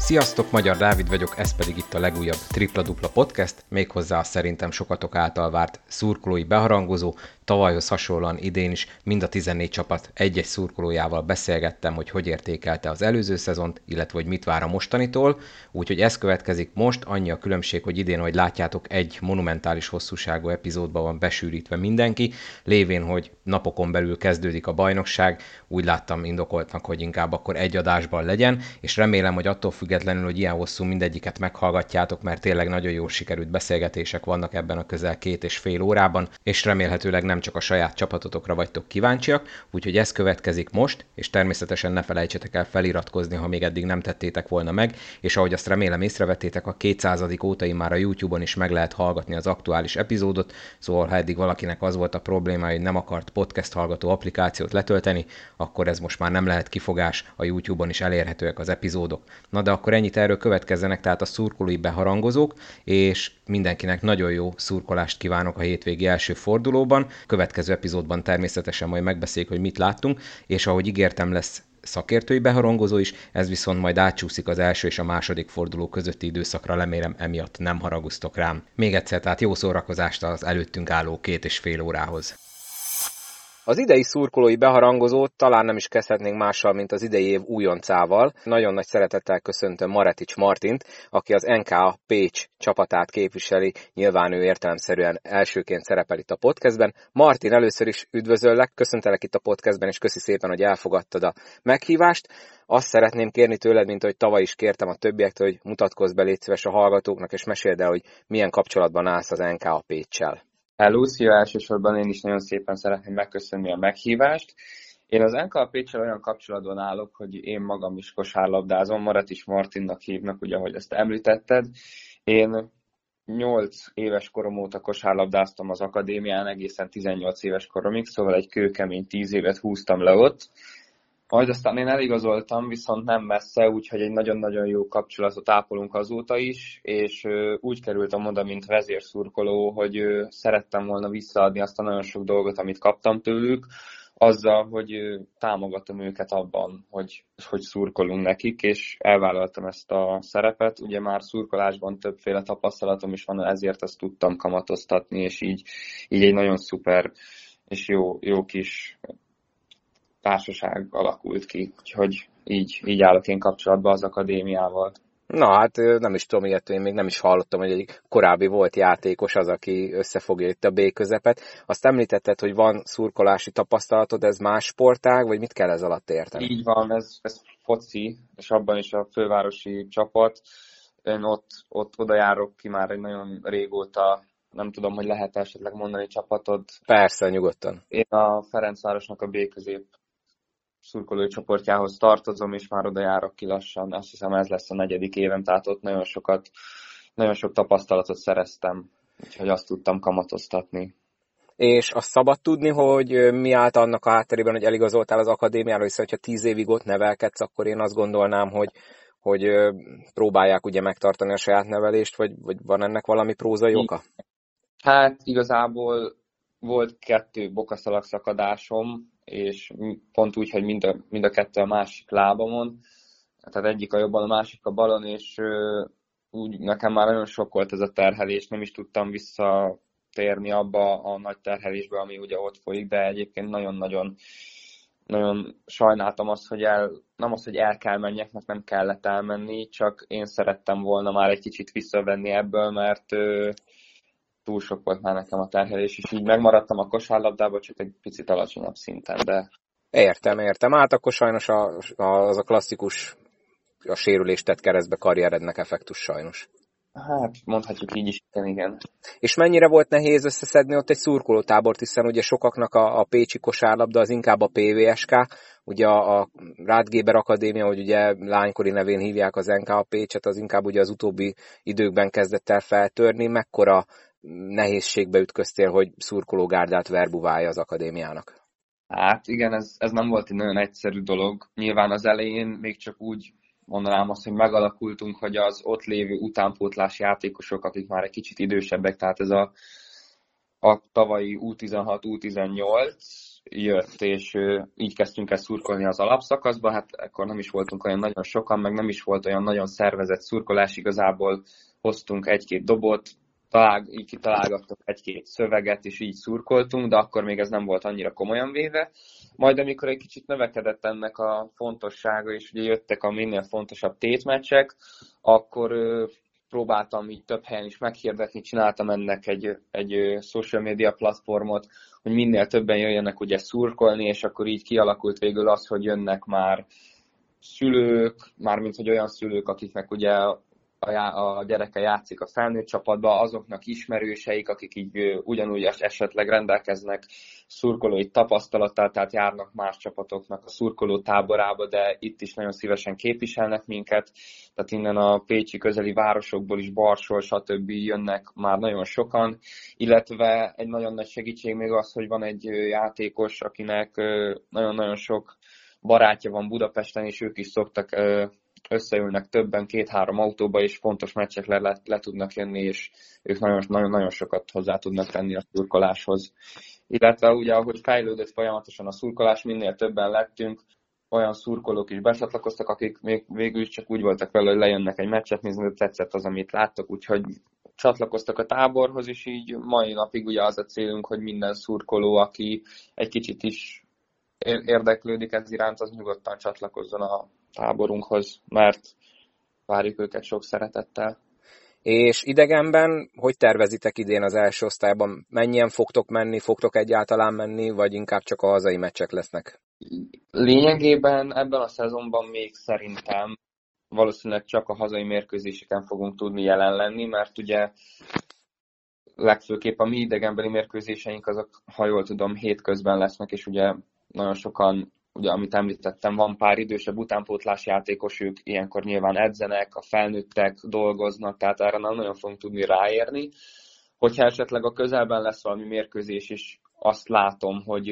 Sziasztok, Magyar Dávid vagyok, ez pedig itt a legújabb Tripla Dupla Podcast, méghozzá a szerintem sokatok által várt szurkolói beharangozó. Tavalyhoz hasonlóan idén is mind a 14 csapat egy-egy szurkolójával beszélgettem, hogy értékelte az előző szezont, illetve hogy mit vár a mostanitól. Úgyhogy ez következik most, annyi a különbség, hogy idén, hogy látjátok, egy monumentális hosszúságú epizódban van besűrítve mindenki, lévén, hogy napokon belül kezdődik a bajnokság, úgy láttam indokoltnak, hogy inkább akkor egy adásban legyen, és remélem, hogy attól függetlenül, hogy ilyen hosszú mindegyiket meghallgatjátok, mert tényleg nagyon jól sikerült beszélgetések vannak ebben a közel 2,5 órában, és remélhetőleg nem csak a saját csapatotokra vagytok kíváncsiak, úgyhogy ez következik most, és természetesen ne felejtsetek el feliratkozni, ha még eddig nem tettétek volna meg, és ahogy azt remélem észrevettétek, a 200. óta már a YouTube-on is meg lehet hallgatni az aktuális epizódot, szóval ha eddig valakinek az volt a probléma, hogy nem akart podcast hallgató applikációt letölteni, akkor ez most már nem lehet kifogás, a YouTube-on is elérhetőek az epizódok. Na de akkor ennyit erről, következzenek tehát a szurkolói beharangozók, és mindenkinek nagyon jó szurkolást kívánok a hétvégi első fordulóban. Következő epizódban természetesen majd megbeszéljük, hogy mit láttunk, és ahogy ígértem, lesz szakértői beharangozó is, ez viszont majd átcsúszik az első és a második forduló közötti időszakra, remélem emiatt nem haraguztok rám. Még egyszer, tehát jó szórakozást az előttünk álló 2,5 órához. Az idei szurkolói beharangozót talán nem is kezdhetnénk mással, mint az idei év újoncával. Nagyon nagy szeretettel köszöntöm Maretics Martint, aki az NK Pécs csapatát képviseli, nyilván ő értelemszerűen elsőként szerepel itt a podcastben. Martin, először is üdvözöllek, köszöntelek itt a podcastben, és köszi szépen, hogy elfogadtad a meghívást. Azt szeretném kérni tőled, mint hogy tavaly is kértem a többiektől, hogy mutatkozz be, légy szíves a hallgatóknak, és meséld el, hogy milyen kapcsolatban állsz az NK Péccsel. Hello, szia! Elsősorban én is nagyon szépen szeretném megköszönni a meghívást. Én az NK Péccsel olyan kapcsolatban állok, hogy én magam is kosárlabdázom, Maretics Martinnak hívnak, ugye, ahogy ezt említetted. Én 8 éves korom óta kosárlabdáztam az akadémián, egészen 18 éves koromig, szóval egy kőkemény 10 évet húztam le ott. Majd aztán én eligazoltam, viszont nem messze, úgyhogy egy nagyon-nagyon jó kapcsolatot ápolunk azóta is, és úgy kerültem oda, mint vezérszurkoló, hogy szerettem volna visszaadni azt a nagyon sok dolgot, amit kaptam tőlük, azzal, hogy támogatom őket abban, hogy szurkolunk nekik, és elvállaltam ezt a szerepet. Ugye már szurkolásban többféle tapasztalatom is van, ezért ezt tudtam kamatoztatni, és így egy nagyon szuper és jó kis társaság alakult ki, úgyhogy így állok én kapcsolatban az akadémiával. Na hát nem is tudom, ilyet én még nem is hallottam, hogy egy korábbi volt játékos az, aki összefogja itt a B közepet. Azt említetted, hogy van szurkolási tapasztalatod, ez más sportág, vagy mit kell ez alatt érteni? Így van, ez foci, és abban is a fővárosi csapat. Én ott oda járok ki már egy nagyon régóta, nem tudom, hogy lehet esetleg mondani csapatod. Persze, nyugodtan. Én a Ferencvárosnak a B közép szurkolói csoportjához tartozom, és már oda járok ki lassan. Azt hiszem, ez lesz a 4. évem, tehát ott nagyon sok tapasztalatot szereztem, úgyhogy azt tudtam kamatoztatni. És azt szabad tudni, hogy mi állt annak a hátterében, hogy eligazoltál az akadémiára, hiszen hogyha 10 évig ott nevelkedsz, akkor én azt gondolnám, hogy próbálják ugye megtartani a saját nevelést, vagy van ennek valami prózai oka? Hát igazából volt 2 bokaszalag szakadásom, és pont úgy, hogy mind a 2 a másik lábamon, tehát egyik a jobban, a másik a balon, és úgy nekem már nagyon sok volt ez a terhelés, nem is tudtam visszatérni abba a nagy terhelésbe, ami ugye ott folyik, de egyébként nagyon-nagyon sajnáltam azt, hogy nem az, hogy el kell menjek, mert nem kellett elmenni, csak én szerettem volna már egy kicsit visszavenni ebből, mert túl sok volt már nekem a terhelés, és így megmaradtam a kosárlabdában, csak egy picit alacsonyabb szinten, de... Értem. Hát akkor sajnos az a klasszikus, a sérülést tett keresztbe karrierednek effektus sajnos. Hát mondhatjuk így is, igen. És mennyire volt nehéz összeszedni ott egy szurkolótábort, hiszen ugye sokaknak a pécsi kosárlabda az inkább a PVSK, ugye a Rádgéber Akadémia, hogy ugye lánykori nevén hívják az NK Pécset, az inkább ugye az utóbbi időkben kezdett el feltörni. Mekkora nehézségbe ütköztél, hogy szurkológárdát verbuválja az akadémiának? Hát igen, ez nem volt egy nagyon egyszerű dolog. Nyilván az elején még csak úgy mondanám azt, hogy megalakultunk, hogy az ott lévő utánpótlás játékosok, akik már egy kicsit idősebbek, tehát ez a tavalyi U16, U18, jött, és így kezdtünk el szurkolni az alapszakaszba, hát ekkor nem is voltunk olyan nagyon sokan, meg nem is volt olyan nagyon szervezett szurkolás, igazából hoztunk egy-két dobot, így kitalálgattunk egy-két szöveget, és így szurkoltunk, de akkor még ez nem volt annyira komolyan véve. Majd amikor egy kicsit növekedett ennek a fontossága, és ugye jöttek a minél fontosabb tétmeccsek, akkor próbáltam így több helyen is meghirdetni, csináltam ennek egy social media platformot, hogy minél többen jöjjenek ugye szurkolni, és akkor így kialakult végül az, hogy jönnek már szülők, mármint hogy olyan szülők, akiknek ugye a gyereke játszik a felnőtt csapatba, azoknak ismerőseik, akik így ugyanúgy esetleg rendelkeznek szurkolói tapasztalattal, tehát járnak más csapatoknak a szurkoló táborába, de itt is nagyon szívesen képviselnek minket, tehát innen a pécsi közeli városokból is, Barsról, stb. Jönnek már nagyon sokan, illetve egy nagyon nagy segítség még az, hogy van egy játékos, akinek nagyon-nagyon sok barátja van Budapesten, és ők is szoktak összeülnek többen, 2-3 autóba, és fontos meccsekre le tudnak jönni, és ők nagyon-nagyon sokat hozzá tudnak tenni a szurkoláshoz. Illetve ugye, ahogy fejlődött folyamatosan a szurkolás, minél többen lettünk, olyan szurkolók is becsatlakoztak, akik még végül is csak úgy voltak vele, hogy lejönnek egy meccset nézni, tetszett az, amit láttak, úgyhogy csatlakoztak a táborhoz, és így mai napig ugye az a célunk, hogy minden szurkoló, aki egy kicsit is érdeklődik ez iránt, az nyugodtan csatlakozzon a táborunkhoz, mert várjuk őket sok szeretettel. És idegenben, hogy tervezitek idén az első osztályban? Mennyien fogtok menni, fogtok egyáltalán menni, vagy inkább csak a hazai meccsek lesznek? Lényegében ebben a szezonban még szerintem valószínűleg csak a hazai mérkőzéseken fogunk tudni jelen lenni, mert ugye legfőképp a mi idegenbeli mérkőzéseink azok, ha jól tudom, hétközben lesznek, és ugye nagyon sokan, ugye amit említettem, van pár idősebb utánpótlás játékos, ők ilyenkor nyilván edzenek, a felnőttek dolgoznak, tehát erre nem nagyon fogunk tudni ráérni. Hogyha esetleg a közelben lesz valami mérkőzés, és azt látom, hogy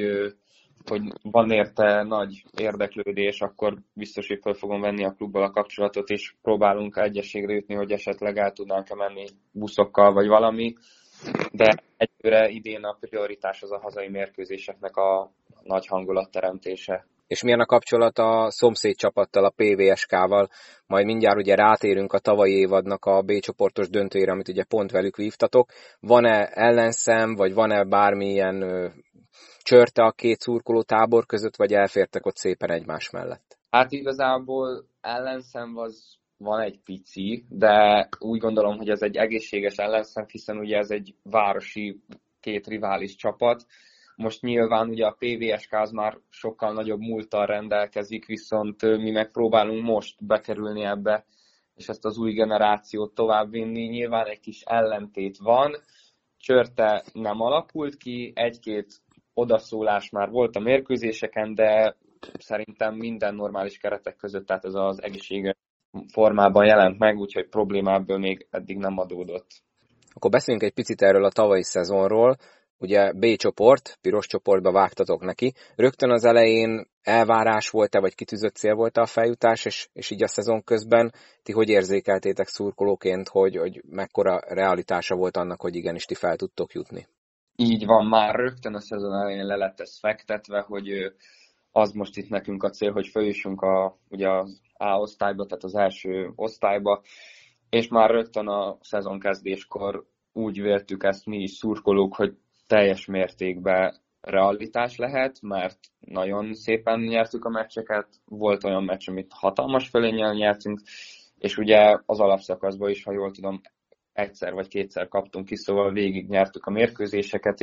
van érte nagy érdeklődés, akkor biztos, hogy fel fogom venni a klubbal a kapcsolatot, és próbálunk egyességre jutni, hogy esetleg el tudnánk menni buszokkal, vagy valami. De egyőre idén a prioritás az a hazai mérkőzéseknek a nagy hangulatteremtése. És milyen a kapcsolat a szomszéd csapattal, a PVSK-val? Majd mindjárt ugye rátérünk a tavalyi évadnak a B csoportos döntőjére, amit ugye pont velük vívtatok. Van-e ellenszem, vagy van-e bármilyen csörte a két szurkoló tábor között, vagy elfértek ott szépen egymás mellett? Hát igazából ellenszem van egy pici, de úgy gondolom, hogy ez egy egészséges ellenszem, hiszen ugye ez egy városi két rivális csapat. Most nyilván ugye a PVSK az már sokkal nagyobb múlttal rendelkezik, viszont mi megpróbálunk most bekerülni ebbe, és ezt az új generációt továbbvinni. Nyilván egy kis ellentét van, csörte nem alakult ki, egy-két odaszólás már volt a mérkőzéseken, de szerintem minden normális keretek között, tehát ez az egészséges formában jelent meg, úgyhogy problémából még eddig nem adódott. Akkor beszéljünk egy picit erről a tavalyi szezonról. Ugye B csoport, piros csoportba vágtatok neki. Rögtön az elején elvárás volt-e, vagy kitűzött cél volt a feljutás, és így a szezon közben ti hogy érzékeltétek szurkolóként, hogy mekkora realitása volt annak, hogy igenis ti fel tudtok jutni? Így van, már rögtön a szezon elején le lett ez fektetve, hogy az most itt nekünk a cél, hogy feljussunk ugye az A osztályba, tehát az első osztályba, és már rögtön a szezon kezdéskor úgy véltük ezt mi is szurkolók, hogy teljes mértékben realitás lehet, mert nagyon szépen nyertük a meccseket, volt olyan meccs, amit hatalmas fölénnyel nyertünk, és ugye az alapszakaszban is, ha jól tudom, egyszer vagy kétszer kaptunk ki, szóval végig nyertük a mérkőzéseket,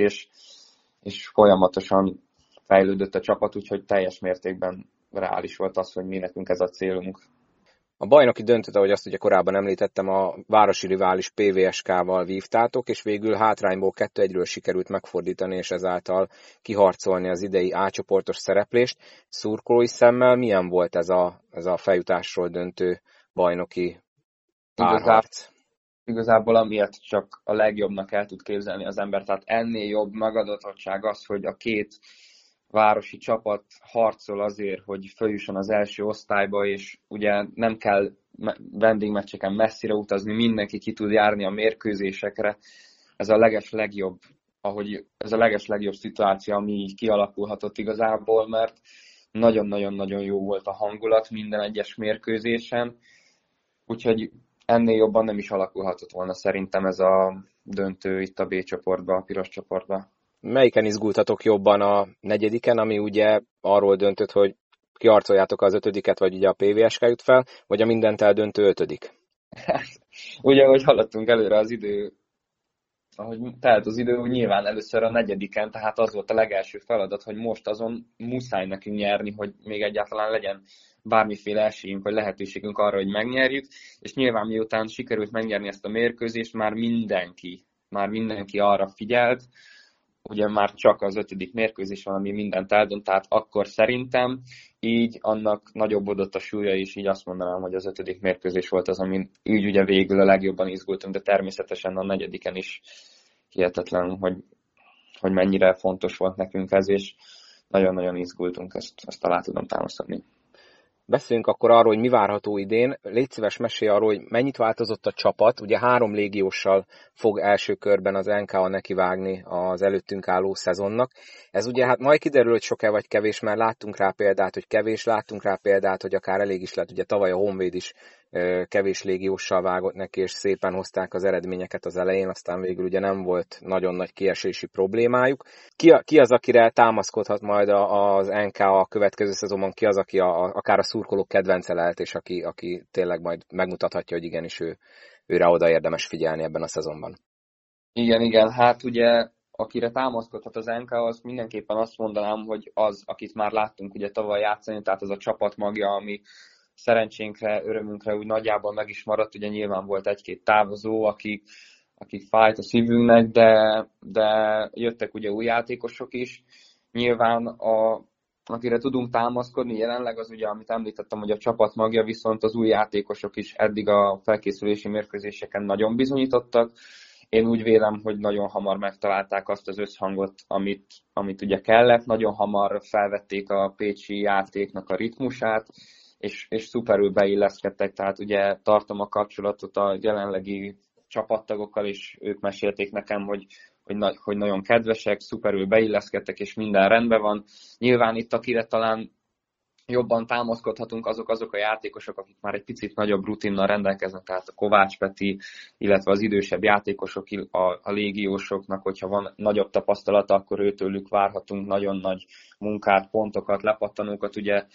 és folyamatosan fejlődött a csapat, úgyhogy teljes mértékben reális volt az, hogy mi nekünk ez a célunk. A bajnoki döntőt, ahogy azt ugye korábban említettem, a városi rivális PVSK-val vívtátok, és végül hátrányból 2-1-ről sikerült megfordítani, és ezáltal kiharcolni az idei A csoportos szereplést. Szurkolói szemmel milyen volt ez a feljutásról döntő bajnoki párharc? Igazából amiatt csak a legjobbnak el tud képzelni az ember, tehát ennél jobb megadottság az, hogy a két városi csapat harcol azért, hogy följusson az első osztályba, és ugye nem kell vendégmeccseken messzire utazni, mindenki ki tud járni a mérkőzésekre. Ez a legjobb ahogy ez a legeslegjobb szituáció, ami így kialakulhatott igazából, mert nagyon-nagyon-nagyon jó volt a hangulat minden egyes mérkőzésen, úgyhogy ennél jobban nem is alakulhatott volna szerintem ez a döntő itt a B csoportba, a piros csoportba. Melyiken izgultatok jobban, a negyediken, ami ugye arról döntött, hogy kiharcoljátok az ötödiket, vagy ugye a PVSK jut fel, vagy a mindent eldöntő ötödik? Ugye, ahogy haladtunk előre az idő, ahogy telt az idő, úgy nyilván először a negyediken, tehát az volt a legelső feladat, hogy most azon muszáj nekünk nyerni, hogy még egyáltalán legyen bármiféle esélyünk, vagy lehetőségünk arra, hogy megnyerjük, és nyilván miután sikerült megnyerni ezt a mérkőzést, már mindenki arra figyelt, ugye már csak az ötödik mérkőzés van, ami mindent eldönt, tehát akkor szerintem így annak nagyobbodott a súlya, és így azt mondanám, hogy az ötödik mérkőzés volt az, amin így ugye végül a legjobban izgultunk, de természetesen a negyediken is hihetetlen, hogy mennyire fontos volt nekünk ez, és nagyon-nagyon izgultunk, ezt alá tudom támasztani. Beszéljünk akkor arról, hogy mi várható idén. Légy szíves, mesélj arról, hogy mennyit változott a csapat. Ugye 3 légióssal fog első körben az NKA nekivágni az előttünk álló szezonnak. Ez ugye hát majd kiderül, hogy sok-e vagy kevés, mert láttunk rá példát, hogy kevés, láttunk rá példát, hogy akár elég is lett. Ugye tavaly a Honvéd is kevés légióssal vágott neki, és szépen hozták az eredményeket az elején, aztán végül ugye nem volt nagyon nagy kiesési problémájuk. Ki az, akire támaszkodhat majd az NKA a következő szezonban, ki az, aki akár a szurkolók kedvence lehet, és aki tényleg majd megmutathatja, hogy igenis őre oda érdemes figyelni ebben a szezonban? Igen, hát ugye akire támaszkodhat az NK, az mindenképpen azt mondanám, hogy az, akit már láttunk ugye tavaly játszani, tehát az a csapat magja, ami szerencsénkre, örömünkre úgy nagyjából meg is maradt, ugye nyilván volt egy-két távozó, akik fájt a szívünknek, de jöttek ugye új játékosok is. Nyilván akire tudunk támaszkodni jelenleg, az ugye, amit említettem, hogy a csapat magja, viszont az új játékosok is eddig a felkészülési mérkőzéseken nagyon bizonyítottak. Én úgy vélem, hogy nagyon hamar megtalálták azt az összhangot, amit ugye kellett, nagyon hamar felvették a pécsi játéknak a ritmusát, és szuperül beilleszkedtek, tehát ugye tartom a kapcsolatot a jelenlegi csapattagokkal, és ők mesélték nekem, hogy nagyon kedvesek, szuperül beilleszkedtek, és minden rendben van. Nyilván itt, akire talán jobban támaszkodhatunk, azok a játékosok, akik már egy picit nagyobb rutinnal rendelkeznek, tehát a Kovács Peti, illetve az idősebb játékosok, a légiósoknak, hogyha van nagyobb tapasztalata, akkor őtőlük várhatunk nagyon nagy munkát, pontokat, lepattanókat. Ugye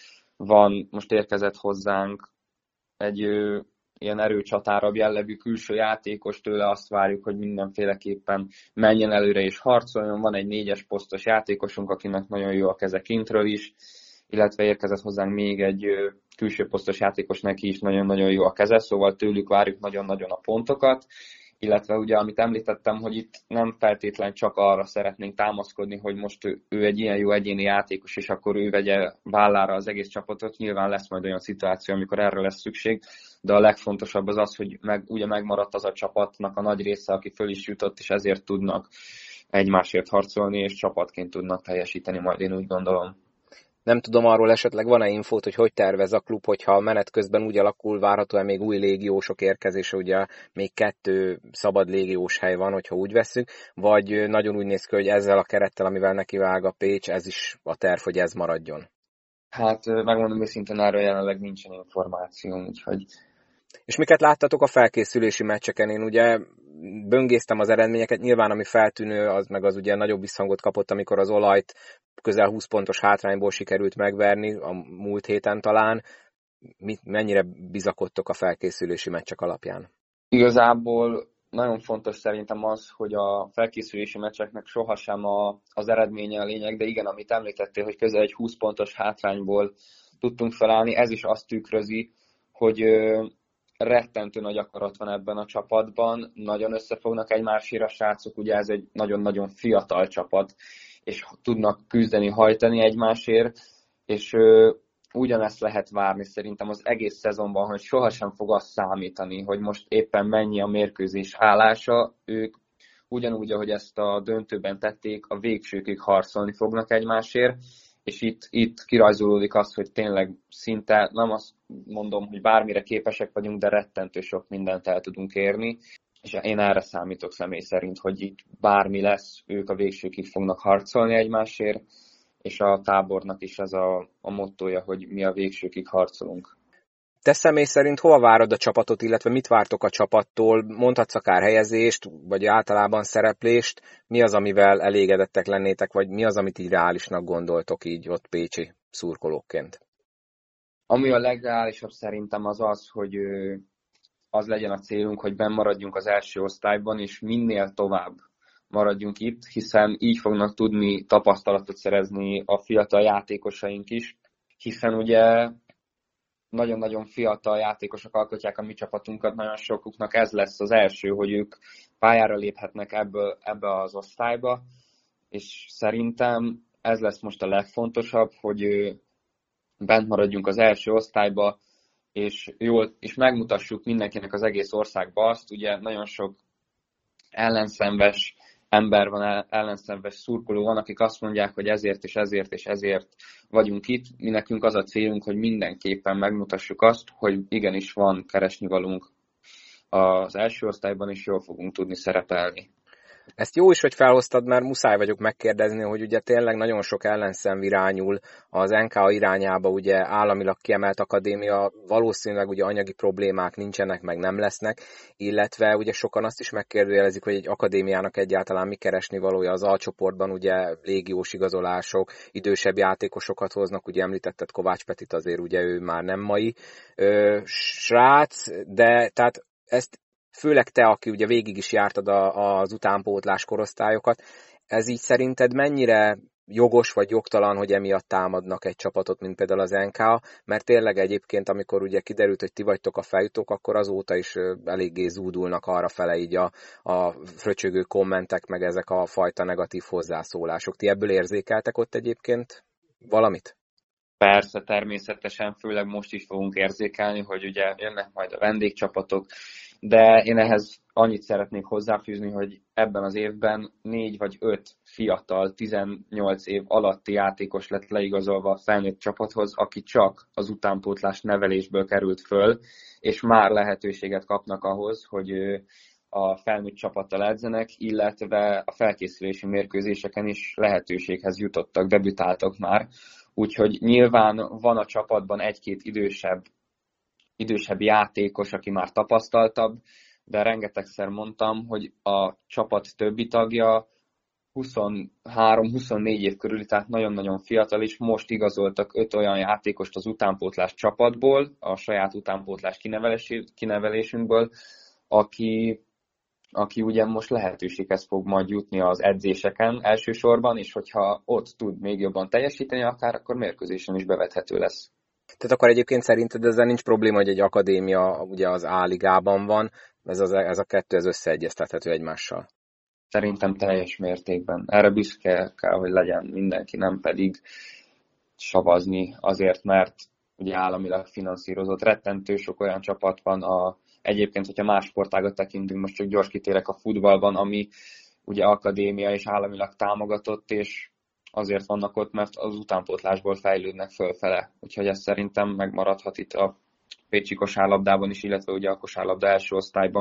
most érkezett hozzánk egy ilyen erőcsatárabb jellegű külső játékos, tőle azt várjuk, hogy mindenféleképpen menjen előre és harcoljon. Van egy 4-es posztos játékosunk, akinek nagyon jó a keze kintről is, illetve érkezett hozzánk még egy külső posztos játékos, neki is nagyon-nagyon jó a keze, szóval tőlük várjuk nagyon-nagyon a pontokat, illetve ugye, amit említettem, hogy itt nem feltétlen csak arra szeretnénk támaszkodni, hogy most ő egy ilyen jó egyéni játékos, és akkor ő vegye vállára az egész csapatot. Nyilván lesz majd olyan szituáció, amikor erre lesz szükség, de a legfontosabb az, hogy ugye megmaradt az a csapatnak a nagy része, aki föl is jutott, és ezért tudnak egymásért harcolni, és csapatként tudnak teljesíteni, majd én úgy gondolom. Nem tudom, arról esetleg van-e infót, hogy tervez a klub, hogyha a menet közben úgy alakul, várhatóan még új légiósok érkezése, ugye még 2 szabad légiós hely van, hogyha úgy veszünk, vagy nagyon úgy néz ki, hogy ezzel a kerettel, amivel nekivág a Pécs, ez is a terv, hogy ez maradjon? Hát megmondom őszintén, erről jelenleg nincsen információ, úgyhogy... És miket láttatok a felkészülési meccseken? Én ugye böngésztem az eredményeket, nyilván ami feltűnő, az meg az ugye nagyobb visszhangot kapott, amikor az Olajt közel 20 pontos hátrányból sikerült megverni, a múlt héten talán. Mennyire bizakodtok a felkészülési meccsek alapján? Igazából nagyon fontos szerintem az, hogy a felkészülési meccseknek sohasem az eredménye a lényeg, de igen, amit említettél, hogy közel egy 20 pontos hátrányból tudtunk felállni, ez is azt tükrözi, hogy rettentő nagy akarat van ebben a csapatban, nagyon összefognak egymásért a srácok, ugye ez egy nagyon-nagyon fiatal csapat, és tudnak küzdeni, hajtani egymásért, és ugyanezt lehet várni szerintem az egész szezonban, hogy sohasem fog azt számítani, hogy most éppen mennyi a mérkőzés állása, ők ugyanúgy, ahogy ezt a döntőben tették, a végsőkig harcolni fognak egymásért, és itt kirajzolódik az, hogy tényleg szinte, nem azt mondom, hogy bármire képesek vagyunk, de rettentő sok mindent el tudunk érni. és én erre számítok személy szerint, hogy itt bármi lesz, ők a végsőkig fognak harcolni egymásért, és a tábornak is ez a mottója, hogy mi a végsőkig harcolunk. Te személy szerint hova várod a csapatot, illetve mit vártok a csapattól? Mondhatsz akár helyezést, vagy általában szereplést? Mi az, amivel elégedettek lennétek, vagy mi az, amit így reálisnak gondoltok így ott pécsi szurkolóként? Ami a legreálisabb szerintem az az, hogy az legyen a célunk, hogy benn maradjunk az első osztályban, és minél tovább maradjunk itt, hiszen így fognak tudni tapasztalatot szerezni a fiatal játékosaink is, hiszen ugye nagyon-nagyon fiatal játékosok alkotják a mi csapatunkat, nagyon sokuknak ez lesz az első, hogy ők pályára léphetnek ebbe az osztályba, és szerintem ez lesz most a legfontosabb, hogy bent maradjunk az első osztályba, és megmutassuk mindenkinek az egész országba azt, ugye nagyon sok ellenszenves ember van, ellenszenves szurkoló van, akik azt mondják, hogy ezért és ezért és ezért vagyunk itt. Mi nekünk az a célunk, hogy mindenképpen megmutassuk azt, hogy igenis van keresnivalónk az első osztályban, és jól fogunk tudni szerepelni. Ezt jó is, hogy felhoztad, mert muszáj vagyok megkérdezni, hogy ugye tényleg nagyon sok ellenszem irányul az NKA irányába, ugye államilag kiemelt akadémia, valószínűleg ugye anyagi problémák nincsenek, meg nem lesznek, illetve ugye sokan azt is megkérdőjelezik, hogy egy akadémiának egyáltalán mi keresni valója az alcsoportban, ugye légiós igazolások, idősebb játékosokat hoznak, ugye említetted Kovács Petit, azért ugye ő már nem mai srác, de tehát ezt főleg te, aki ugye végig is jártad az utánpótlás korosztályokat, ez így szerinted mennyire jogos vagy jogtalan, hogy emiatt támadnak egy csapatot, mint például az NK, mert tényleg egyébként, amikor ugye kiderült, hogy ti vagytok a feljutók, akkor azóta is eléggé zúdulnak arra fele így a fröcsögő kommentek, meg ezek a fajta negatív hozzászólások. Ti ebből érzékeltek ott egyébként valamit? Persze, természetesen, főleg most is fogunk érzékelni, hogy ugye jönnek majd a vendégcsapatok, de én ehhez annyit szeretnék hozzáfűzni, hogy ebben az évben 4 vagy 5 fiatal, 18 év alatti játékos lett leigazolva a felnőtt csapathoz, aki csak az utánpótlás nevelésből került föl, és már lehetőséget kapnak ahhoz, hogy a felnőtt csapattal edzenek, illetve a felkészülési mérkőzéseken is lehetőséghez jutottak, debütáltak már. Úgyhogy nyilván van a csapatban egy-két idősebb játékos, aki már tapasztaltabb, de rengetegszer mondtam, hogy a csapat többi tagja 23-24 év körül, tehát nagyon-nagyon fiatal, és most igazoltak 5 olyan játékost az utánpótlás csapatból, a saját utánpótlás kinevelésünkből, aki ugye most lehetőséghez fog majd jutni az edzéseken elsősorban, és hogyha ott tud még jobban teljesíteni akár, akkor mérkőzésen is bevethető lesz. Tehát akkor egyébként szerinted ezzel nincs probléma, hogy egy akadémia ugye az A-ligában van, ez a kettő ez összeegyeztethető egymással? Szerintem teljes mértékben. Erre büszke kell, hogy legyen mindenki, nem pedig savazni azért, mert ugye államilag finanszírozott. Rettentő sok olyan csapat van, egyébként, hogyha más sportágat tekintünk, most csak gyors kitérek a futballban, ami ugye akadémia és államilag támogatott, és azért vannak ott, mert az utánpótlásból fejlődnek fölfele. Úgyhogy ez szerintem megmaradhat itt a pécsi kosárlabdában is, illetve ugye a kosárlabda első osztályban,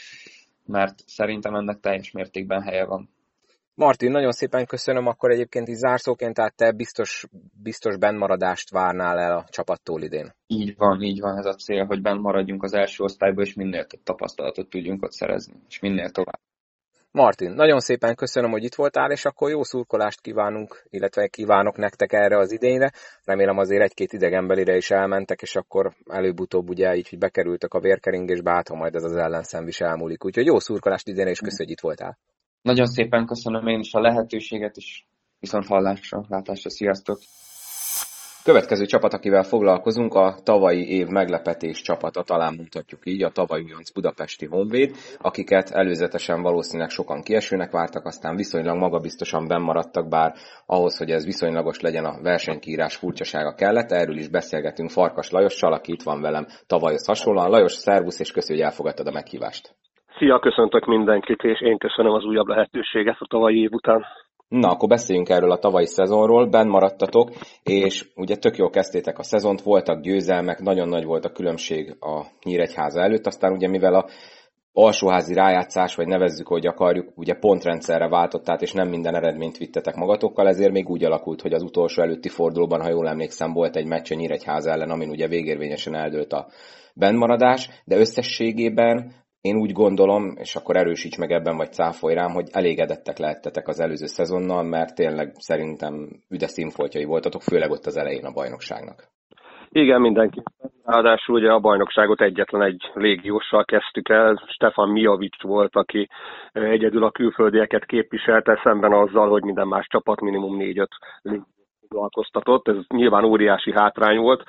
mert szerintem ennek teljes mértékben helye van. Martin, nagyon szépen köszönöm, akkor egyébként így zárszóként, tehát te biztos bennmaradást várnál el a csapattól idén. Így van, ez a cél, hogy benn maradjunk az első osztályba, és minél több tapasztalatot tudjunk ott szerezni, és minél tovább. Martin, nagyon szépen köszönöm, hogy itt voltál, és akkor jó szurkolást kívánunk, illetve kívánok nektek erre az idényre. Remélem azért egy-két idegenbelire is elmentek, és akkor előbb-utóbb ugye így, hogy bekerültek a vérkeringésbe, hát ha majd ez az ellenszenv is elmúlik. Úgyhogy jó szurkolást idénre, és köszönjük, hogy itt voltál. Nagyon szépen köszönöm én is a lehetőséget, és viszont látásra, sziasztok! Következő csapat, akivel foglalkozunk, a tavalyi év meglepetés csapata, talán mondhatjuk így, a tavaly újonc budapesti Honvéd, akiket előzetesen valószínűleg sokan kiesőnek vártak, aztán viszonylag magabiztosan bennmaradtak, bár ahhoz, hogy ez viszonylagos legyen, a versenykiírás furcsasága kellett. Erről is beszélgetünk Farkas Lajossal, aki itt van velem tavalyhoz hasonlóan. Lajos, szervusz, és köszönjük, hogy elfogadtad a meghívást. Szia, köszöntök mindenkit, és én köszönöm az újabb lehetőséget a tavalyi év után. Na, akkor beszéljünk erről a tavalyi szezonról. Benn maradtatok, és ugye tök jól kezdtétek a szezont, voltak győzelmek, nagyon nagy volt a különbség a Nyíregyháza előtt, aztán ugye mivel a alsóházi rájátszás, vagy nevezzük, hogy akarjuk, ugye pontrendszerre váltott át, és nem minden eredményt vittetek magatokkal, ezért még úgy alakult, hogy az utolsó előtti fordulóban, ha jól emlékszem, volt egy meccs a Nyíregyháza ellen, amin ugye végérvényesen eldőlt a bennmaradás, de összességében én úgy gondolom, és akkor erősíts meg ebben, vagy cáfolj rám, hogy elégedettek lehettetek az előző szezonnal, mert tényleg szerintem üde színfoltjai voltatok, főleg ott az elején a bajnokságnak. Igen, mindenki. Ráadásul ugye a bajnokságot egyetlen egy légióssal kezdtük el, Stefan Mijovic volt, aki egyedül a külföldieket képviselte, szemben azzal, hogy minden más csapat minimum 4-5 foglalkoztatott. Ez nyilván óriási hátrány volt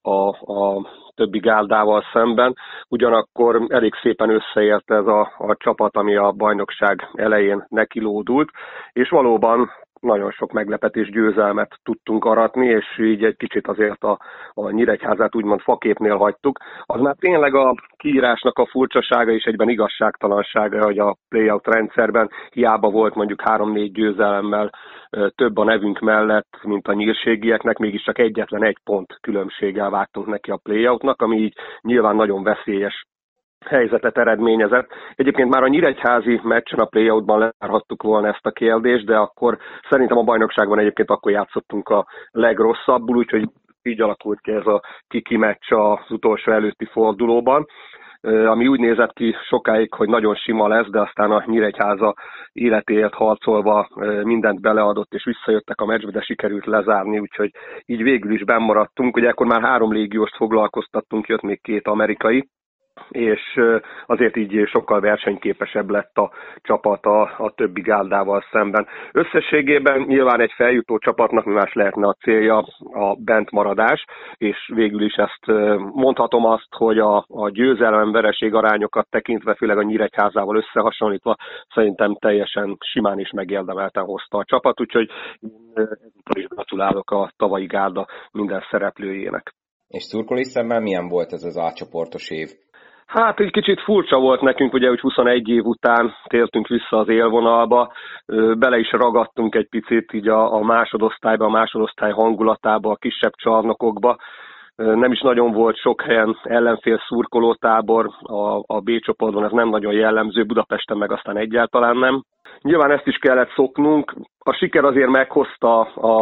a többi gárdával szemben, ugyanakkor elég szépen összeért ez a csapat, ami a bajnokság elején nekilódult, és valóban nagyon sok meglepetés győzelmet tudtunk aratni, és így egy kicsit azért a Nyíregyházát úgymond faképnél hagytuk. Az már tényleg a kiírásnak a furcsasága és egyben igazságtalansága, hogy a playout rendszerben hiába volt mondjuk 3-4 győzelemmel több a nevünk mellett, mint a nyírségieknek, mégis csak egyetlen egy pont különbséggel vágtunk neki a playoutnak, ami így nyilván nagyon veszélyes helyzetet eredményezett. Egyébként már a nyíregyházi meccsen a playoutban lezárhattuk volna ezt a kérdést, de akkor szerintem a bajnokságban egyébként akkor játszottunk a legrosszabbul, úgyhogy így alakult ki ez a kiki meccs az utolsó előtti fordulóban, ami úgy nézett ki sokáig, hogy nagyon sima lesz, de aztán a Nyíregyháza életéért harcolva mindent beleadott, és visszajöttek a meccsbe, de sikerült lezárni, úgyhogy így végül is bennmaradtunk. Ugye akkor már 3 légióst foglalkoztattunk, jött még 2 amerikai, és azért így sokkal versenyképesebb lett a csapat a többi gárdával szemben. Összességében nyilván egy feljutó csapatnak mi más lehetne a célja, a bentmaradás, és végül is ezt mondhatom azt, hogy a győzelem-vereség arányokat tekintve, főleg a Nyíregyházával összehasonlítva, szerintem teljesen simán és megérdemelten hozta a csapat, úgyhogy ezúttal is gratulálok a tavalyi gárda minden szereplőjének. És szurkolói szemmel milyen volt ez az A-csoportos év? Hát egy kicsit furcsa volt nekünk, ugye, hogy 21 év után tértünk vissza az élvonalba, bele is ragadtunk egy picit így a másodosztályba, a másodosztály hangulatába, a kisebb csarnokokba. Nem is nagyon volt sok helyen ellenfél szurkolótábor, a B csoportban ez nem nagyon jellemző, Budapesten meg aztán egyáltalán nem. Nyilván ezt is kellett szoknunk. A siker azért meghozta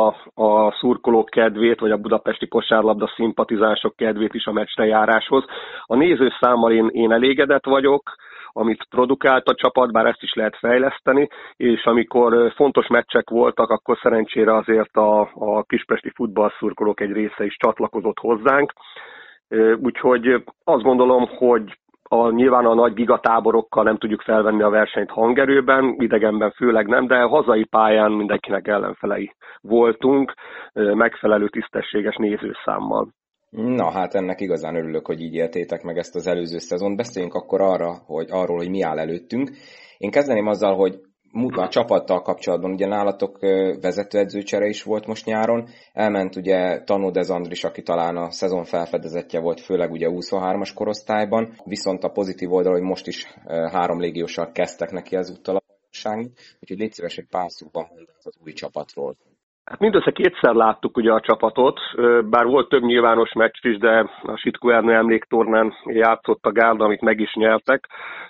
a szurkolók kedvét, vagy a budapesti kosárlabda szimpatizánsok kedvét is a meccslejáráshoz. A nézőszámmal én elégedett vagyok, amit produkált a csapat, bár ezt is lehet fejleszteni, és amikor fontos meccsek voltak, akkor szerencsére azért a kispesti futballszurkolók egy része is csatlakozott hozzánk. Úgyhogy azt gondolom, hogy nyilván a nagy gigatáborokkal nem tudjuk felvenni a versenyt hangerőben, idegenben főleg nem, de hazai pályán mindenkinek ellenfelei voltunk, megfelelő tisztességes nézőszámmal. Na hát ennek igazán örülök, hogy így éltétek meg ezt az előző szezont. Beszéljünk akkor arról, hogy mi áll előttünk. Én kezdeném azzal, hogy a csapattal kapcsolatban, ugye nálatok vezetőedzőcsere is volt most nyáron, elment ugye Tanó Dezandris, aki talán a szezon felfedezetje volt, főleg ugye 23-as korosztályban, viszont a pozitív oldal, hogy most is 3 légióssal kezdtek neki ezúttal a bajnokságnak, úgyhogy légy szíves, egy pár szóban mondasz az új csapatról. Hát mindössze 2-szer láttuk ugye a csapatot, bár volt több nyilvános meccs is, de a Sitkó Ernő emléktornán játszott a gárda, amit meg is nyertek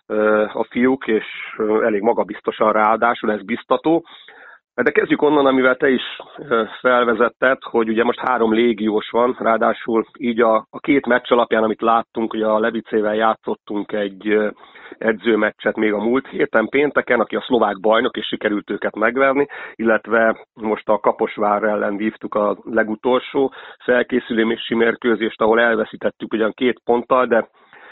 a fiúk, és elég magabiztosan ráadásul, ez biztató. De kezdjük onnan, amivel te is felvezetted, hogy ugye most 3 légiós van, ráadásul így a 2 meccs alapján, amit láttunk, ugye a Levicével játszottunk egy edzőmeccset még a múlt héten pénteken, aki a szlovák bajnok, és sikerült őket megverni, illetve most a Kaposvár ellen vívtuk a legutolsó felkészülési mérkőzést, ahol elveszítettük ugyan 2 ponttal, de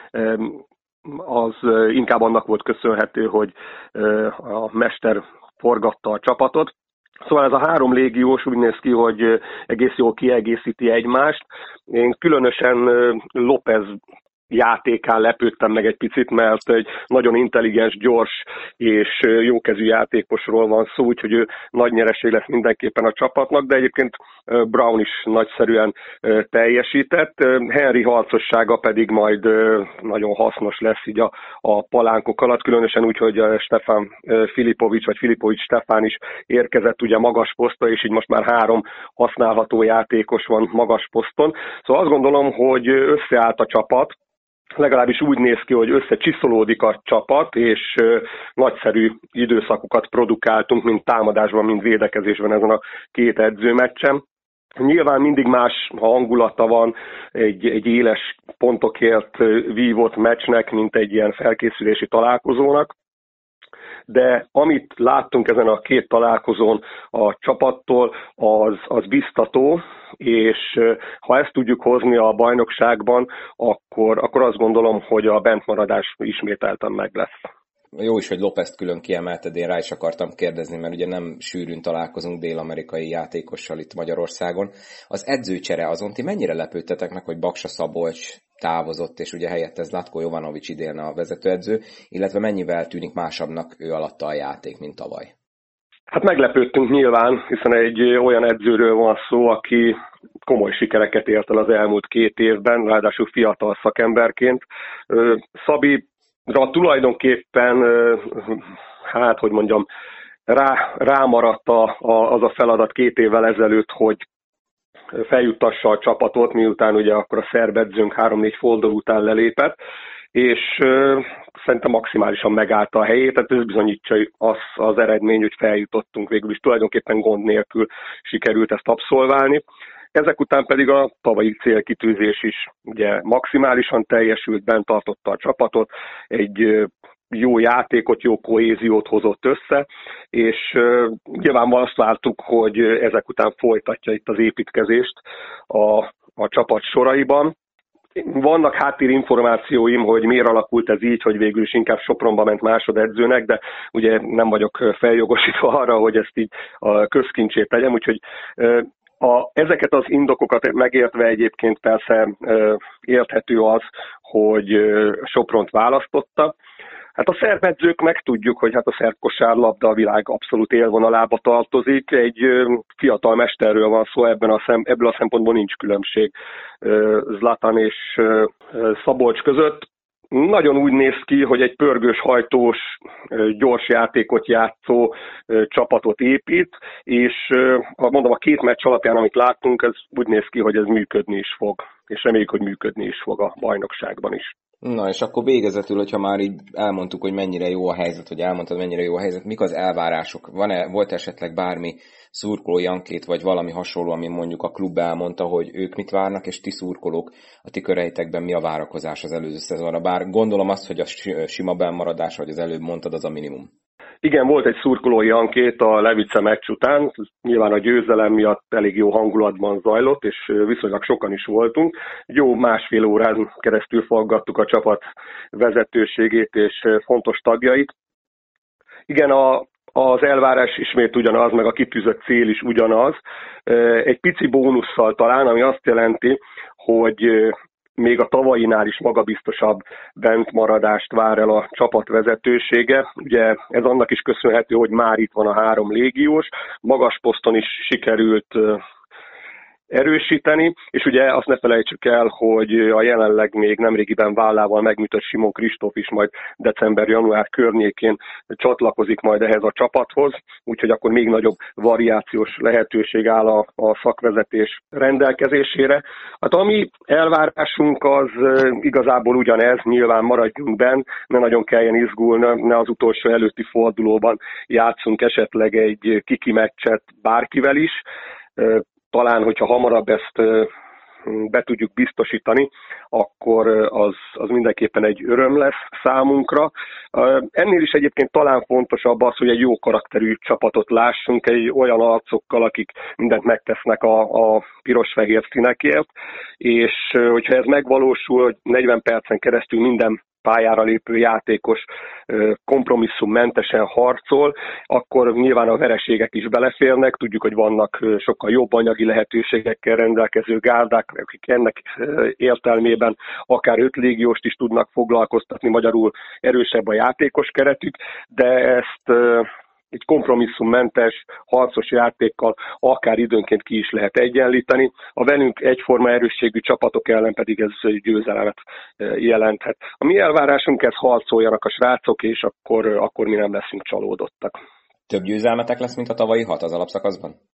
az inkább annak volt köszönhető, hogy a mester forgatta a csapatot. Szóval ez a 3 légiós úgy néz ki, hogy egész jól kiegészíti egymást. Én különösen López játékán lepődtem meg egy picit, mert egy nagyon intelligens, gyors és jókezű játékosról van szó, úgyhogy ő nagy nyereség lesz mindenképpen a csapatnak, de egyébként Brown is nagyszerűen teljesített. Henry harcossága pedig majd nagyon hasznos lesz így a palánkok alatt, különösen úgy, hogy Stefan Filipovics, vagy Filipovics Stefán is érkezett ugye magas posztra, és így most már 3 használható játékos van magas poszton. Szóval azt gondolom, hogy összeállt a csapat, legalábbis úgy néz ki, hogy összecsiszolódik a csapat, és nagyszerű időszakokat produkáltunk, mind támadásban, mind védekezésben ezen a két edzőmeccsen. Nyilván mindig más hangulata van egy éles pontokért vívott meccsnek, mint egy ilyen felkészülési találkozónak, de amit láttunk ezen a két találkozón a csapattól, az biztató, és ha ezt tudjuk hozni a bajnokságban, akkor azt gondolom, hogy a bentmaradás ismételten meg lesz. Jó is, hogy Lópezt külön kiemelted, én rá is akartam kérdezni, mert ugye nem sűrűn találkozunk dél-amerikai játékossal itt Magyarországon. Az edzőcsere, azon ti mennyire lepődtetek meg, hogy Baksa Szabolcs távozott, és ugye helyette Zlatko Jovanović idén a vezetőedző, illetve mennyivel tűnik másabbnak ő alatta a játék, mint tavaly? Hát meglepődtünk nyilván, hiszen egy olyan edzőről van szó, aki komoly sikereket ért el az elmúlt 2 évben, ráadásul fiatal szakemberként. Szabira tulajdonképpen, rámaradt az a feladat 2 évvel ezelőtt, hogy feljuttassa a csapatot, miután ugye akkor a szerb edzőnk 3-4 forduló után lelépett, és szerintem maximálisan megállta a helyét, tehát ez bizonyítsa az eredmény, hogy feljutottunk végül is, tulajdonképpen gond nélkül sikerült ezt abszolválni. Ezek után pedig a tavalyi célkitűzés is ugye maximálisan teljesült, bent tartotta a csapatot, egy jó játékot, jó kohéziót hozott össze, és nyilvánvalóan azt vártuk, hogy ezek után folytatja itt az építkezést a csapat soraiban. Vannak háttérinformációim, hogy miért alakult ez így, hogy végül is inkább Sopronba ment másodedzőnek, de ugye nem vagyok feljogosítva arra, hogy ezt így a közkincsét tegyem, úgyhogy ezeket az indokokat megértve egyébként persze érthető az, hogy Sopront választotta. Hát a szerb edzők megtudjuk, hogy hát a szerb kosárlabda a világ abszolút élvonalába tartozik. Egy fiatal mesterről van szó, ebből a szempontból nincs különbség Zlatan és Szabolcs között. Nagyon úgy néz ki, hogy egy pörgős, hajtós, gyors játékot játszó csapatot épít, és mondom, a 2 meccs alapján, amit láttunk, ez úgy néz ki, hogy ez működni is fog, és reméljük, hogy működni is fog a bajnokságban is. Na, és akkor végezetül, hogyha már így elmondtuk, hogy mennyire jó a helyzet, vagy elmondtad, mennyire jó a helyzet, mik az elvárások? Volt esetleg bármi szurkolói ankét, vagy valami hasonló, ami mondjuk a klub elmondta, hogy ők mit várnak, és ti szurkolók a ti köreitekben mi a várakozás az előző szezonra? Bár gondolom azt, hogy a sima bennmaradás, vagy az előbb mondtad, az a minimum. Igen, volt egy szurkolói ankét a Levice meccs után, nyilván a győzelem miatt elég jó hangulatban zajlott, és viszonylag sokan is voltunk. Jó 1,5 órán keresztül faggattuk a csapat vezetőségét és fontos tagjait. Igen, az elvárás ismét ugyanaz, meg a kitűzött cél is ugyanaz. Egy pici bónusszal talán, ami azt jelenti, hogy még a tavainál is magabiztosabb bentmaradást vár el a csapat vezetősége. Ugye ez annak is köszönhető, hogy már itt van a 3 légiós, magas poszton is sikerült erősíteni, és ugye azt ne felejtsük el, hogy a jelenleg még nemrégiben vállával megműtött Simon Kristóf is majd december-január környékén csatlakozik majd ehhez a csapathoz, úgyhogy akkor még nagyobb variációs lehetőség áll a szakvezetés rendelkezésére. Hát ami elvárásunk az igazából ugyanez, nyilván maradjunk benn, ne nagyon kelljen izgulni, ne az utolsó előtti fordulóban játszunk esetleg egy kiki meccset bárkivel is. Talán, hogyha hamarabb ezt be tudjuk biztosítani, akkor az mindenképpen egy öröm lesz számunkra. Ennél is egyébként talán fontosabb az, hogy egy jó karakterű csapatot lássunk, egy olyan arcokkal, akik mindent megtesznek a piros-fehér színekért, és hogyha ez megvalósul, hogy 40 percen keresztül minden pályára lépő játékos kompromisszummentesen harcol, akkor nyilván a vereségek is beleférnek. Tudjuk, hogy vannak sokkal jobb anyagi lehetőségekkel rendelkező gárdák, akik ennek értelmében akár 5 légióst is tudnak foglalkoztatni, magyarul erősebb a játékos keretük, de ezt egy kompromisszummentes, harcos játékkal akár időnként ki is lehet egyenlíteni. A velünk egyforma erősségű csapatok ellen pedig ez győzelemet jelenthet. A mi elvárásunk, ez harcoljanak a srácok, és akkor mi nem leszünk csalódottak. Több győzelmetek lesz, mint a tavalyi 6 az alapszakaszban?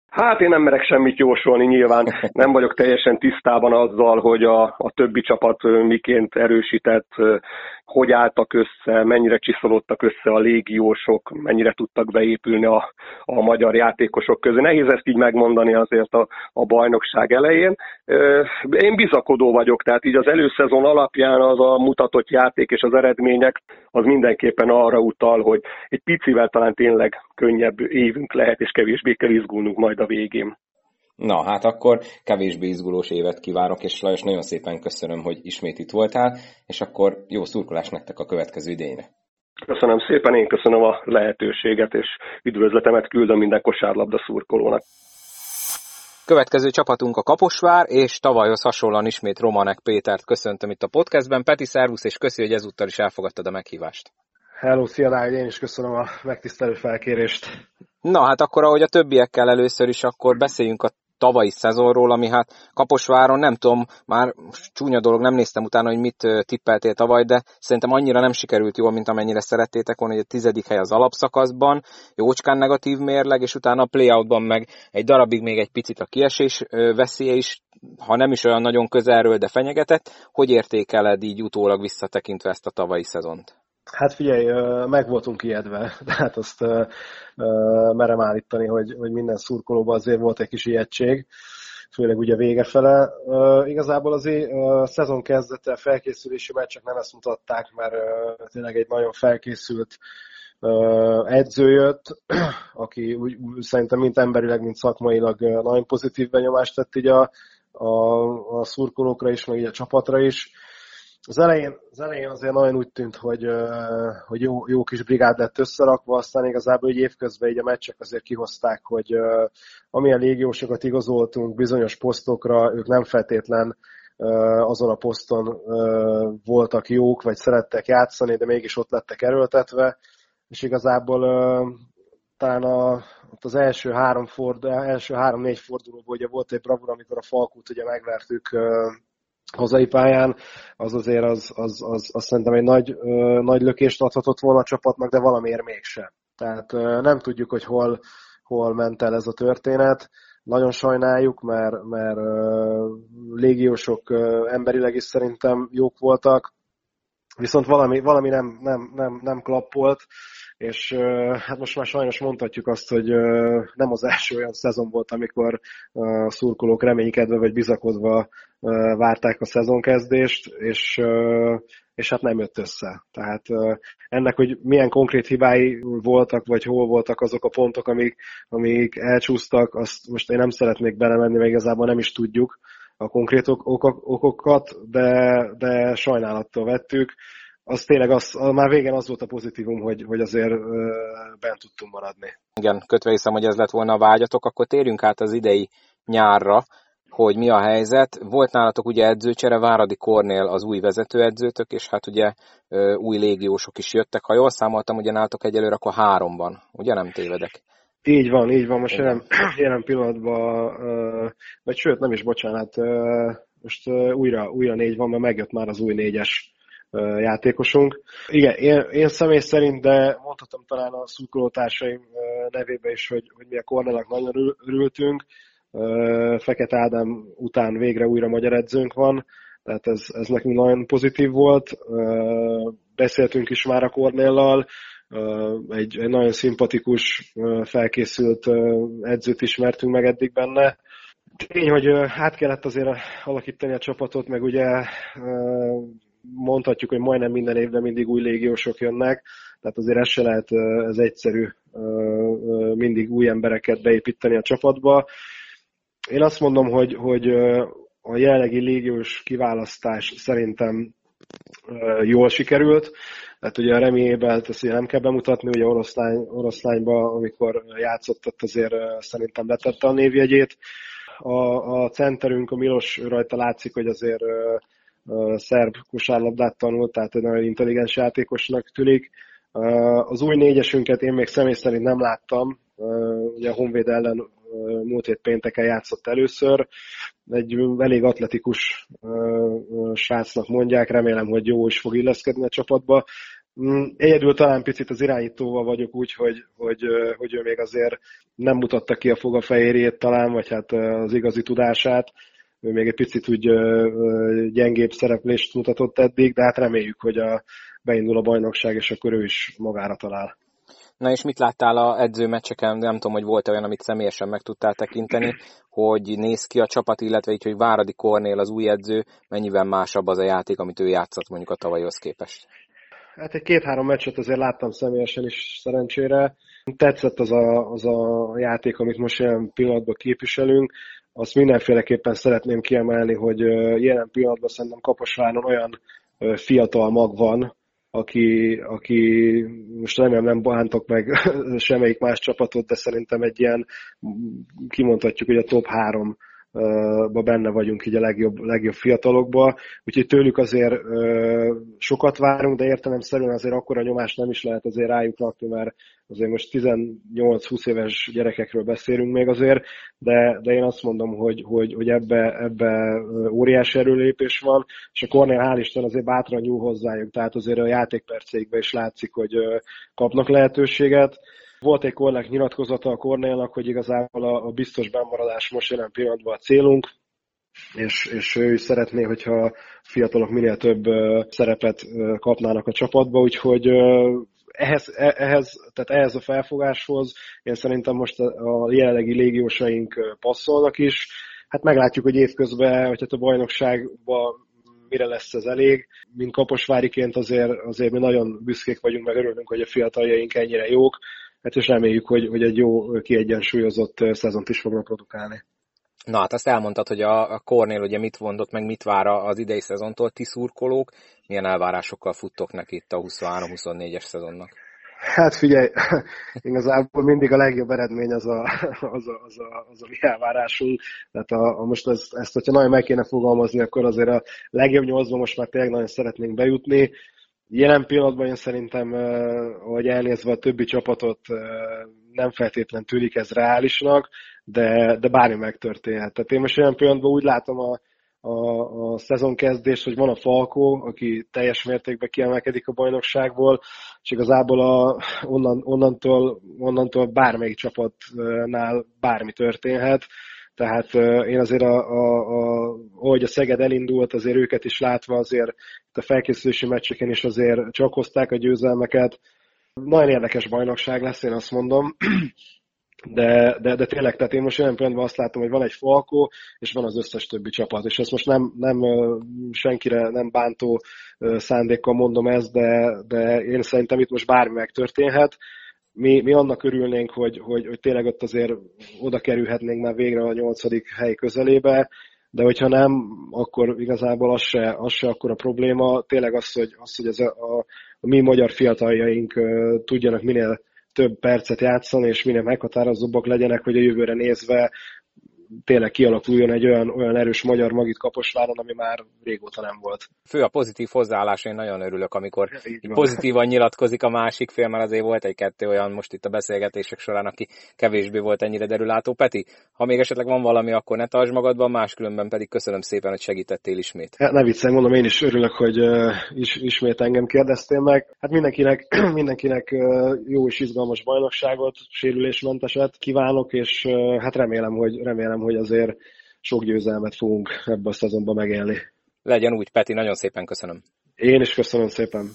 Hát én nem merek semmit jósolni, nyilván nem vagyok teljesen tisztában azzal, hogy a többi csapat miként erősített, hogy álltak össze, mennyire csiszolódtak össze a légiósok, mennyire tudtak beépülni a magyar játékosok közé. Nehéz ezt így megmondani azért a bajnokság elején. Én bizakodó vagyok, tehát így az előszezon alapján az a mutatott játék és az eredmények az mindenképpen arra utal, hogy egy picivel talán tényleg könnyebb évünk lehet, és kevésbé kell izgulnunk majd a végén. Na, hát akkor kevésbé izgulós évet kívánok, és Lajos, nagyon szépen köszönöm, hogy ismét itt voltál, és akkor jó szurkolás nektek a következő idényre. Köszönöm szépen, én köszönöm a lehetőséget, és üdvözletemet küldöm minden kosárlabda szurkolónak. Következő csapatunk a Kaposvár, és tavalyhoz hasonlóan ismét Romanek Pétert köszöntöm itt a podcastben. Peti, szervusz, és köszi, hogy ezúttal is elfogadtad a meghívást. Hello, szia Dávid, én is köszönöm a megtisztelő felkérést. Na, hát akkor, ahogy a többiekkel először is, akkor beszéljünk a tavalyi szezonról, ami hát Kaposváron, nem tudom, már csúnya dolog, nem néztem utána, hogy mit tippeltél tavaly, de szerintem annyira nem sikerült jól, mint amennyire szerettétek volna, hogy a 10. hely az alapszakaszban, jócskán negatív mérleg, és utána a playoutban meg egy darabig még egy picit a kiesés veszélye is, ha nem is olyan nagyon közelről, de fenyegetett. Hogy értékeled így utólag visszatekintve ezt a tavalyi szezont? Hát figyelj, meg voltunk ijedve, tehát azt merem állítani, hogy minden szurkolóban azért volt egy kis ijegység, főleg ugye végefele. Igazából azért a szezon kezdete, felkészülési meccsek nem ezt mutatták, mert tényleg egy nagyon felkészült edző jött, aki úgy szerintem mind emberileg, mind szakmailag nagyon pozitív benyomást tett így a szurkolókra is, meg így a csapatra is. Az elején azért nagyon úgy tűnt, hogy jó kis brigád lett összerakva, aztán igazából így évközben így a meccsek azért kihozták, hogy amilyen légiósokat igazoltunk bizonyos posztokra, ők nem feltétlen azon a poszton voltak jók, vagy szerettek játszani, de mégis ott lettek erőltetve, és igazából talán az első 3-4 fordulóból ugye volt egy bravúr, amikor a Falkút ugye megvertük hazai pályán, az azért az szerintem egy nagy lökést adhatott volna a csapatnak, de valamiért mégsem. Tehát nem tudjuk, hogy hol ment el ez a történet. Nagyon sajnáljuk, mert légiósok emberileg is szerintem jók voltak, viszont valami nem klappolt, és hát most már sajnos mondhatjuk azt, hogy nem az első olyan szezon volt, amikor a szurkolók reménykedve vagy bizakodva várták a szezonkezdést, és hát nem jött össze. Tehát ennek, hogy milyen konkrét hibái voltak, vagy hol voltak azok a pontok, amik elcsúsztak, azt most én nem szeretnék belemenni, mert igazából nem is tudjuk a konkrét okokat, de sajnálattal vettük. Az tényleg már végén az volt a pozitívum, hogy azért bent tudtunk maradni. Igen, kötve hiszem, hogy ez lett volna a vágyatok, akkor térjünk át az idei nyárra, hogy mi a helyzet. Volt nálatok ugye edzőcsere, Váradi Kornél az új vezetőedzőtök, és hát ugye új légiósok is jöttek. Ha jól számoltam, ugye nálatok egyelőre akkor 3 van, ugye nem tévedek? Így van, most jelen pillanatban, vagy sőt nem is, bocsánat, most újra 4 van, mert megjött már az új 4-es játékosunk. Igen, én személy szerint, de mondhatom talán a szurkolótársaim nevébe is, hogy mi a Kornelnak nagyon örültünk. Fekete Ádám után végre újra magyar edzőnk van, tehát ez nekünk nagyon pozitív volt. Beszéltünk is már a Kornéllal, egy nagyon szimpatikus, felkészült edzőt ismertünk meg eddig benne. Tény, hogy át kellett azért alakítani a csapatot, meg ugye mondhatjuk, hogy majdnem minden évben mindig új légiósok jönnek, tehát azért ez se lehet ez egyszerű mindig új embereket beépíteni a csapatba. Én azt mondom, hogy a jelenlegi légiós kiválasztás szerintem jól sikerült. Tehát ugye a Remi Ébelt ezt ugye nem kell bemutatni, ugye oroszlányba, amikor játszott, ott azért szerintem letette a névjegyét. A centerünk, a Milos, rajta látszik, hogy azért szerb kosárlabdát tanult, tehát egy nagyon intelligens játékosnak tűnik. Az új 4-esünket én még személy szerint nem láttam, ugye a Honvéd ellen múlt hét pénteken játszott először. Egy elég atletikus srácnak mondják, remélem, hogy jó is fog illeszkedni a csapatba. Egyedül talán picit az irányítóval vagyok úgy, hogy ő még azért nem mutatta ki a fogafehérjét talán, vagy hát az igazi tudását. Ő még egy picit úgy gyengébb szereplést mutatott eddig, de hát reméljük, hogy beindul a bajnokság, és akkor ő is magára talál. Na és mit láttál az edzőmeccseken? Nem tudom, hogy volt olyan, amit személyesen meg tudtál tekinteni, hogy néz ki a csapat, illetve így, hogy Váradi Kornél az új edző, mennyivel másabb az a játék, amit ő játszott mondjuk a tavalyhoz képest? Hát egy 2-3 meccset azért láttam személyesen is szerencsére. Tetszett az a játék, amit most jelen pillanatban képviselünk. Azt mindenféleképpen szeretném kiemelni, hogy jelen pillanatban szerintem Kaposváron olyan fiatal mag van, aki most remélem nem bántok meg semmelyik más csapatot, de szerintem egy ilyen, kimondhatjuk, hogy a top 3-ba benne vagyunk így a legjobb fiatalokba, úgyhogy tőlük azért sokat várunk, de értelemszerűen azért akkora nyomást nem is lehet azért rájuk rakni, mert azért most 18-20 éves gyerekekről beszélünk még azért, de én azt mondom, hogy ebbe óriási erőlépés van, és a Kornél hál' Isten azért bátran nyúl hozzájuk, tehát azért a játékperceikben is látszik, hogy kapnak lehetőséget. Volt egy kollég nyilatkozata a Kornélnak, hogy igazából a biztos bennmaradás most jelen pillanatban a célunk, és ő is szeretné, hogyha a fiatalok minél több szerepet kapnának a csapatba, úgyhogy ehhez a felfogáshoz én szerintem most a jelenlegi légiósaink passzolnak is. Hát meglátjuk, hogy évközben, hogy a bajnokságban mire lesz ez elég. Mint kaposváriként azért mi nagyon büszkék vagyunk, meg örülünk, hogy a fiataljaink ennyire jók, hát és reméljük, hogy egy jó kiegyensúlyozott szezont is fognak produkálni. Na hát azt elmondtad, hogy a Kornél ugye mit mondott, meg mit vár az idei szezontól, ti szurkolók, milyen elvárásokkal futtok neki itt a 23-24-es szezonnak? Hát figyelj, igazából mindig a legjobb eredmény az a mi elvárásunk. Tehát most ezt, hogyha nagyon meg kéne fogalmazni, akkor azért a legjobb 8-ban most már tényleg nagyon szeretnénk bejutni. Jelen pillanatban én szerintem, hogy elnézve a többi csapatot, nem feltétlen tűnik ez reálisnak, de bármi megtörténhet. Tehát én most jelen pillanatban úgy látom a szezonkezdést, hogy van a Falkó, aki teljes mértékben kiemelkedik a bajnokságból, és igazából onnantól bármelyik csapatnál bármi történhet. Tehát én azért, ahogy a Szeged elindult, azért őket is látva, azért a felkészülési meccseken is azért csak hozták a győzelmeket. Nagyon érdekes bajnokság lesz, én azt mondom. De tényleg, tehát én most olyan pillanatban azt látom, hogy van egy Falkó, és van az összes többi csapat. És ezt most nem senkire nem bántó szándékkal mondom ezt, de én szerintem itt most bármi megtörténhet. Mi annak örülnénk, hogy tényleg ott azért oda kerülhetnénk már végre a 8. hely közelébe, de hogyha nem, akkor igazából az se akkor a probléma. Tényleg az, hogy ez a mi magyar fiataljaink tudjanak minél több percet játszani, és minél meghatározóbbak legyenek, hogy a jövőre nézve tényleg kialakuljon egy olyan erős magyar mag itt Kaposváron, ami már régóta nem volt. Fő a pozitív hozzáállás, én nagyon örülök, amikor pozitívan nyilatkozik a másik fél, mert azért volt egy-kettő olyan most itt a beszélgetések során, aki kevésbé volt ennyire derülátó. Peti, ha még esetleg van valami, akkor ne tartsd magadban, máskülönben pedig köszönöm szépen, hogy segítettél ismét. Ne viccelj, mondom, én is örülök, hogy ismét engem kérdeztél meg. Hát mindenkinek jó és izgalmas bajnokságot, sérülésmenteset kívánok, és hát remélem, hogy azért sok győzelmet fogunk ebben a szezonban megélni. Legyen úgy, Peti, nagyon szépen köszönöm. Én is köszönöm szépen.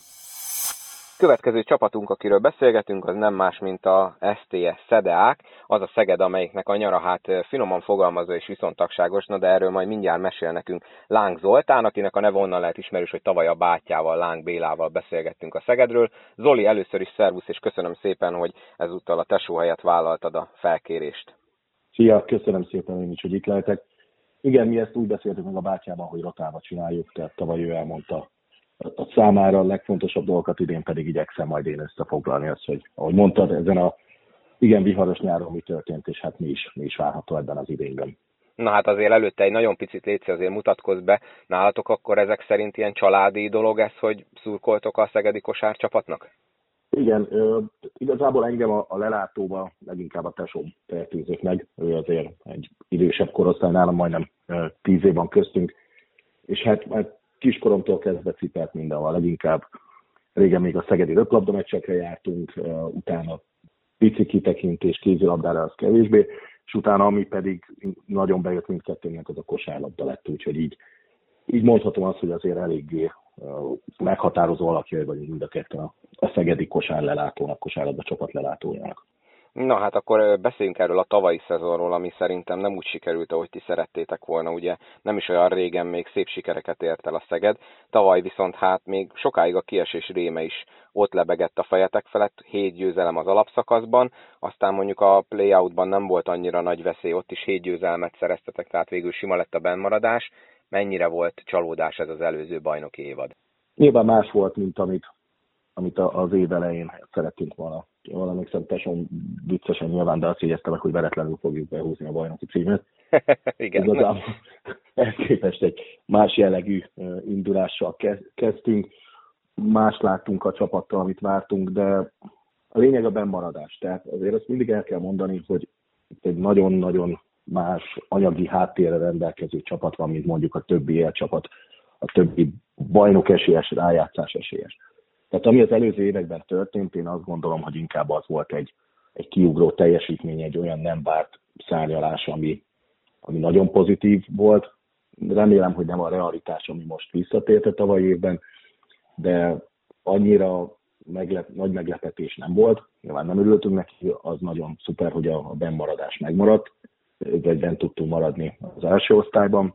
Következő csapatunk, akiről beszélgetünk, az nem más, mint a STS Szedeák, az a Szeged, amelyiknek a nyara hát finoman fogalmazva és viszontagságos, de erről majd mindjárt mesél nekünk Láng Zoltán, akinek a neve onnan lehet ismerős, hogy tavaly a bátyjával, Láng Bélával beszélgettünk a Szegedről. Zoli, először is szervusz, és köszönöm szépen, hogy ezúttal a tesó helyett vállaltad a felkérést. Szia, köszönöm szépen én is, hogy itt lehetek. Igen, mi ezt úgy beszéltük meg a bátyában, hogy rotálva csináljuk, tehát tavaly ő elmondta a számára a legfontosabb dolgokat, idén pedig igyekszem majd én összefoglalni azt, hogy ahogy mondtad, ezen a igen viharos nyáron mi történt, és hát mi is várható ebben az idényben. Na hát azért előtte egy nagyon picit létszi, azért mutatkozz be. Nálatok akkor ezek szerint ilyen családi dolog ez, hogy szurkoltok a szegedi kosárcsapatnak? Igen, igazából engem a lelátóba leginkább a tesóm fertőzött meg. Ő azért egy idősebb korosztály, nálam majdnem 10 év van köztünk, és hát kiskoromtól kezdve cipelt mindenhol. Leginkább régen még a szegedi röplabda meccsekre jártunk, utána pici kitekintés kézilabdára az kevésbé, és utána ami pedig nagyon bejött mindkettőnknek, az a kosárlabda lett, úgyhogy így mondhatom azt, hogy azért eléggé meghatározó alakjai vagyunk mind a ketten a szegedi kosárlelátónak, kosárlabda csapat lelátójának. Na hát akkor beszéljünk erről a tavalyi szezonról, ami szerintem nem úgy sikerült, ahogy ti szerettétek volna, ugye nem is olyan régen még szép sikereket ért el a Szeged, tavaly viszont hát még sokáig a kiesés réme is ott lebegett a fejetek felett, 7 győzelem az alapszakaszban, aztán mondjuk a playoutban nem volt annyira nagy veszély, ott is 7 győzelmet szereztetek, tehát végül sima lett a bennmaradás. Mennyire volt csalódás ez az előző bajnoki évad? Nyilván más volt, mint amit az év elején szerettünk volna. Valamelyik szemteson viccesen nyilván, de azt jegyezte meg, hogy veretlenül fogjuk behúzni a bajnoki címet. Igen. Igazából ehhez képest egy más jellegű indulással kezdtünk. Más láttunk a csapattal, amit vártunk, de a lényeg a bennmaradás. Tehát azért azt mindig el kell mondani, hogy itt egy nagyon-nagyon más anyagi háttérre rendelkező csapat van, mint mondjuk a többi élcsapat, a többi bajnok esélyes, rájátszás esélyes. Tehát ami az előző években történt, én azt gondolom, hogy inkább az volt egy kiugró teljesítmény, egy olyan nem várt szárnyalás, ami nagyon pozitív volt. Remélem, hogy nem a realitás, ami most visszatért a tavalyi évben, de annyira nagy meglepetés nem volt. Nyilván nem örültünk neki, az nagyon szuper, hogy a bennmaradás megmaradt, vagy bent tudtunk maradni az első osztályban.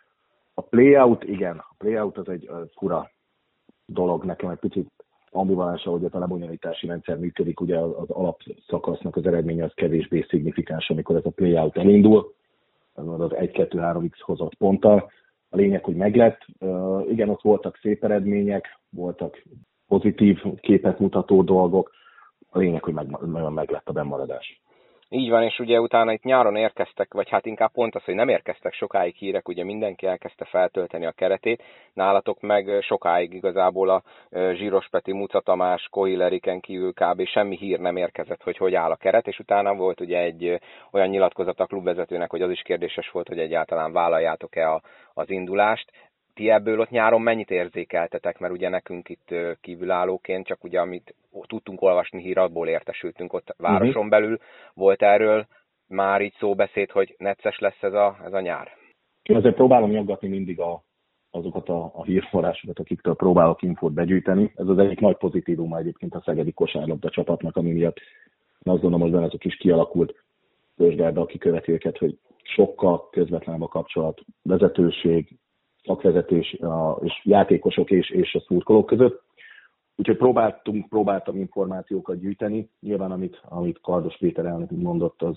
A playout, igen, a playout az egy fura dolog, nekem egy picit ambivalens, ahogy a lebonyolítási rendszer működik, ugye az alapszakasznak az eredménye az kevésbé szignifikáns, amikor ez a playout elindul, az 1-2-3x hozott ponttal. A lényeg, hogy meglett. Igen, ott voltak szép eredmények, voltak pozitív képet mutató dolgok. A lényeg, hogy meglett a bennmaradás. Így van, és ugye utána itt nyáron érkeztek, vagy hát inkább pont az, hogy nem érkeztek sokáig hírek, ugye mindenki elkezdte feltölteni a keretét, nálatok meg sokáig igazából a Zsíros Peti, Muca Tamás, Kohil Eriken kívül kb. Semmi hír nem érkezett, hogy áll a keret, és utána volt ugye egy olyan nyilatkozat a klubvezetőnek, hogy az is kérdéses volt, hogy egyáltalán vállaljátok-e az indulást. Ti ebből ott nyáron mennyit érzékeltetek, mert ugye nekünk itt kívülállóként csak ugye amit tudtunk olvasni híradból értesültünk ott városon belül, volt erről már így szóbeszéd, hogy necces lesz ez a nyár? Én azért próbálom nyaggatni mindig azokat a hírforrásokat, akiktől próbálok infót begyűjteni. Ez az egyik nagy pozitívuma egyébként a szegedi kosárlabda csapatnak, ami miatt azt gondolom, hogy benne ez a kis kialakult közgárda, aki követi őket, hogy sokkal közvetlenebb a kapcsolat, vezetőség, szakvezetés és játékosok és a szurkolók között. Úgyhogy próbáltam információkat gyűjteni. Nyilván, amit Kardos Péter elnök mondott, az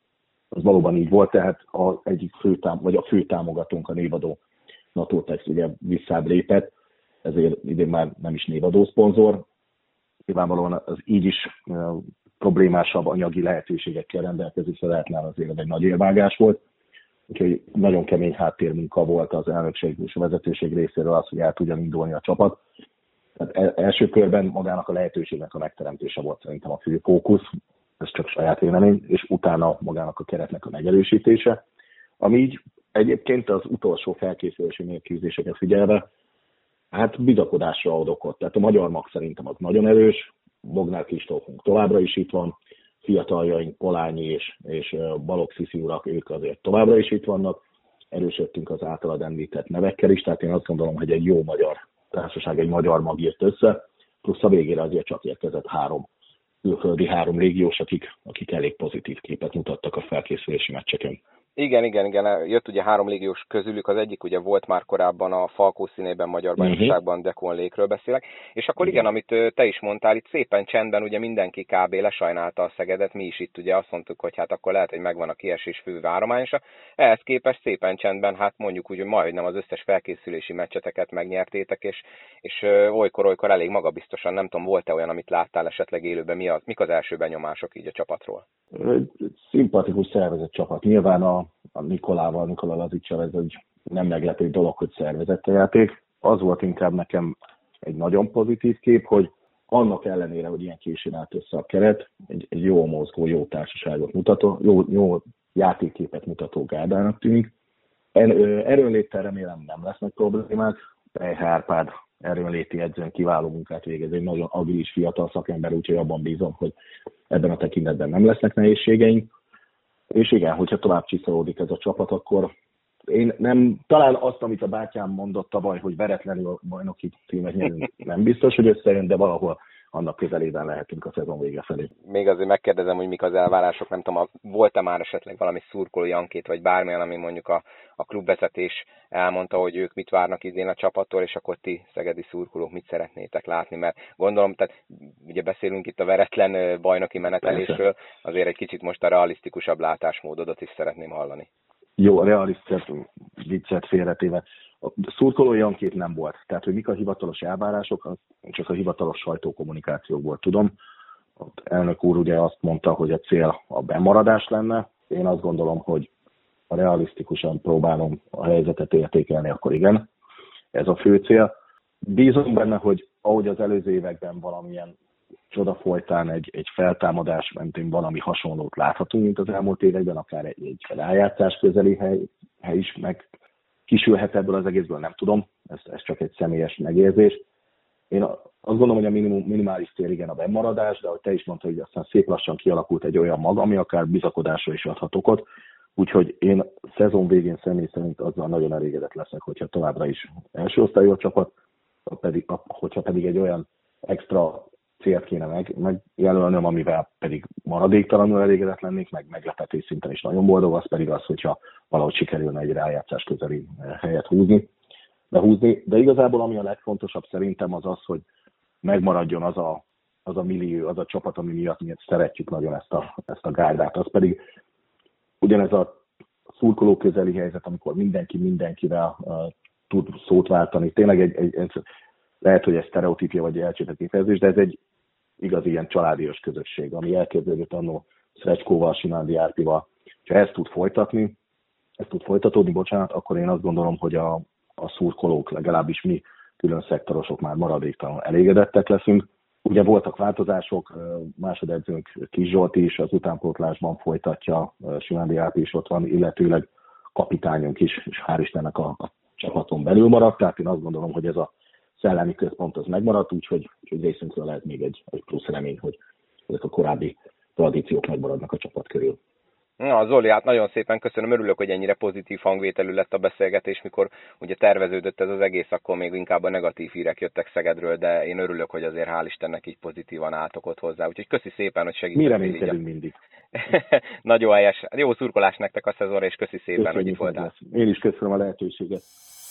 valóban így volt, tehát egyik fő támogatónk, a névadó Natutex ugye visszább lépett, ezért idén már nem is névadó szponzor. Nyilvánvalóan az így is problémásabb anyagi lehetőségekkel rendelkező szeretnál azért egy nagy érvágás volt. Úgyhogy nagyon kemény háttérmunka volt az elnökség és a vezetőség részéről az, hogy el tudjon indulni a csapat. Tehát első körben magának a lehetőségnek a megteremtése volt szerintem a fő fókusz, ez csak saját vélemény, és utána magának a keretnek a megerősítése, ami így egyébként az utolsó felkészülési mérkőzéseket figyelve, hát bizakodásra ad okot. Tehát a magyar mag szerintem az nagyon erős, Bognár Kristófunk továbbra is itt van, fiataljaink Polányi és Balogh Sziszi urak, ők azért továbbra is itt vannak, erősödtünk az általad említett nevekkel is, tehát én azt gondolom, hogy egy jó magyar társaság, egy magyar mag jött össze, plusz a végére azért csak érkezett 3 külföldi, 3 légiós, akik elég pozitív képet mutattak a felkészülési meccseken. Igen, jött ugye 3 légiós közülük, az egyik ugye volt már korábban a Falkó színében magyar bajnokságban, Dekon Lékről beszélek, és akkor igen, amit te is mondtál, itt szépen csendben ugye mindenki kb. Lesajnálta a Szegedet, mi is itt ugye azt mondtuk, hogy hát akkor lehet, hogy megvan a kiesés fő várományosa, ehhez képest szépen csendben, hát mondjuk úgy, hogy majdnem az összes felkészülési meccseteket megnyertétek, és olykor elég magabiztosan, nem tudom, volt-e olyan, amit láttál esetleg élőben, mik az első benyomások így a csapatról? Szimpatikus szervezett csapat. Nyilván a Nikola Lazicsal ez egy nem meglepő dolog, hogy szervezett a játék. Az volt inkább nekem egy nagyon pozitív kép, hogy annak ellenére, hogy ilyen későn állt össze a keret, egy jó mozgó, jó társaságot mutató, jó játékképet mutató gárdának tűnik. Erőnléttel remélem nem lesznek problémák. Pejh Árpád erőnléti edzőn kiváló munkát végez, egy nagyon agilis fiatal szakember, úgyhogy abban bízom, hogy ebben a tekintetben nem lesznek nehézségeink. És igen, hogyha tovább csiszolódik ez a csapat, akkor én nem, talán azt, amit a bátyám mondott tavaly, hogy veretlenül a bajnoki címet nyerünk, nem biztos, hogy összejön, de valahol annak közelében lehetünk a szezon vége felé. Még azért megkérdezem, hogy mik az elvárások, nem tudom, volt-e már esetleg valami szurkolói ankét, vagy bármilyen, ami mondjuk a klubvezetés elmondta, hogy ők mit várnak idén a csapattól, és akkor ti, szegedi szurkolók, mit szeretnétek látni, mert gondolom, tehát ugye beszélünk itt a veretlen bajnoki menetelésről, azért egy kicsit most a realisztikusabb látásmódodat is szeretném hallani. Jó, a realisztikus viccet félretéve. A szurkolói ankét nem volt. Tehát, hogy mik a hivatalos elvárások, az csak a hivatalos sajtókommunikációkból tudom. Az elnök úr ugye azt mondta, hogy a cél a bemaradás lenne. Én azt gondolom, hogy ha realisztikusan próbálom a helyzetet értékelni, akkor igen, ez a fő cél. Bízom benne, hogy ahogy az előző években valamilyen csoda folytán egy feltámadás mentén valami hasonlót láthatunk, mint az elmúlt években, akár egy rájátszás közeli hely is meg kisülhet ebből az egészből, nem tudom, ez csak egy személyes megérzés. Én azt gondolom, hogy a minimális cél igen a bennmaradás, de ahogy te is mondtad, hogy aztán szép lassan kialakult egy olyan mag, ami akár bizakodásra is adhat okot, úgyhogy én szezon végén személy szerint azzal nagyon elégedett leszek, hogyha továbbra is első osztályú a csapat, hogyha pedig egy olyan extra célt kéne megjelölnöm, amivel pedig maradéktalanul elégedett lennék, meg meglepetés szinten is nagyon boldog, az pedig az, hogyha valahogy sikerülne egy rájátszás közeli helyet behúzni. De igazából ami a legfontosabb szerintem az az, hogy megmaradjon az a millió, az a csapat, ami miatt mi szeretjük nagyon ezt a gárdát. Az pedig ugyanez a szurkoló közeli helyzet, amikor mindenki mindenkivel tud szót váltani. Tényleg lehet, hogy ez sztereotípia vagy elcsépelt kifejezés, de ez egy igazi ilyen családias közösség, ami elkezdődött annó Szrecskóval, Simándi Árpival. Ha ezt tud folytatódni, akkor én azt gondolom, hogy a szurkolók, legalábbis mi külön szektorosok már maradéktalanul elégedettek leszünk. Ugye voltak változások, másodedzőnk Kis Zsolti is az utánpótlásban folytatja, Simándi Árpi is ott van, illetőleg kapitányunk is, és hál' Istennek a csapaton belül maradt, tehát én azt gondolom, hogy ez a szellemi központ az megmaradt, úgyhogy részünkről lehet még egy plusz remény, hogy ezek a korábbi tradíciók megmaradnak a csapat körül. Na, Zoli, hát nagyon szépen köszönöm, örülök, hogy ennyire pozitív hangvételű lett a beszélgetés, mikor ugye terveződött ez az egész, akkor még inkább a negatív hírek jöttek Szegedről, de én örülök, hogy azért hál' Istennek így pozitívan álltok ott hozzá, úgyhogy köszi szépen, hogy segítettél. Mi reménykedünk mindig. Nagyon helyes. Jó szurkolás nektek a szezonra, és köszi szépen, köszönjük, hogy itt voltál. Én is köszönöm a lehetőséget.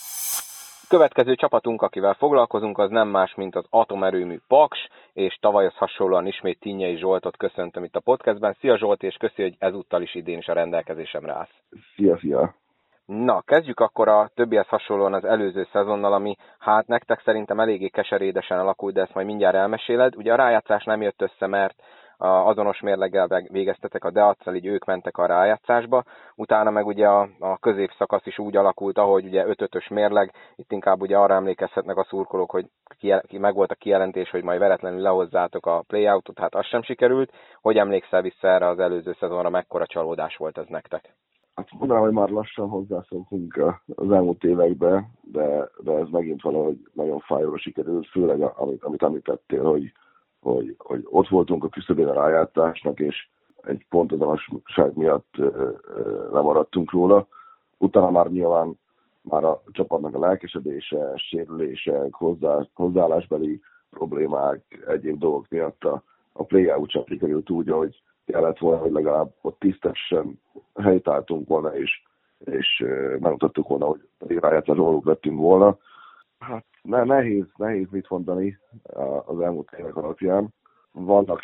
Következő csapatunk, akivel foglalkozunk, az nem más, mint az atomerőmű Paks, és tavalyhoz hasonlóan ismét Tinnyei Zsoltot köszöntöm itt a podcastben. Szia Zsolt, és köszi, hogy ezúttal is idén is a rendelkezésemre állsz. Szia! Na, kezdjük akkor a többihez hasonlóan az előző szezonnal, ami hát nektek szerintem eléggé keserédesen alakult, de ezt majd mindjárt elmeséled. Ugye a rájátszás nem jött össze, mert azonos mérleggel végeztetek a Deaccel, így ők mentek a rájátszásba. Utána meg ugye a középszakasz is úgy alakult, ahogy ugye 5-5-ös mérleg, itt inkább ugye arra emlékezhetnek a szurkolók, hogy meg volt a kijelentés, hogy majd veretlenül lehozzátok a playoutot, hát az sem sikerült. Hogy emlékszel vissza erre az előző szezonra, mekkora csalódás volt ez nektek? Hát mondanám, hogy már lassan hozzászoktunk az elmúlt évekbe, de ez megint valahogy nagyon fájóra sikerült, főleg amit említettél, hogy ott voltunk a küszöbén a rájátszásnak, és egy pontozanosság miatt lemaradtunk róla. Utána már nyilván már a csapatnak a lelkesedése, sérülések, hozzáállásbeli problémák, egyéb dolgok miatt a play-out sem sikerült úgy, ahogy kellett volna, hogy legalább ott tisztesen helytálltunk volna, és megmutattuk volna, hogy rájátszás valók lettünk volna. Hát nehéz mit mondani az elmúlt évek alapján. Vannak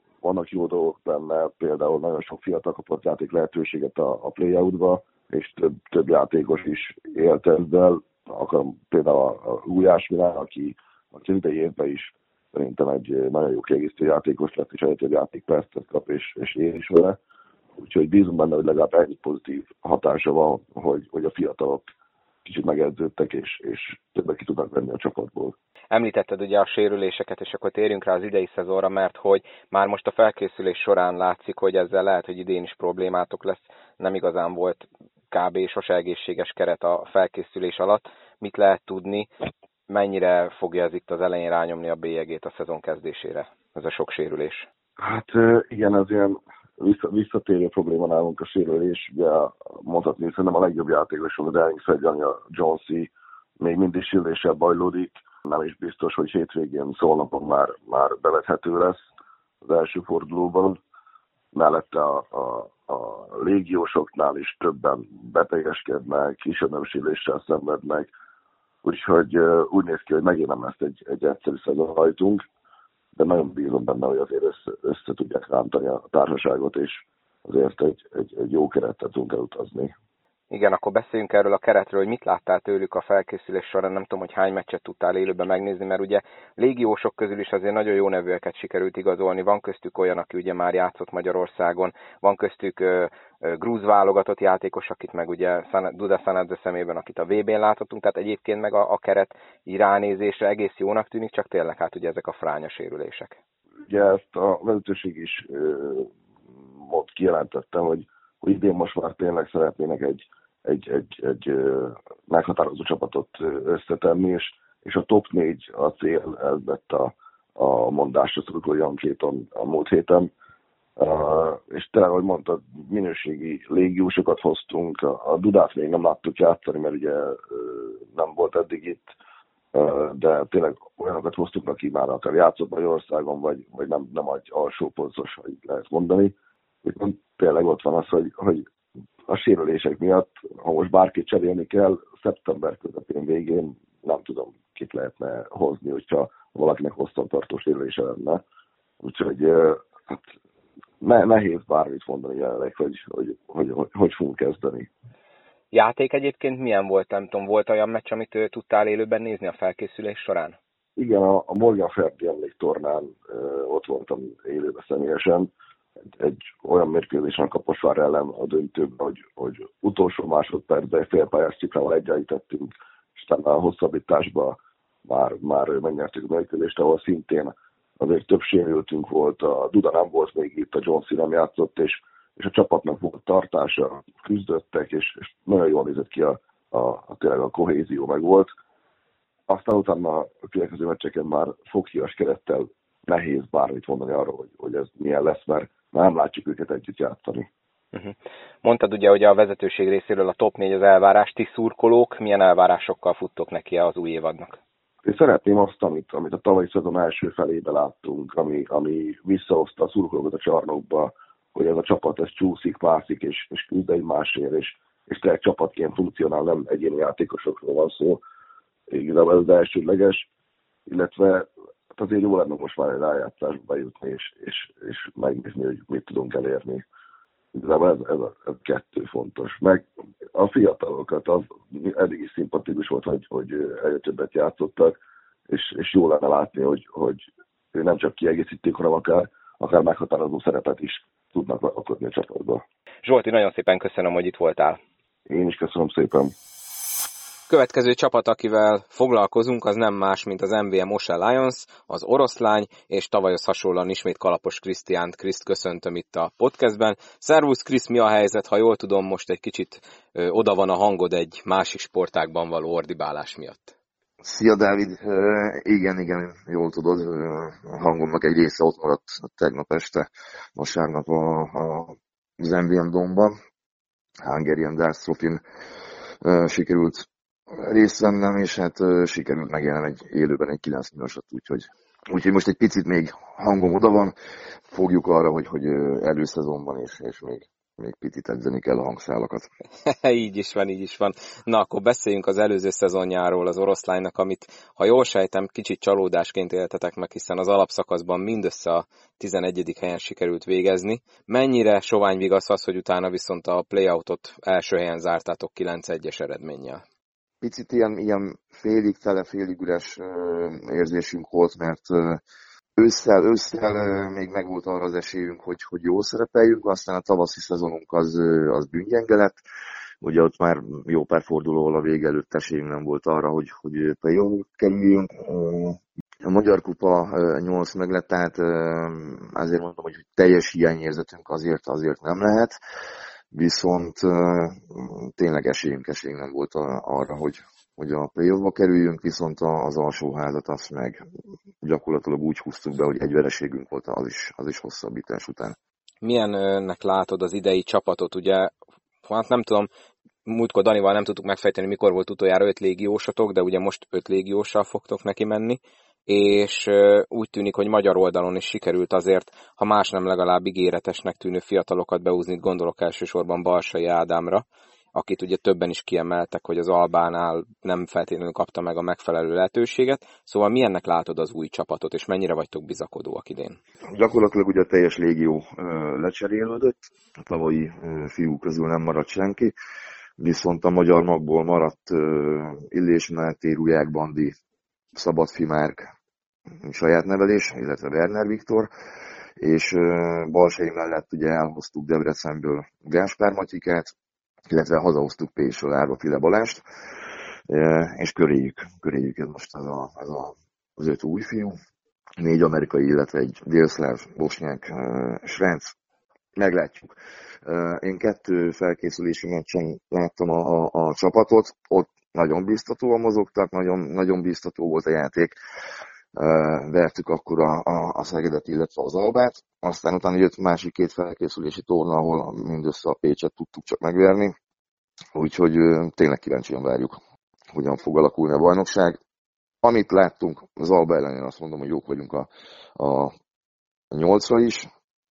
jó dolgok benne, például nagyon sok fiatal kapott játék lehetőséget a play-outba, és több játékos is élt ezzel. Például a Gulyás Milán, aki az idei évben is szerintem egy nagyon jó kiegészítő játékos lett, és egyre több játékpercet kap, és én is vele. Úgyhogy bízom benne, hogy legalább ennyi pozitív hatása van, hogy a fiatalok kicsit megedződtek, és többet ki tudnak venni a csapatból. Említetted ugye a sérüléseket, és akkor térjünk rá az idei szezonra, mert hogy már most a felkészülés során látszik, hogy ezzel lehet, hogy idén is problémátok lesz. Nem igazán volt kb. Sose egészséges keret a felkészülés alatt. Mit lehet tudni? mennyire fogja ez itt az elején rányomni a bélyegét a szezon kezdésére, ez a sok sérülés? Hát igen, ez ilyen visszatérő probléma nálunk a sérülés. Ugye mondhatni, szerintem a legjobb játékos az Ellingsford, a Jonesy még mindig sérüléssel bajlódik. Nem is biztos, hogy hétvégén Szolnokon már bevethető lesz az első fordulóban. Mellette a légiósoknál is többen betegeskednek, kisebb sérüléssel szenvednek. Úgyhogy úgy néz ki, hogy megint nem lesz egy egyszerű szezon rajtunk, de nagyon bízom benne, hogy azért össze tudják rántani a társaságot, és azért egy jó kerettel tudunk elutazni. Igen, akkor beszéljünk erről a keretről, hogy mit láttál tőlük a felkészülés során, nem tudom, hogy hány meccset tudtál élőben megnézni, mert ugye légiósok közül is azért nagyon jó nevűeket sikerült igazolni, van köztük olyan, aki ugye már játszott Magyarországon, van köztük grúz válogatott játékos, akit meg ugye Duda Sanadze szemében, akit a VB-n láthatunk, tehát egyébként meg a keret így ránézésre egész jónak tűnik, csak tényleg hát ugye ezek a fránya sérülések. Ugye ezt a vezetőség is kijelentette, hogy idén most már tényleg szeretnének egy meghatározó csapatot összetenni, és a top 4 a cél, ez lett a mondásra szoruló Jancséton a múlt héten. És tényleg, ahogy mondtad, minőségi légiósokat hoztunk, a Dudát még nem láttuk játszani, mert ugye nem volt eddig itt, de tényleg olyanokat hoztunk, aki már akár játszott Magyarországon, vagy nem egy alsó posztos, hogy lehet mondani. Viszont tényleg ott van az, hogy a sérülések miatt, ha most bárkit cserélni kell, szeptember közepén végén nem tudom, kit lehetne hozni, hogyha valakinek hosszantartó sérülése lenne. Úgyhogy hát nehéz bármit mondani jelenleg, hogy fogunk kezdeni. Játék egyébként milyen volt? Nem tudom, volt olyan meccs, amit tudtál élőben nézni a felkészülés során? Igen, a Morgan Ferdi emléktornán ott voltam élőben személyesen. Egy olyan mérkőzésen Kaposvár ellen a döntőben, hogy utolsó másodpercben félpályás ciklával egyenlítettünk, és utána a hosszabbításban már megnyertük a mérkőzést, ahol szintén azért több sérültünk volt, a Duda nem volt még itt, a Jonesy nem játszott, és a csapatnak volt tartása, küzdöttek, és nagyon jól nézett ki tényleg a kohézió meg volt. Aztán utána a következő meccseken már foghíjas kerettel nehéz bármit mondani arról, hogy ez milyen lesz, mert nem látjuk őket együtt játszani. Mondtad ugye, hogy a vezetőség részéről a top 4 az elvárás, ti szurkolók, milyen elvárásokkal futtok neki az új évadnak? Én szeretném azt, amit a tavalyi szezon első felébe láttunk, ami visszahozta a szurkolókat a csarnokba, hogy ez a csapat ez csúszik, mászik, és küzd egymásért, és tényleg csapatként funkcionál, nem egyéni játékosokról van szó. Igazából ez az elsődleges, illetve azért jó lenne most már egy rájátszásba bejutni, és megnézni, hogy mit tudunk elérni. Igazából ez kettő fontos. Meg a fiatalokat, az eddig is szimpatikus volt, hogy egyre többet játszottak, és jó lenne látni, hogy nem csak kiegészítik, hanem akár meghatározó szerepet is tudnak alkotni a csapatba. Zsolti, nagyon szépen köszönöm, hogy itt voltál. Én is köszönöm szépen. Következő csapat, akivel foglalkozunk, az nem más, mint az MVM Osel Lions, az oroszlány, és tavalyhoz hasonlóan ismét Kalapos Krisztiánt. Kriszt köszöntöm itt a podcastben. Szervusz Krisz, mi a helyzet? Ha jól tudom, most egy kicsit oda van a hangod egy másik sportágban való ordibálás miatt. Szia Dávid, igen, jól tudod, a hangomnak egy része ott maradt tegnap este, vasárnap az MVM Domban, Hungarian Darts Trophy-n sikerült részt vennem, és hát sikerült megjelennem élőben egy 9 minősat, úgyhogy most egy picit még hangom oda van, fogjuk arra, hogy előszezonban és még picit edzeni kell a hangszálakat. Így is van. Na, akkor beszéljünk az előző szezonjáról az oroszlánynak, amit, ha jól sejtem, kicsit csalódásként éltetek meg, hiszen az alapszakaszban mindössze a 11. helyen sikerült végezni. Mennyire sovány vigasz az, hogy utána viszont a playoutot első helyen zártátok 9-1-es eredménnyel? Picit ilyen félig tele, félig üres érzésünk volt, mert ősszel még megvolt arra az esélyünk, hogy jól szerepeljünk, aztán a tavaszi szezonunk az bűngyenge lett. Ugye ott már jó pár fordulóval a vége előtt esélyünk nem volt arra, hogy play-offba kerüljünk. A Magyar Kupa 8 meg lett, tehát azért mondom, hogy teljes hiányérzetünk azért nem lehet. Viszont tényleg esélyünk nem volt arra, hogy a play-offba kerüljünk, viszont az alsóházat azt meg gyakorlatilag úgy húztuk be, hogy egy vereségünk volt, az is hosszabbítás után. Milyennek látod az idei csapatot? Ugye, hát nem tudom, múltkor Danival nem tudtuk megfejteni, mikor volt utoljára 5 légiósotok, de ugye most 5 légióssal fogtok neki menni, és úgy tűnik, hogy magyar oldalon is sikerült azért, ha más nem legalább ígéretesnek tűnő fiatalokat behúzni, gondolok elsősorban Balsai Ádámra, akit ugye többen is kiemeltek, hogy az Albánál nem feltétlenül kapta meg a megfelelő lehetőséget. Szóval milyennek látod az új csapatot, és mennyire vagytok bizakodóak idén? Gyakorlatilag ugye a teljes légió lecserélődött, a tavalyi fiúk közül nem maradt senki, viszont a magyar magból maradt Illés Máté, Ruják Bandi, Szabadfi Márk, saját nevelés, illetve Werner Viktor, és Balsai mellett ugye elhoztuk Debrecenből Gáspár Matyikát, illetve hazahoztuk Pécsről Árva File Balást, és köréjük ez most az 5 új fiú, 4 amerikai, illetve egy délszláv, bosnyák, srác. Meglátjuk. Én 2 felkészülési meccsen láttam a csapatot, ott nagyon biztatóan mozogtak, nagyon, nagyon biztató volt a játék. Vertük akkor a Szegedet, illetve az Albát. Aztán utána jött másik 2 felkészülési torna, ahol mindössze a Pécset tudtuk csak megverni. Úgyhogy tényleg kíváncsian várjuk, hogyan fog alakulni a bajnokság. Amit láttunk, az Alba ellen, én azt mondom, hogy jók vagyunk a 8-ra is,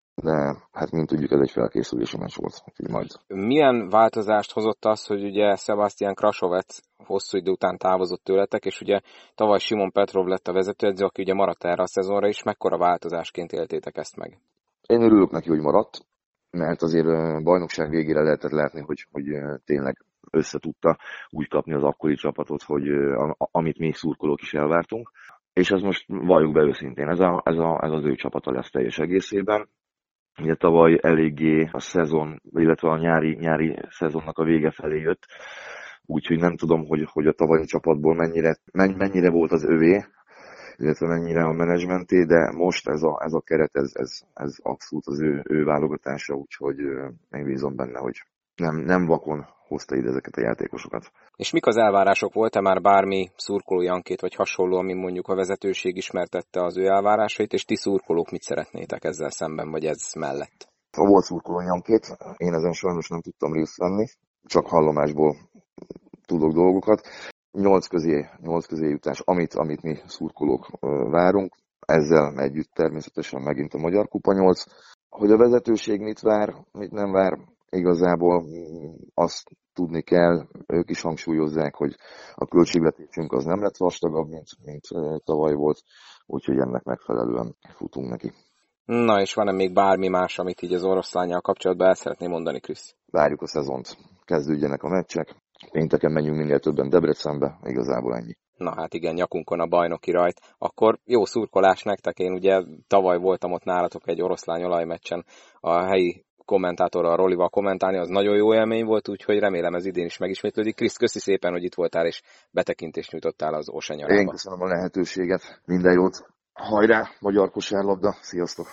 de hát mint tudjuk, ez egy felkészülési meccs volt. Majd. Milyen változást hozott az, hogy ugye Sebastian Krasovec hosszú idő után távozott tőletek, és ugye tavaly Simon Petrov lett a vezetőedző, aki ugye maradt erre a szezonra is, mekkora változásként éltétek ezt meg? Én örülök neki, hogy maradt, mert azért bajnokság végére lehetett látni, hogy tényleg összetudta úgy kapni az akkori csapatot, hogy amit mi szurkolók is elvártunk. És ez most valljuk be őszintén, ez az ő csapata lesz teljes egészében. Ugye tavaly eléggé a szezon, illetve a nyári szezonnak a vége felé jött, úgyhogy nem tudom, hogy a tavalyi csapatból mennyire volt az övé, illetve mennyire a menedzsmenté, de most ez a keret, ez abszolút az ő válogatása, úgyhogy én bízom benne, hogy nem vakon hozta ide ezeket a játékosokat. És mik az elvárások? Volt-e már bármi szurkolói ankét, vagy hasonló, ami mondjuk a vezetőség ismertette az ő elvárásait, és ti szurkolók mit szeretnétek ezzel szemben, vagy ez mellett? Volt szurkolói ankét, én ezen sajnos nem tudtam részt venni, csak hallomásból tudok dolgokat. 8 közé jutás, amit mi szurkolók várunk, ezzel együtt természetesen megint a Magyar Kupa 8. Hogy a vezetőség mit vár, mit nem vár, igazából azt tudni kell, ők is hangsúlyozzák, hogy a költségvetésünk az nem lett vastagabb, mint tavaly volt, úgyhogy ennek megfelelően futunk neki. Na és van-e még bármi más, amit így az oroszlánnyal kapcsolatban el szeretném mondani, Krisz? Várjuk a szezont, kezdődjenek a meccsek, pénteken menjünk minél többen Debrecenbe, igazából ennyi. Na hát igen, nyakunkon a bajnoki rajt. Akkor jó szurkolás nektek, én ugye tavaly voltam ott nálatok egy oroszlány olajmeccsen a helyi kommentátorral, Rolival kommentálni, az nagyon jó élmény volt, úgyhogy remélem ez idén is megismétlődik. Krisz, köszi szépen, hogy itt voltál, és betekintést nyújtottál az Osa nyarába. Én köszönöm a lehetőséget, minden jót, hajrá, magyar kosárlabda, sziasztok!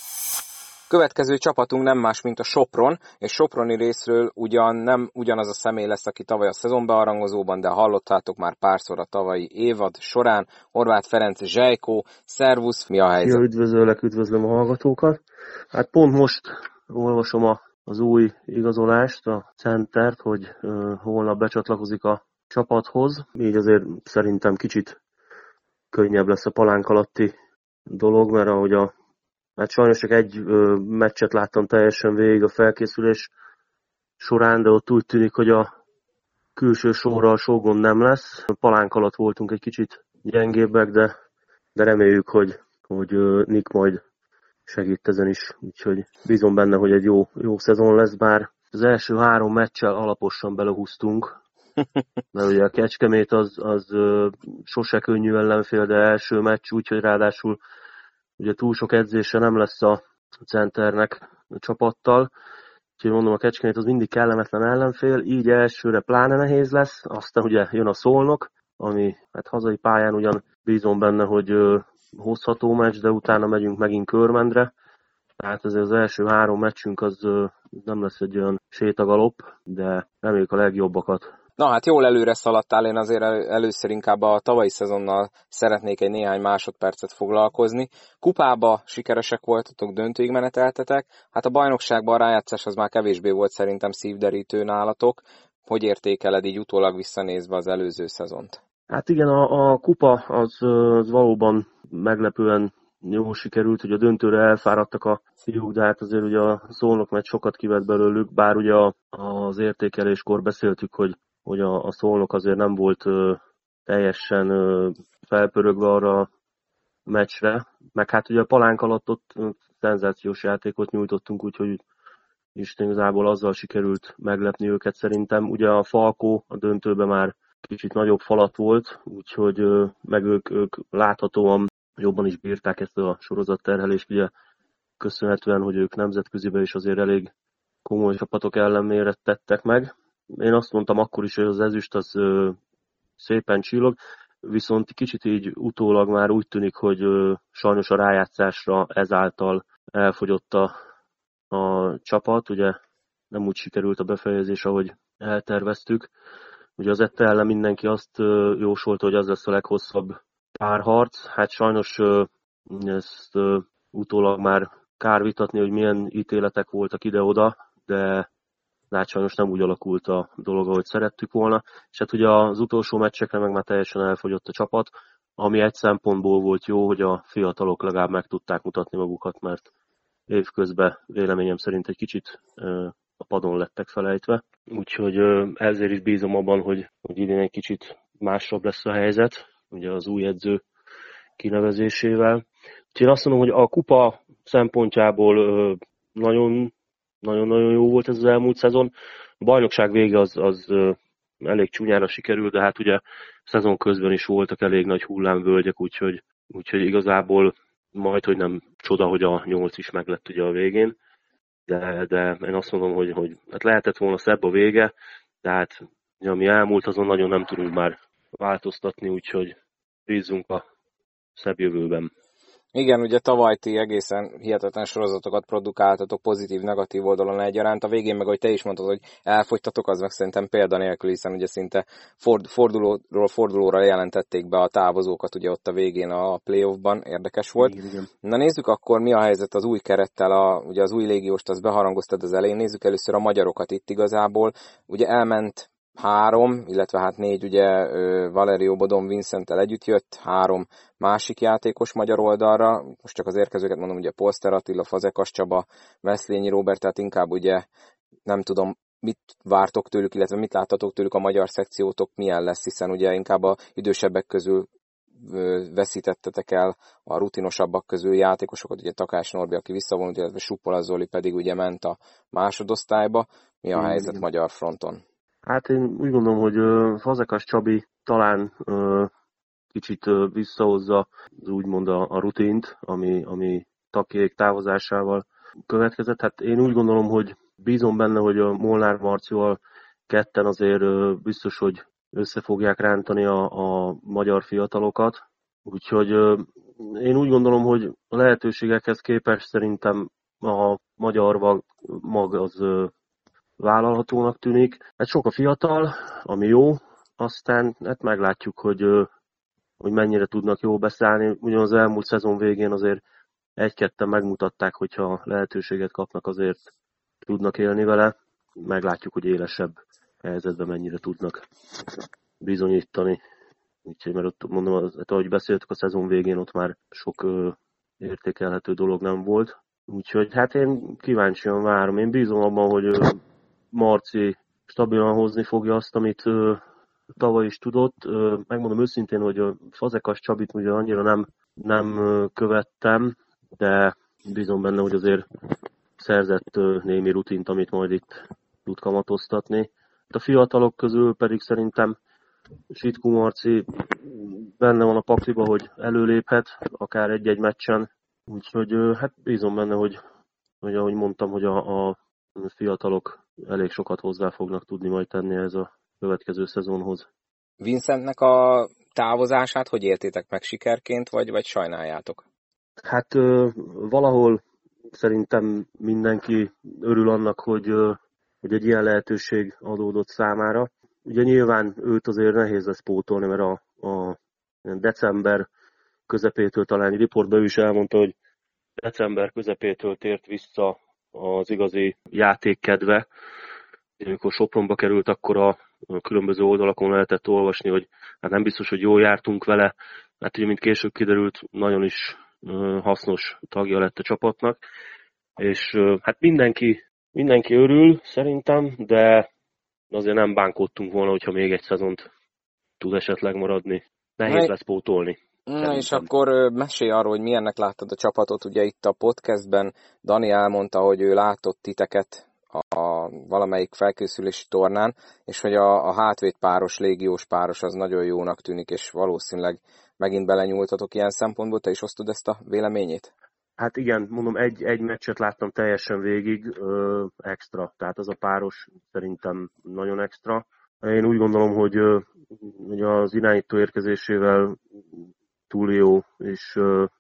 Következő csapatunk nem más, mint a Sopron, és soproni részről nem ugyanaz a személy lesz, aki tavaly a szezonbeharangozóban, de hallottátok már párszor a tavalyi évad során. Horváth Ferenc Zsejkó, szervusz, mi a helyzet? Üdvözlöm a hallgatókat. Hát pont most olvasom az új igazolást, a centert, hogy holnap becsatlakozik a csapathoz. Így azért szerintem kicsit könnyebb lesz a palánk alatti dolog, mert ahogy hát sajnos csak egy meccset láttam teljesen végig a felkészülés során, de ott úgy tűnik, hogy a külső sorral sok gond nem lesz. A palánk alatt voltunk egy kicsit gyengébbek, de reméljük, hogy Nick majd segít ezen is. Úgyhogy bízom benne, hogy egy jó szezon lesz, bár az első 3 meccsel alaposan belehúztunk. Mert ugye a Kecskemét az sose könnyű ellenfél, de első meccs, úgyhogy ráadásul ugye túl sok edzése nem lesz a centernek a csapattal. Úgyhogy mondom, a Kecskemét az mindig kellemetlen ellenfél, így elsőre pláne nehéz lesz. Aztán ugye jön a Szolnok, ami hát hazai pályán ugyan bízom benne, hogy hozható meccs, de utána megyünk megint Körmendre. Tehát azért az első 3 meccsünk az nem lesz egy olyan sétagalop, de reméljük a legjobbakat Na hát jól előre szaladtál, én azért először inkább a tavalyi szezonnal szeretnék egy néhány másodpercet foglalkozni. Kupába sikeresek voltatok, döntőig meneteltetek, hát a bajnokságban a rájátszás az már kevésbé volt szerintem szívderítő nálatok. Hogy értékeled így utólag visszanézve az előző szezont? Hát igen, a kupa az valóban meglepően jól sikerült, hogy a döntőre elfáradtak a fiúk, de hát azért ugye a Szolnok meccs sokat kivett belőlük, bár ugye az értékeléskor beszéltük, hogy a Szolnok azért nem volt teljesen felpörögve arra a meccsre, meg hát ugye a palánk alatt ott szenzációs játékot nyújtottunk, úgyhogy Isten igazából azzal sikerült meglepni őket szerintem. Ugye a Falkó a döntőben már kicsit nagyobb falat volt, úgyhogy meg ők láthatóan jobban is bírták ezt a sorozatterhelést, ugye köszönhetően, hogy ők nemzetköziben is azért elég komoly csapatok ellen méret tettek meg. Én azt mondtam akkor is, hogy az ezüst az szépen csillog, viszont kicsit így utólag már úgy tűnik, hogy sajnos a rájátszásra ezáltal elfogyott a csapat, ugye nem úgy sikerült a befejezés, ahogy elterveztük. Ugye az Ette ellen mindenki azt jósolta, hogy az lesz a leghosszabb párharc. Hát sajnos ezt utólag már kár vitatni, hogy milyen ítéletek voltak ide-oda, de hát sajnos nem úgy alakult a dolog, ahogy szerettük volna. És hát ugye az utolsó meccsekre meg már teljesen elfogyott a csapat, ami egy szempontból volt jó, hogy a fiatalok legalább meg tudták mutatni magukat, mert évközben véleményem szerint egy kicsit a padon lettek felejtve. Úgyhogy ezért is bízom abban, hogy idén egy kicsit másabb lesz a helyzet, ugye az új edző kinevezésével. Úgyhogy én azt mondom, hogy a kupa szempontjából nagyon-nagyon jó volt ez az elmúlt szezon. A bajnokság vége az elég csúnyára sikerült, de hát ugye szezon közben is voltak elég nagy hullámvölgyek, úgyhogy igazából majdhogy nem csoda, hogy a 8 is meglett ugye a végén. De én azt mondom, hogy hát lehetett volna szebb a vége, de hát ami elmúlt, azon nagyon nem tudunk már változtatni, úgyhogy bízzunk a szebb jövőben. Igen, ugye tavaly ti egészen hihetetlen sorozatokat produkáltatok pozitív-negatív oldalon egyaránt. A végén meg, ahogy te is mondtad, hogy elfogytatok, az meg szerintem példanélkül, hiszen ugye szinte fordulóról fordulóra jelentették be a távozókat ugye ott a végén a playoffban. Érdekes volt. Igen. Na nézzük akkor, mi a helyzet az új kerettel, ugye az új légióst, azt beharangoztad az elején. Nézzük először a magyarokat itt igazából. Ugye elment 3, illetve hát 4, ugye Valerio Bodon Vincenttel együtt jött, 3 másik játékos magyar oldalra, most csak az érkezőket mondom, ugye Polster Attila, Fazekas Csaba, Veszlényi Róbert, tehát inkább ugye nem tudom, mit vártok tőlük, illetve mit láttatok tőlük, a magyar szekciótok milyen lesz, hiszen ugye inkább a idősebbek közül veszítettetek el a rutinosabbak közül játékosokat, ugye Takás Norbi, aki visszavonult, illetve Suppola Zoli pedig ugye ment a másodosztályba. Mi a helyzet magyar fronton? Hát én úgy gondolom, hogy Fazekas Csabi talán kicsit visszahozza úgymond a rutint, ami Takiék távozásával következett. Hát én úgy gondolom, hogy bízom benne, hogy a Molnár Marcival ketten azért biztos, hogy össze fogják rántani a magyar fiatalokat. Úgyhogy én úgy gondolom, hogy a lehetőségekhez képest szerintem a magyar mag az vállalhatónak tűnik. Hát sok a fiatal, ami jó, aztán hát meglátjuk, hogy mennyire tudnak jól beszállni. Ugyan az elmúlt szezon végén azért egy-ketten megmutatták, hogyha lehetőséget kapnak, azért tudnak élni vele. Meglátjuk, hogy élesebb helyzetben mennyire tudnak bizonyítani. Úgyhogy, mert ott mondom, ahogy beszéltük a szezon végén, ott már sok értékelhető dolog nem volt. Úgyhogy hát én kíváncsian várom. Én bízom abban, hogy Marci stabilan hozni fogja azt, amit tavaly is tudott. Megmondom őszintén, hogy a Fazekas Csabit ugye annyira nem követtem, de bízom benne, hogy azért szerzett némi rutint, amit majd itt tud kamatoztatni. A fiatalok közül pedig szerintem Sitkú Marci benne van a pakliba, hogy előléphet, akár egy-egy meccsen. Úgyhogy hát bízom benne, hogy ahogy mondtam, hogy a fiatalok elég sokat hozzá fognak tudni majd tenni ez a következő szezonhoz. Vincentnek a távozását hogy éltétek meg, sikerként, vagy sajnáljátok? Hát valahol szerintem mindenki örül annak, hogy egy ilyen lehetőség adódott számára. ugye nyilván őt azért nehéz lesz pótolni, mert a december közepétől talán egy riportban ő is elmondta, hogy december közepétől tért vissza az igazi játékkedve. Amikor Sopronba került, akkor a különböző oldalakon lehetett olvasni, hogy hát nem biztos, hogy jól jártunk vele. Hát ugye, mint később kiderült, nagyon is hasznos tagja lett a csapatnak. És hát mindenki örül szerintem, de azért nem bánkódtunk volna, hogyha még egy szezont tud esetleg maradni. Nehéz lesz pótolni. És akkor mesélj arról, hogy milyennek láttad a csapatot. Ugye itt a podcastben Dani elmondta, hogy ő látott titeket a valamelyik felkészülési tornán, és hogy a hátvéd páros, légiós páros az nagyon jónak tűnik, és valószínűleg megint belenyúltatok ilyen szempontból. Te is osztod ezt a véleményét? Hát igen, mondom, egy meccset láttam teljesen végig, extra. Tehát az a páros szerintem nagyon extra. Én úgy gondolom, hogy az irányító érkezésével Tullio is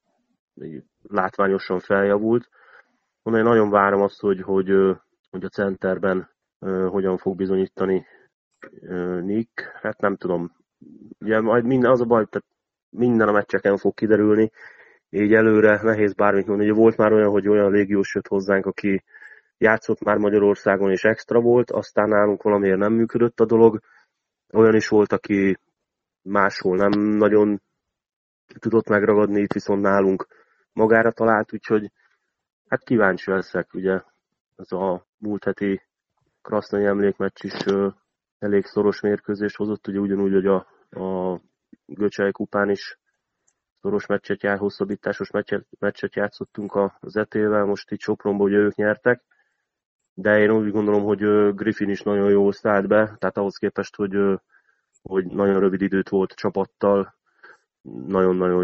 látványosan feljavult. Onnan én nagyon várom azt, hogy a centerben hogyan fog bizonyítani Nick. Hát nem tudom. Ugye majd az a baj, tehát minden a meccseken fog kiderülni. Így előre nehéz bármit mondani. Ugye volt már olyan, hogy olyan légiós jött hozzánk, aki játszott már Magyarországon és extra volt, aztán nálunk valamiért nem működött a dolog. Olyan is volt, aki máshol nem nagyon tudott megragadni, itt viszont nálunk magára talált, úgyhogy hát kíváncsi leszek, ugye ez a múlt heti krasznai emlékmeccs is elég szoros mérkőzés hozott, ugye ugyanúgy, hogy a Göcsej kupán is szoros meccset hosszabbításos meccset játszottunk az ET-vel, most itt Sopronban ugye ők nyertek, de én úgy gondolom, hogy Griffin is nagyon jól szállt be, tehát ahhoz képest, hogy nagyon rövid időt volt csapattal, nagyon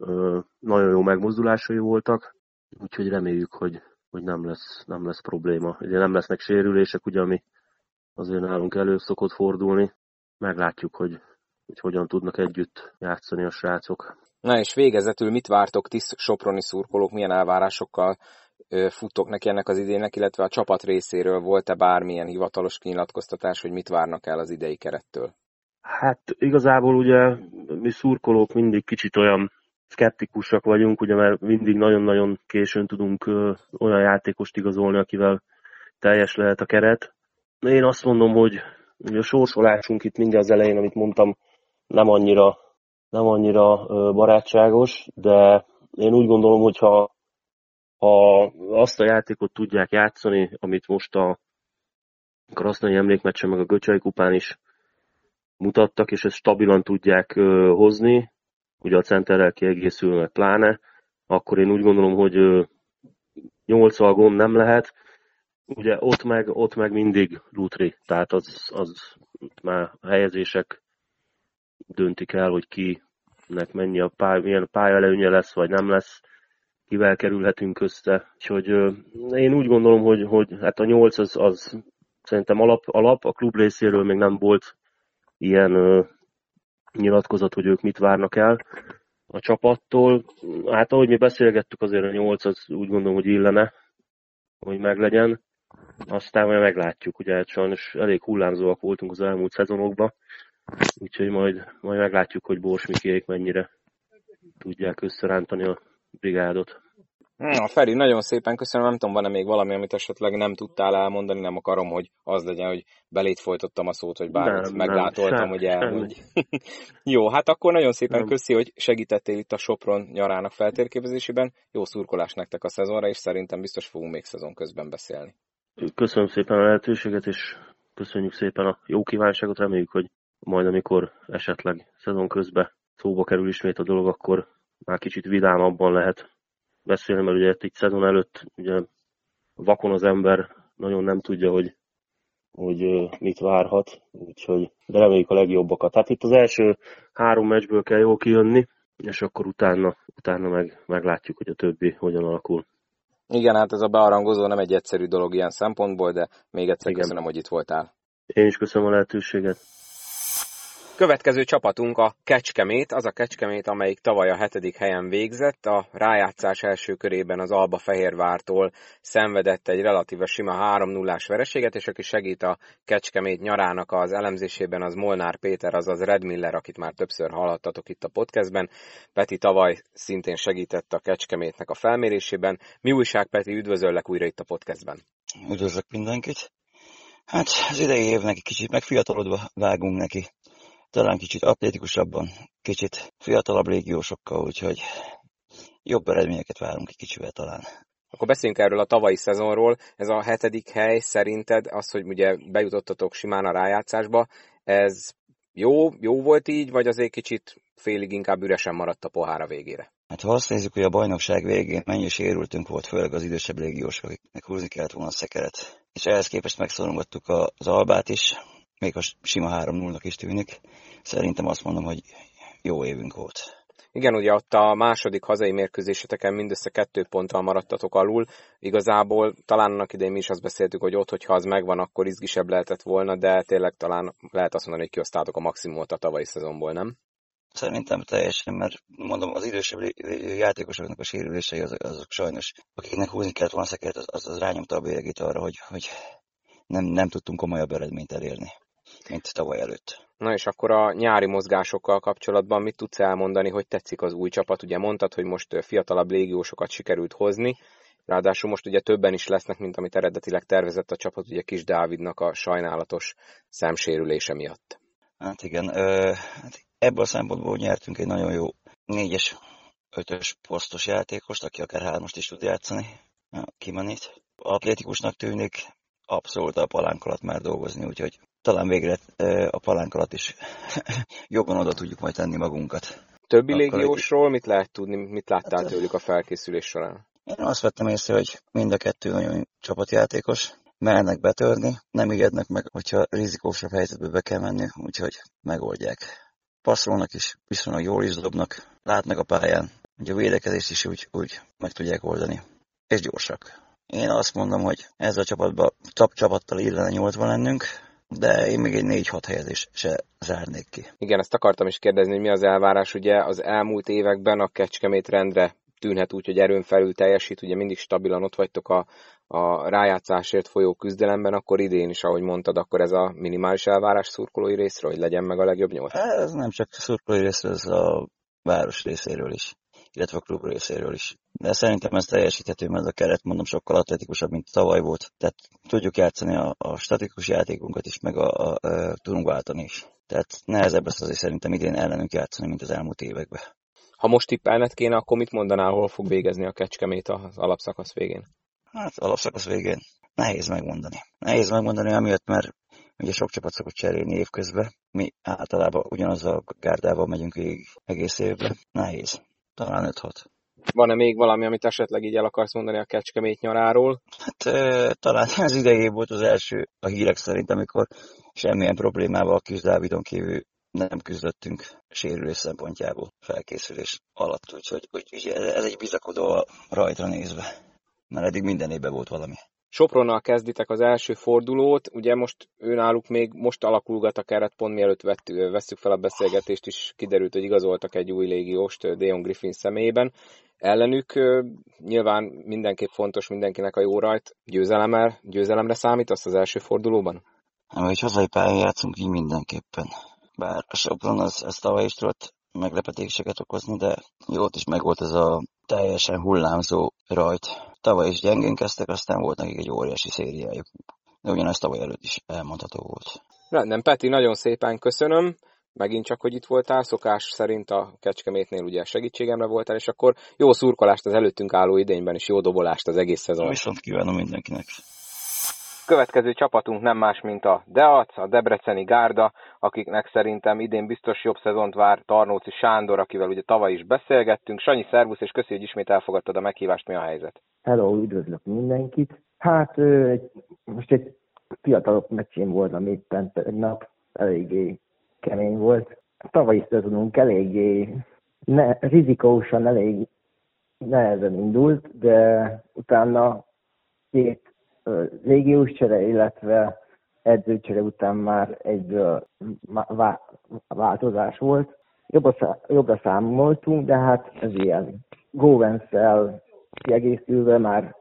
jó megmozdulásai voltak, úgyhogy reméljük, hogy nem lesz probléma. Ugye nem lesznek sérülések, ugye, ami azért nálunk elő szokott fordulni. Meglátjuk, hogy hogyan tudnak együtt játszani a srácok. Na és végezetül mit vártok ti soproni szurkolók, milyen elvárásokkal futtok neki ennek az idénnek, illetve a csapat részéről volt-e bármilyen hivatalos kinyilatkoztatás, hogy mit várnak el az idei kerettől? Hát igazából ugye mi szurkolók mindig kicsit olyan szkeptikusak vagyunk, ugye, mert mindig nagyon-nagyon későn tudunk olyan játékost igazolni, akivel teljes lehet a keret. Én azt mondom, hogy a sorsolásunk itt mindig az elején, amit mondtam, nem annyira barátságos, de én úgy gondolom, hogy ha azt a játékot tudják játszani, amit most a krasznai emlékmeccsen meg a Göcsej kupán is mutattak, és ezt stabilan tudják hozni, ugye a centerrel kiegészülnek pláne, akkor én úgy gondolom, hogy 8-al gond nem lehet. Ugye ott meg mindig lutri, tehát az már helyezések döntik el, hogy kinek mennyi milyen pályaelőnye lesz, vagy nem lesz, kivel kerülhetünk össze. Úgyhogy én úgy gondolom, hogy hát a 8 az szerintem alap, a klub részéről még nem volt ilyen nyilatkozat, hogy ők mit várnak el a csapattól. Hát ahogy mi beszélgettük, azért a 8 az úgy gondolom, hogy illene, hogy meglegyen. Aztán majd meglátjuk, ugye sajnos elég hullámzóak voltunk az elmúlt szezonokban, úgyhogy majd meglátjuk, hogy Bors Mikiék mennyire tudják összerántani a brigádot. Feri, nagyon szépen köszönöm, nem tudom, van-e még valami, amit esetleg nem tudtál elmondani, nem akarom, hogy az legyen, hogy belét folytottam a szót, hogy bármit meglátoltam, hogy elmondj. Jó, hát akkor nagyon szépen köszi, hogy segítettél itt a Sopron nyarának feltérképezésében. Jó szurkolás nektek a szezonra, és szerintem biztos fogunk még szezon közben beszélni. Köszönöm szépen a lehetőséget, és köszönjük szépen a jó kívánságot. Reméljük, hogy majd amikor esetleg szezon közben szóba kerül ismét a dolog, akkor már kicsit vidámabban lehet beszélni, mert ugye itt szezon előtt ugye vakon az ember nagyon nem tudja, hogy mit várhat, úgyhogy de reméljük a legjobbakat. Hát itt az első 3 meccsből kell jól kijönni, és akkor utána meglátjuk, hogy a többi hogyan alakul. Igen, hát ez a bearangozó nem egy egyszerű dolog ilyen szempontból, de még egyszer köszönöm, hogy itt voltál. Én is köszönöm a lehetőséget. Következő csapatunk a Kecskemét, az a Kecskemét, amelyik tavaly a 7. helyen végzett. A rájátszás első körében az Albafehérvártól szenvedett egy relatíve sima 3-0-ás vereséget, és aki segít a Kecskemét nyarának az elemzésében, az Molnár Péter, azaz Red Miller, akit már többször hallhattatok itt a podcastben. Peti tavaly szintén segített a Kecskemétnek a felmérésében. Mi újság, Peti, üdvözöllek újra itt a podcastben. Üdvözlök mindenkit. Hát az idei évnek egy kicsit megfiatalodva vágunk neki. Talán kicsit atlétikusabban, kicsit fiatalabb légiósokkal, úgyhogy jobb eredményeket várunk egy kicsivel talán. Akkor beszéljünk erről a tavalyi szezonról. Ez a 7. hely, szerinted az, hogy ugye bejutottatok simán a rájátszásba, ez jó volt így, vagy azért kicsit félig inkább üresen maradt a pohár a végére? Hát ha azt nézzük, hogy a bajnokság végén mennyi sérültünk volt, főleg az idősebb légiósok, akiknek húzni kellett volna a szekeret. És ehhez képest megszorongattuk az Albát is, még a sima 3-0-nak is tűnik. Szerintem azt mondom, hogy jó évünk volt. Igen, ugye ott a második hazai mérkőzéseteken mindössze 2 ponttal maradtatok alul. Igazából talán annak idején mi is azt beszéltük, hogy ott, hogyha az megvan, akkor izgisebb lehetett volna, de tényleg talán lehet azt mondani, hogy kiosztátok a maximumot a tavalyi szezonból, nem? Szerintem teljesen, mert mondom, az idősebb játékosoknak a sérülései azok sajnos, akiknek húzni kellett volna a szekeret, az rányomta a bélyegét arra, hogy nem tudtunk komolyabb eredményt elérni, mint tavaly előtt. Na és akkor a nyári mozgásokkal kapcsolatban mit tudsz elmondani, hogy tetszik az új csapat? Ugye mondtad, hogy most fiatalabb légiósokat sikerült hozni, ráadásul most ugye többen is lesznek, mint amit eredetileg tervezett a csapat, ugye Kis Dávidnak a sajnálatos szemsérülése miatt. Hát igen, ebből a szempontból nyertünk egy nagyon jó 4-es, 5-ös posztos játékost, aki akár 3-ast is tud játszani, Kimanit. Atlétikusnak tűnik, abszolút a palánk alatt már dolgozni, úgyhogy talán végre a palánk alatt is jobban oda tudjuk majd tenni magunkat. Többi légiósról mit lehet tudni, mit láttál tőlük a felkészülés során? Én azt vettem észre, hogy mind a kettő nagyon csapatjátékos, mernek betörni, nem ijednek meg, hogyha rizikósabb helyzetbe be kell menni, úgyhogy megoldják. Passzolnak is, viszonylag jól is dobnak, látnak a pályán, hogy a védekezést is úgy meg tudják oldani, és gyorsak. Én azt mondom, hogy ezzel a csapattal illene 80 lennünk, de én még egy 4-6 helyezést se zárnék ki. Igen, ezt akartam is kérdezni, hogy mi az elvárás. Ugye az elmúlt években a Kecskemét rendre tűnhet úgy, hogy erőn felül teljesít, ugye mindig stabilan ott vagytok a rájátszásért folyó küzdelemben, akkor idén is, ahogy mondtad, akkor ez a minimális elvárás szurkolói részről, hogy legyen meg a legjobb 8? Ez nem csak szurkolói részről, ez a város részéről is, illetve a klub részéről is. De szerintem ez teljesíthető, mert a keret, mondom, sokkal atletikusabb, mint tavaly volt. Tehát tudjuk játszani a statikus játékunkat is, meg tudunk váltani is. Tehát nehezebb lesz azért szerintem idén ellenünk játszani, mint az elmúlt években. Ha most tippelned kéne, akkor mit mondanál, hol fog végezni a Kecskemét az alapszakasz végén? Hát alapszakasz végén nehéz megmondani. Nehéz megmondani amiatt, mert ugye sok csapat szokott cserélni évközben. Mi általában ugyanazzal a gárdával megyünk végig egész évben. Nehéz. Talán 5-6. Van-e még valami, amit esetleg így el akarsz mondani a Kecskemét nyaráról? Hát talán az idei év volt az első a hírek szerint, amikor semmilyen problémával Kis Dávidon kívül nem küzdöttünk sérülés szempontjából felkészülés alatt, úgyhogy ez egy bizakodó rajtra nézve, mert eddig minden évben volt valami. Sopronnal kezditek az első fordulót, ugye most őnáluk még most alakulgat a keret, pont mielőtt vesszük fel a beszélgetést is kiderült, hogy igazoltak egy új légióst Deon Griffin személyében. Ellenük nyilván mindenképp fontos mindenkinek a jó rajt, győzelemre számítasz az első fordulóban? Hogy hazai pályán játszunk, így mindenképpen. Bár a Sopron az tavaly is tudott meglepetéseket okozni, de jót is megvolt ez a teljesen hullámzó rajt. Tavaly is gyengén kezdtek, aztán volt nekik egy óriási szériájuk. De ugyanezt tavaly előtt is elmondható volt. Rendben, Peti, nagyon szépen köszönöm. Megint csak, hogy itt voltál, szokás szerint a Kecskemétnél ugye segítségemre voltál, és akkor jó szurkolást az előttünk álló idényben, és jó dobolást az egész szezon. Viszont kívánom mindenkinek. Következő csapatunk nem más, mint a Deac, a debreceni gárda, akiknek szerintem idén biztos jobb szezont vár Tarnóci Sándor, akivel ugye tavaly is beszélgettünk. Sanyi, szervusz, és köszi, hogy ismét elfogadtad a meghívást, mi a helyzet? Hello, üdvözlök mindenkit. Hát most egy fiatalabb meccsén voltam éppen tegnap, eléggé kemény volt. A tavalyi szezonunk eléggé rizikósan, elég nehezen indult, de utána két légiós csere, illetve edzőcsere után már egyből változás volt. Jobbra számoltunk, de hát ez ilyen Govenszel kiegészülve már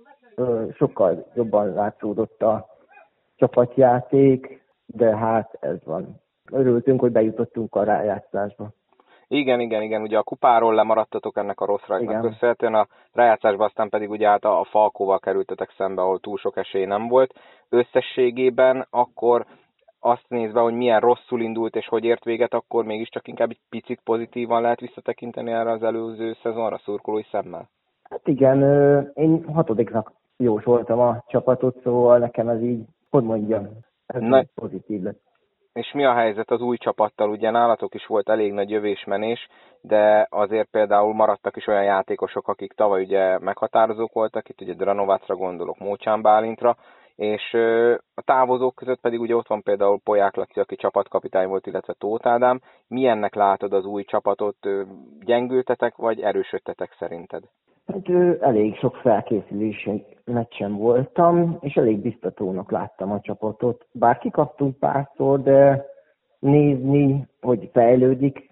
sokkal jobban látszódott a csapatjáték, de hát ez van. Örültünk, hogy bejutottunk a rájátszásba. Igen, ugye a kupáról lemaradtatok ennek a rossz rajtnak köszönhetően, a rájátszásban aztán pedig ugye hát a Falkóval kerültetek szembe, ahol túl sok esély nem volt. Összességében akkor azt nézve, hogy milyen rosszul indult és hogy ért véget, akkor mégiscsak inkább egy picit pozitívan lehet visszatekinteni erre az előző szezonra szurkolói szemmel? Hát igen, én 6. jósoltam a csapatot, szóval nekem ez így, hogy mondjam, ez pozitív lett. És mi a helyzet az új csapattal? Ugye nálatok is volt elég nagy jövésmenés, de azért például maradtak is olyan játékosok, akik tavaly ugye meghatározók voltak, itt ugye Dranovacra gondolok, Mócsán Bálintra, és a távozók között pedig ugye ott van például Polyák Laci, aki csapatkapitány volt, illetve Tóth Ádám. Milyennek látod az új csapatot? Gyengültetek, vagy erősödtetek szerinted? Hát elég sok felkészülési meccsen voltam, és elég biztatónak láttam a csapatot. Bár kikaptunk párszor, de nézni, hogy fejlődik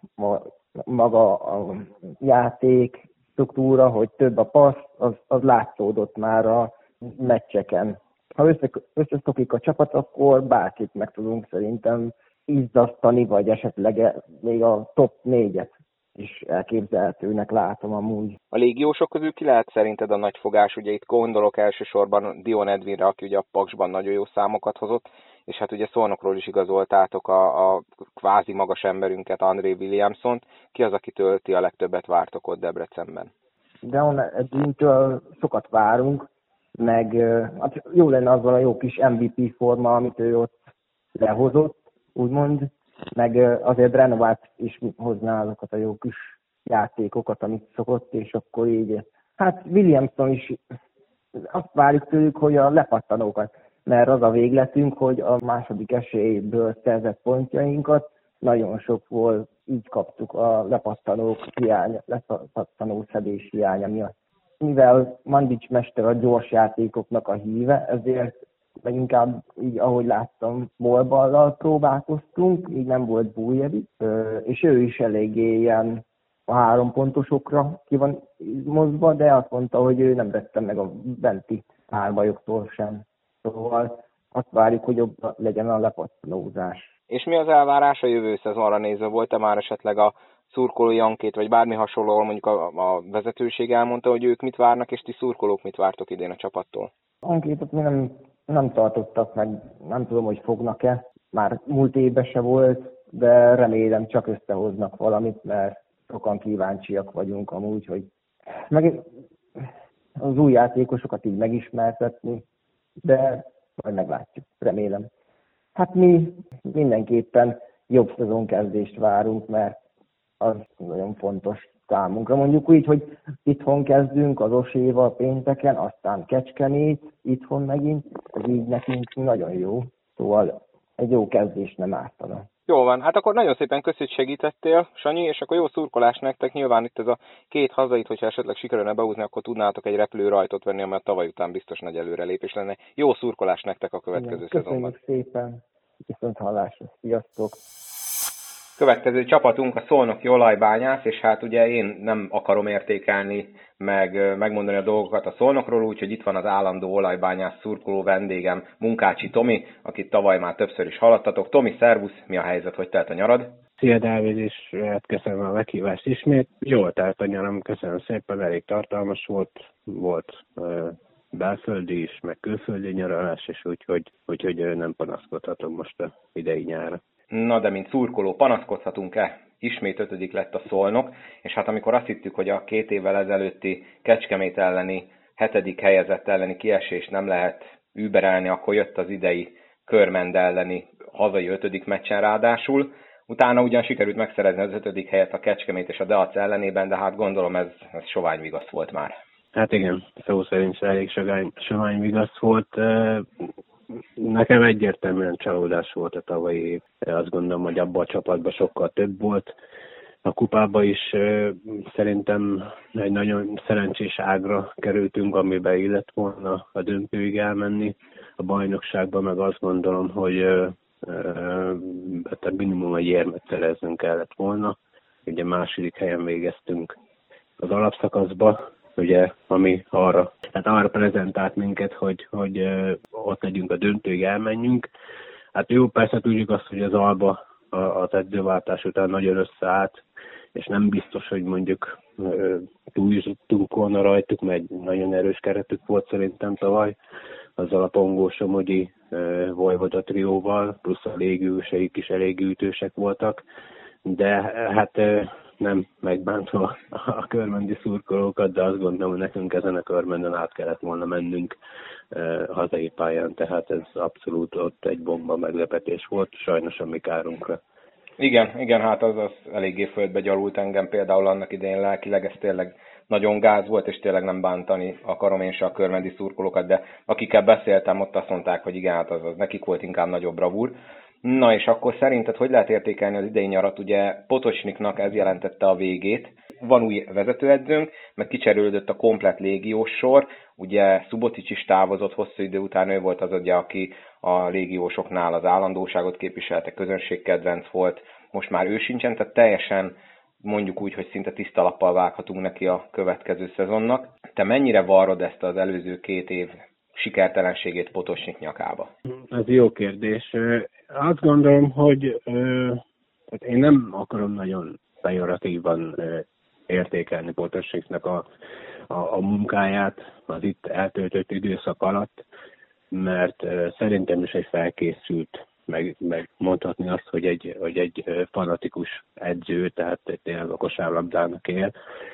maga a játék struktúra, hogy több a passz, az látszódott már a meccseken. Ha összeszokik a csapat, akkor bárkit meg tudunk szerintem izzasztani, vagy esetleg még a top 4-et is elképzelhetőnek látom amúgy. A légiósok közül ki lehet szerinted a nagyfogás? Ugye itt gondolok elsősorban Dion Edwinre, aki ugye a Paksban nagyon jó számokat hozott, és hát ugye Szolnokról is igazoltátok a kvázi magas emberünket, André Williamsont. Ki az, akitől ti a legtöbbet vártok ott Debrecenben? Dion Edwintől sokat várunk, meg hát jó lenne azzal a jó kis MVP forma, amit ő ott lehozott, úgymond, meg azért Renovát is hozná azokat a jó kis játékokat, amit szokott, és akkor így. Hát Williamson is azt várjuk tőlük, hogy a lepattanókat, mert az a végletünk, hogy a második esélyből szerzett pontjainkat nagyon sok volt, így kaptuk a lepattanó szedés hiánya miatt. Mivel Mandic mester a gyors játékoknak a híve, ezért meg inkább így, ahogy láttam, ballal próbálkoztunk, így nem volt Bújjevic, és ő is eléggé ilyen a 3 pontosokra ki van mozva, de azt mondta, hogy ő nem vette meg a benti párbajoktól sem. Szóval azt várjuk, hogy jobb legyen a lepattanózás. És mi az elvárás a jövő szezonra nézve? Volt-e már esetleg a szurkolói ankét, vagy bármi hasonló, mondjuk a vezetőség elmondta, hogy ők mit várnak, és ti szurkolók mit vártok idén a csapattól? Ankétot mi nem tartottak meg, nem tudom, hogy fognak-e. Már múlt évben se volt, de remélem csak összehoznak valamit, mert sokan kíváncsiak vagyunk amúgy, hogy meg az új játékosokat így megismertetni, de majd meglátjuk, remélem. Hát mi mindenképpen jobb szezonkezdést várunk, mert az nagyon fontos számunkra. Mondjuk úgy, hogy itthon kezdünk az Oséval pénteken, aztán Kecskemét, itthon megint, ez így nekünk nagyon jó. Szóval egy jó kezdés nem ártana. Jó van, hát akkor nagyon szépen köszi, hogy segítettél, Sanyi, és akkor jó szurkolás nektek. Nyilván itt ez a 2 hazait, hogyha esetleg sikerülne behúzni, akkor tudnátok egy repülőrajtot venni, amely a tavaly után biztos nagy előrelépés lenne. Jó szurkolás nektek a következő szezonban. Köszönjük szépen, viszont hallásra. Sziasztok! Következő csapatunk a szolnoki olajbányász, és hát ugye én nem akarom értékelni, megmondani a dolgokat a Szolnokról, úgyhogy itt van az állandó olajbányász szurkoló vendégem, Munkácsi Tomi, akit tavaly már többször is hallottatok. Tomi, szervusz, mi a helyzet, hogy telt a nyarad? Szia Dávid, és köszönöm a meghívást ismét. Jól telt a nyaram, köszönöm szépen, elég tartalmas volt belföldi is, meg külföldi nyaralás, és úgyhogy nem panaszkodhatom most a idei nyárra. Na de mint szurkoló panaszkodhatunk-e? Ismét 5. lett a Szolnok, és hát amikor azt hittük, hogy a 2 évvel ezelőtti Kecskemét elleni 7. helyezett elleni kiesést nem lehet überelni, akkor jött az idei Körmend elleni hazai 5. meccsen ráadásul. Utána ugyan sikerült megszerezni az 5. helyet a Kecskemét és a Deac ellenében, de hát gondolom ez sovány vigasz volt már. Hát igen, szó szerint elég sovány vigasz volt. Nekem egyértelműen csalódás volt a tavalyi év. Azt gondolom, hogy abban a csapatban sokkal több volt. A kupában is szerintem egy nagyon szerencsés ágra kerültünk, amiben illett volna a döntőig elmenni. a bajnokságban, meg azt gondolom, hogy minimum egy érmet szereznünk kellett volna. Ugye második helyen végeztünk az alapszakaszba, ugye, ami arra prezentált minket, hogy ott legyünk a döntőig, elmenjünk. Hát jó, persze tudjuk azt, hogy az Alba az edzőváltás után nagyon összeállt, és nem biztos, hogy mondjuk túl is tudtunk volna rajtuk, mert nagyon erős keretük volt szerintem tavaly, azzal a Pongó, Somogyi, Vojvoda trióval, plusz a légiőseik is elég ütősek voltak, de hát nem megbántva a körmendi szurkolókat, de azt gondolom, hogy nekünk ezen a körmenden át kellett volna mennünk hazai pályán, tehát ez abszolút ott egy bomba meglepetés volt, sajnos a mi kárunkra. Igen, hát az eléggé földbe gyalult engem például annak idején lelkileg, ez tényleg nagyon gáz volt, és tényleg nem bántani akarom én se a körmendi szurkolókat, de akikkel beszéltem, ott azt mondták, hogy igen, hát az nekik volt inkább nagyobb bravúr. Na és akkor szerinted hogy lehet értékelni az idei nyarat? Ugye Potočniknak ez jelentette a végét. Van új vezetőedzőnk, meg kicserélődött a komplett légiós sor. Ugye Subotić is távozott hosszú idő után, ő volt az, ugye, aki a légiósoknál az állandóságot képviselte, közönségkedvenc volt. Most már ő sincsen, tehát teljesen mondjuk úgy, hogy szinte tiszta lappal vághatunk neki a következő szezonnak. Te mennyire varrod ezt az előző 2 év sikertelenségét Potočnik nyakába? Ez jó kérdés. Azt gondolom, hogy én nem akarom nagyon pejoratívan értékelni Potočniknak a munkáját az itt eltöltött időszak alatt, mert szerintem is egy felkészült, meg mondhatni azt, hogy egy fanatikus edző, tehát tényleg a kosárlabdának él,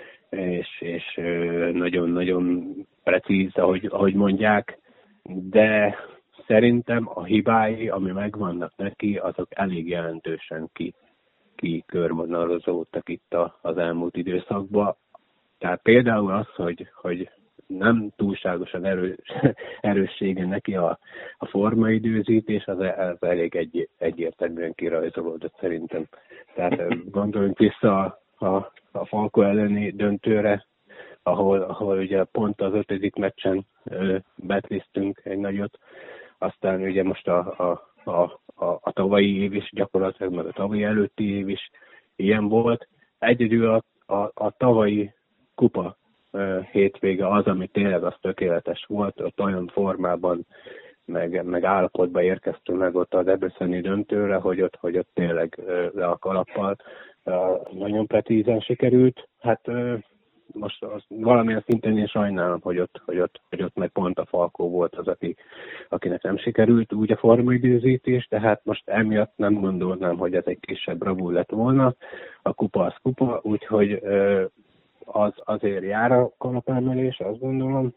és nagyon-nagyon precíz, ahogy mondják, de szerintem a hibái, ami megvannak neki, azok elég jelentősen körvonalazódtak itt az elmúlt időszakban. Tehát például az, hogy nem túlságosan erőssége neki a formaidőzítés, az elég egyértelműen kirajzolódott szerintem. Tehát gondoljunk vissza a Falco elleni döntőre, ahol ugye pont az 5. meccsen betliztünk egy nagyot, aztán ugye most a tavalyi év is gyakorlatilag, meg a tavalyi előtti év is ilyen volt. Egyedül a tavalyi kupa hétvége az, ami tényleg az tökéletes volt, ott olyan formában, meg állapotban érkeztünk meg ott a debreceni döntőre, hogy ott tényleg le a kalappal nagyon precízen sikerült. Hát most valamilyen szinten én sajnálom, hogy ott meg pont a Falco volt az, akinek nem sikerült úgy a formaidőzítés, de hát most emiatt nem gondolnám, hogy ez egy kisebb bravúr lett volna. A kupa az kupa, úgyhogy az azért jár a kalapemelés, azt gondolom,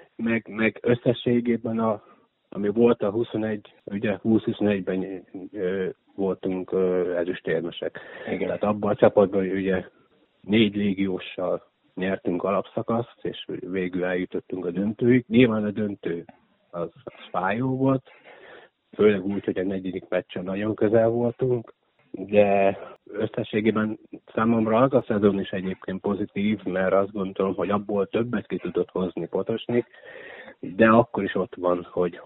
meg összességében ami volt a 21, ugye 20-21-ben voltunk ezüstérmesek. Igen. Tehát abban a csapatban ugye 4 légióssal nyertünk alapszakaszt, és végül eljutottunk a döntőig. Nyilván a döntő az fájó volt, főleg úgy, hogy a 4. meccsen nagyon közel voltunk, de összességében számomra az a szezon is egyébként pozitív, mert azt gondolom, hogy abból többet ki tudott hozni Potočnik, de akkor is ott van, hogy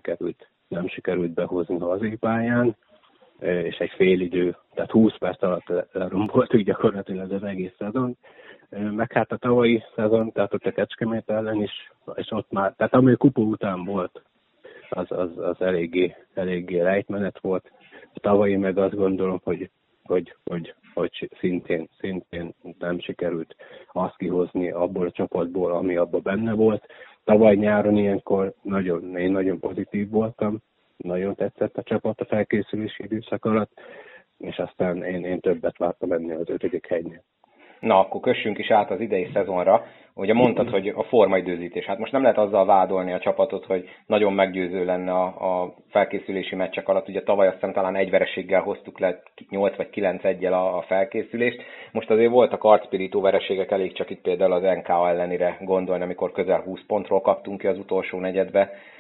nem sikerült behozni hazipályán, és egy fél idő, tehát 20 perc alatt leromboltuk gyakorlatilag az egész szezon. Meg hát a tavalyi szezon, tehát ott a Kecskemét ellen is, és ott már, tehát ami kupa után volt, az eléggé rejtmenet volt. A tavalyi meg azt gondolom, hogy szintén nem sikerült azt kihozni abból a csapatból, ami abban benne volt. Tavaly nyáron ilyenkor én nagyon pozitív voltam, nagyon tetszett a csapat a felkészülési időszak alatt, és aztán én többet vártam ennél az 5. helynél. Na, akkor kössünk is át az idei szezonra. Ugye mondtad, hogy a formaidőzítés. Hát most nem lehet azzal vádolni a csapatot, hogy nagyon meggyőző lenne a felkészülési meccsek alatt. Ugye tavaly azt hiszem talán 1 vereséggel hoztuk le 8 vagy 9-1-jel a felkészülést. Most azért voltak arcpirító vereségek, elég csak itt például az NK ellenére gondolni, amikor közel 20 pontról kaptunk ki az utolsó negyedbe.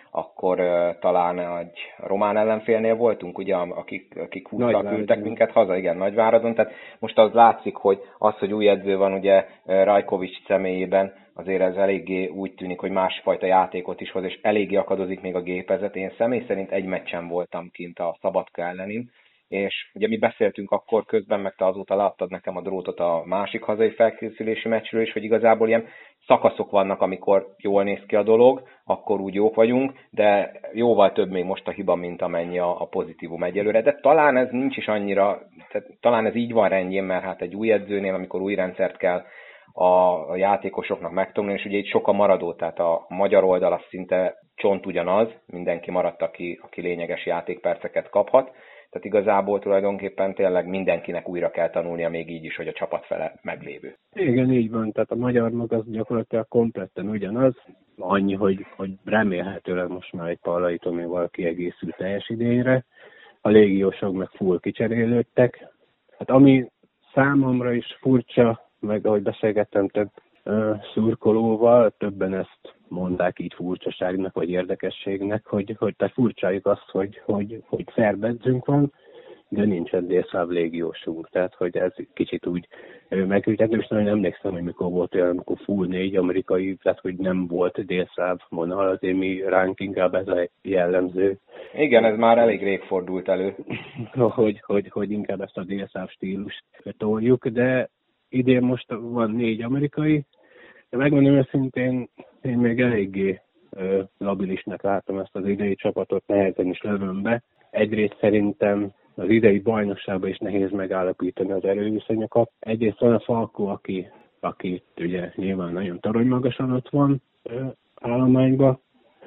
akkor talán egy román ellenfélnél voltunk, ugye, akik húztak, küldtek minket haza, igen, Nagyváradon. Tehát most az látszik, hogy az, hogy új edző van ugye Rajkovics személyében, azért ez eléggé úgy tűnik, hogy másfajta játékot is hoz, és eléggé akadozik még a gépezet. Én személy szerint egy meccsen voltam kint a Szabadka ellenén, és ugye mi beszéltünk akkor közben, meg te azóta láttad nekem a drótot a másik hazai felkészülési meccsről is, hogy igazából ilyen szakaszok vannak, amikor jól néz ki a dolog, akkor úgy jók vagyunk, de jóval több még most a hiba, mint amennyi a pozitívum egyelőre. De talán ez nincs is annyira, tehát talán ez így van rendjén, mert hát egy új edzőnél, amikor új rendszert kell a játékosoknak megtanulni, és ugye itt sok a maradó, tehát a magyar oldal az szinte csont ugyanaz, mindenki maradt, aki lényeges játékperceket kaphat. Tehát igazából tulajdonképpen tényleg mindenkinek újra kell tanulnia, még így is, hogy a csapat fele meglévő. Igen, így van. Tehát a magyar mag az gyakorlatilag kompletten ugyanaz. Annyi, hogy remélhetőleg most már egy Pallai Tomival kiegészült teljes idényre. A légiósok meg full kicserélődtek. Hát ami számomra is furcsa, meg ahogy beszélgettem több szurkolóval, többen ezt mondták így furcsaságnak, vagy érdekességnek, hogy te furcsáljuk azt, hogy szerb edzőnk van, de nincsen délszláv légiósunk. Tehát, hogy ez kicsit úgy megügyető, és nagyon emlékszem, hogy mikor volt olyan, amikor full 4 amerikai, tehát, hogy nem volt délszláv vonal, azért mi ránk inkább ez a jellemző. Igen, ez már elég rég fordult elő. hogy inkább ezt a délszláv stílust toljuk, de idén most van 4 amerikai, de megmondom őszintén, én még eléggé labilisnek látom ezt az idei csapatot, nehezen is lövöm be. Egyrészt szerintem az idei bajnokságban is nehéz megállapítani az erőviszonyokat. Egyrészt van a Falkó, aki ugye nyilván nagyon torony magasan ott van állományban,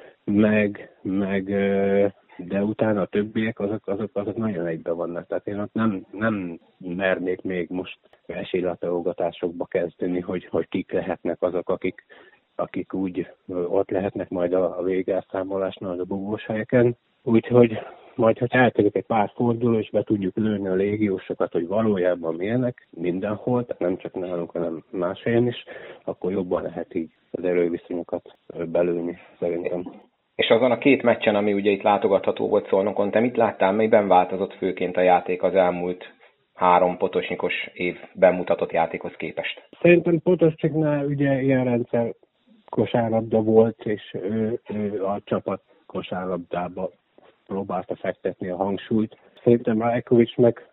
de utána a többiek azok nagyon egybe vannak. Tehát én ott nem mernék még most esélylatolgatásokba kezdeni, hogy kik lehetnek azok, akik úgy ott lehetnek majd a végelszámolásnál a bugós helyeken. Úgyhogy majd, hogy eltelik egy pár forduló, és be tudjuk lőni a légiósokat, hogy valójában milyenek mindenhol, tehát nem csak nálunk, hanem más helyen is, akkor jobban lehet így az erőviszonyokat belőni szerintem. És azon a 2 meccsen, ami ugye itt látogatható volt Szolnokon, te mit láttál, miben változott főként a játék az elmúlt 3 Potosnyikos év bemutatott játékhoz képest? Szerintem Potosnyiknál ugye ilyen rendszer kosárlabda volt, és ő a csapat kosárlabdába próbálta fektetni a hangsúlyt. Szerintem Rajkovics meg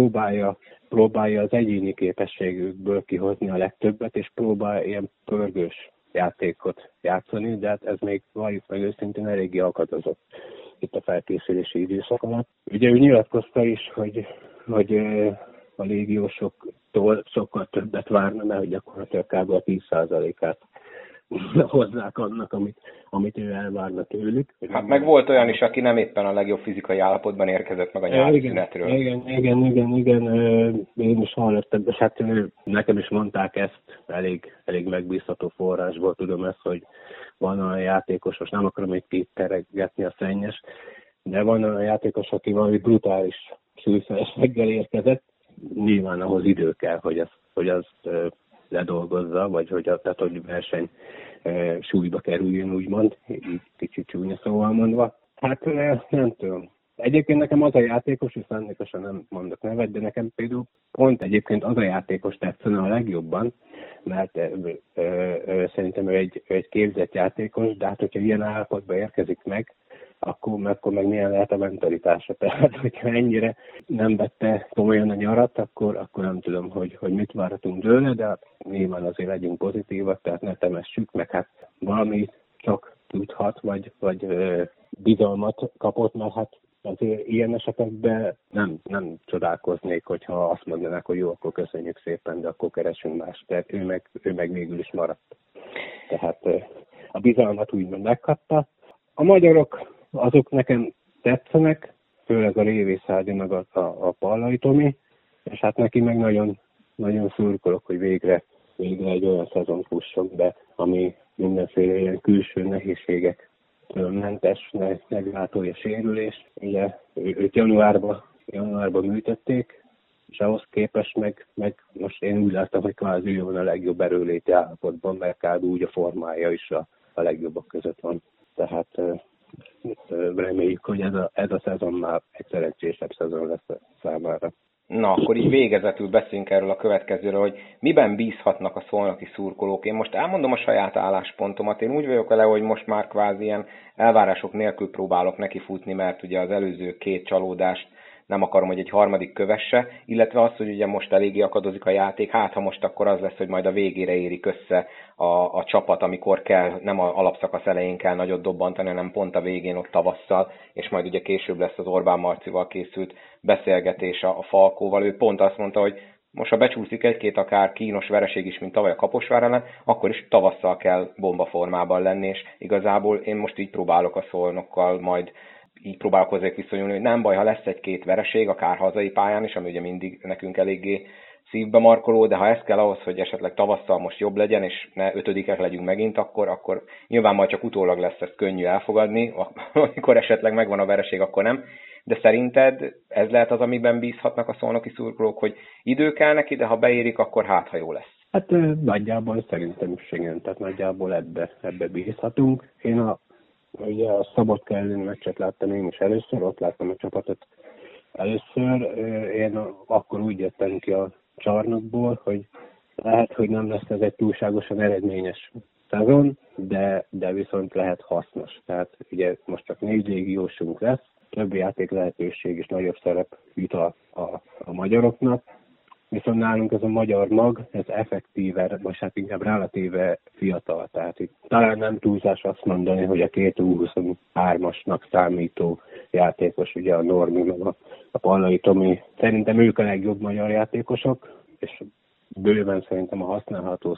próbálja az egyéni képességükből kihozni a legtöbbet, és próbál ilyen pörgős játékot játszani, de hát ez még valljuk meg őszintén eléggé akadozott itt a felkészülési időszak alatt. Ugye ő nyilatkozta is, hogy a légiósoktól sokkal többet várna, mert gyakorlatilag kb. A 10%-át hozzák annak, amit ő elvárna tőlük. Hát meg volt olyan is, aki nem éppen a legjobb fizikai állapotban érkezett meg a nyári szünetről. Igen. Én is hallottam, és hát nekem is mondták ezt, elég megbízható forrásból tudom ezt, hogy van olyan játékos, most nem akarom itt kiteregetni a szennyes, de van olyan játékos, aki valami brutális súlyfelesleggel érkezett, nyilván ahhoz idő kell, hogy azt ledolgozza, vagy hogy verseny súlyba kerüljön, úgymond, így kicsit csúnya szóval mondva. Hát nem tudom. Egyébként nekem az a játékos, és szándékosan nem mondok nevet, de nekem például pont egyébként az a játékos tetszene a legjobban, mert szerintem ő egy képzett játékos, de hát hogyha ilyen állapotba érkezik meg, akkor meg milyen lehet a mentalitása. Tehát, hogyha ennyire nem vette komolyan a nyarat, akkor nem tudom, hogy mit várhatunk tőle, de nyilván azért legyünk pozitívak, tehát ne temessük, meg hát valami csak tudhat, vagy bizalmat kapott, mert hát azért ilyen esetekben nem csodálkoznék, hogyha azt mondanák, hogy jó, akkor köszönjük szépen, de akkor keresünk más. Tehát ő meg végül is maradt. Tehát a bizalmat úgymond megkapta. A magyarok azok nekem tetszenek, főleg a Révész Ági meg a Pallai Tomi, és hát neki meg nagyon, nagyon szurkolok, hogy végre egy olyan szezon fusson be, ami mindenféle ilyen külső nehézségek mentes, meglátója sérülés. Ugye őt januárban műtötték, és ahhoz képest meg most én úgy láttam, hogy kvázi ő van a legjobb erőléti állapotban, mert kb. Úgy a formája is a legjobbak között van. Tehát reméljük, hogy ez a szezon már egy szerencsésebb szezon lesz számára. Na, akkor így végezetül beszéljünk erről a következőről, hogy miben bízhatnak a szolnoki szurkolók. Én most elmondom a saját álláspontomat. Én úgy vagyok vele, hogy most már kvázi ilyen elvárások nélkül próbálok nekifutni, mert ugye az előző 2 csalódást nem akarom, hogy egy harmadik kövesse, illetve az, hogy ugye most eléggé akadozik a játék, hát ha most akkor az lesz, hogy majd a végére érik össze a csapat, amikor kell, nem a alapszakasz elején kell nagyot dobbantani, hanem pont a végén ott tavasszal, és majd ugye később lesz az Orbán Marcival készült beszélgetés a Falkóval. Ő pont azt mondta, hogy most ha becsúszik 1-2 akár kínos vereség is, mint tavaly a Kaposvár ellen, akkor is tavasszal kell bombaformában lenni, és igazából én most így próbálok a Szolnokkal majd így próbálok hozzájuk viszonyulni, hogy nem baj, ha lesz 1-2 vereség, akár hazai pályán is, ami ugye mindig nekünk eléggé szívbe markoló, de ha ez kell ahhoz, hogy esetleg tavasszal most jobb legyen, és ne 5-ek legyünk megint, akkor nyilván majd csak utólag lesz ezt könnyű elfogadni, amikor esetleg megvan a vereség, akkor nem. De szerinted ez lehet az, amiben bízhatnak a szolnoki szurkolók, hogy idő kell neki, de ha beérik, akkor hát, ha jó lesz? Hát nagyjából szerintem is igen, tehát nagyjából ebbe bízhatunk. Én ugye a Szabadka elleni meccset láttam én is először, ott láttam a csapatot először. Én akkor úgy jöttem ki a csarnokból, hogy lehet, hogy nem lesz ez egy túlságosan eredményes szezon, de viszont lehet hasznos. Tehát ugye most csak 4 légiósunk lesz, többi játék lehetőség és nagyobb szerep jut a magyaroknak. Viszont nálunk ez a magyar mag, ez effektíve, vagy hát inkább relatíve fiatal. Tehát itt talán nem túlzás azt mondani, hogy a 2 U23-asnak számító játékos, ugye a Normi, meg a Pallai Tomi, szerintem ők a legjobb magyar játékosok, és bőven szerintem a használható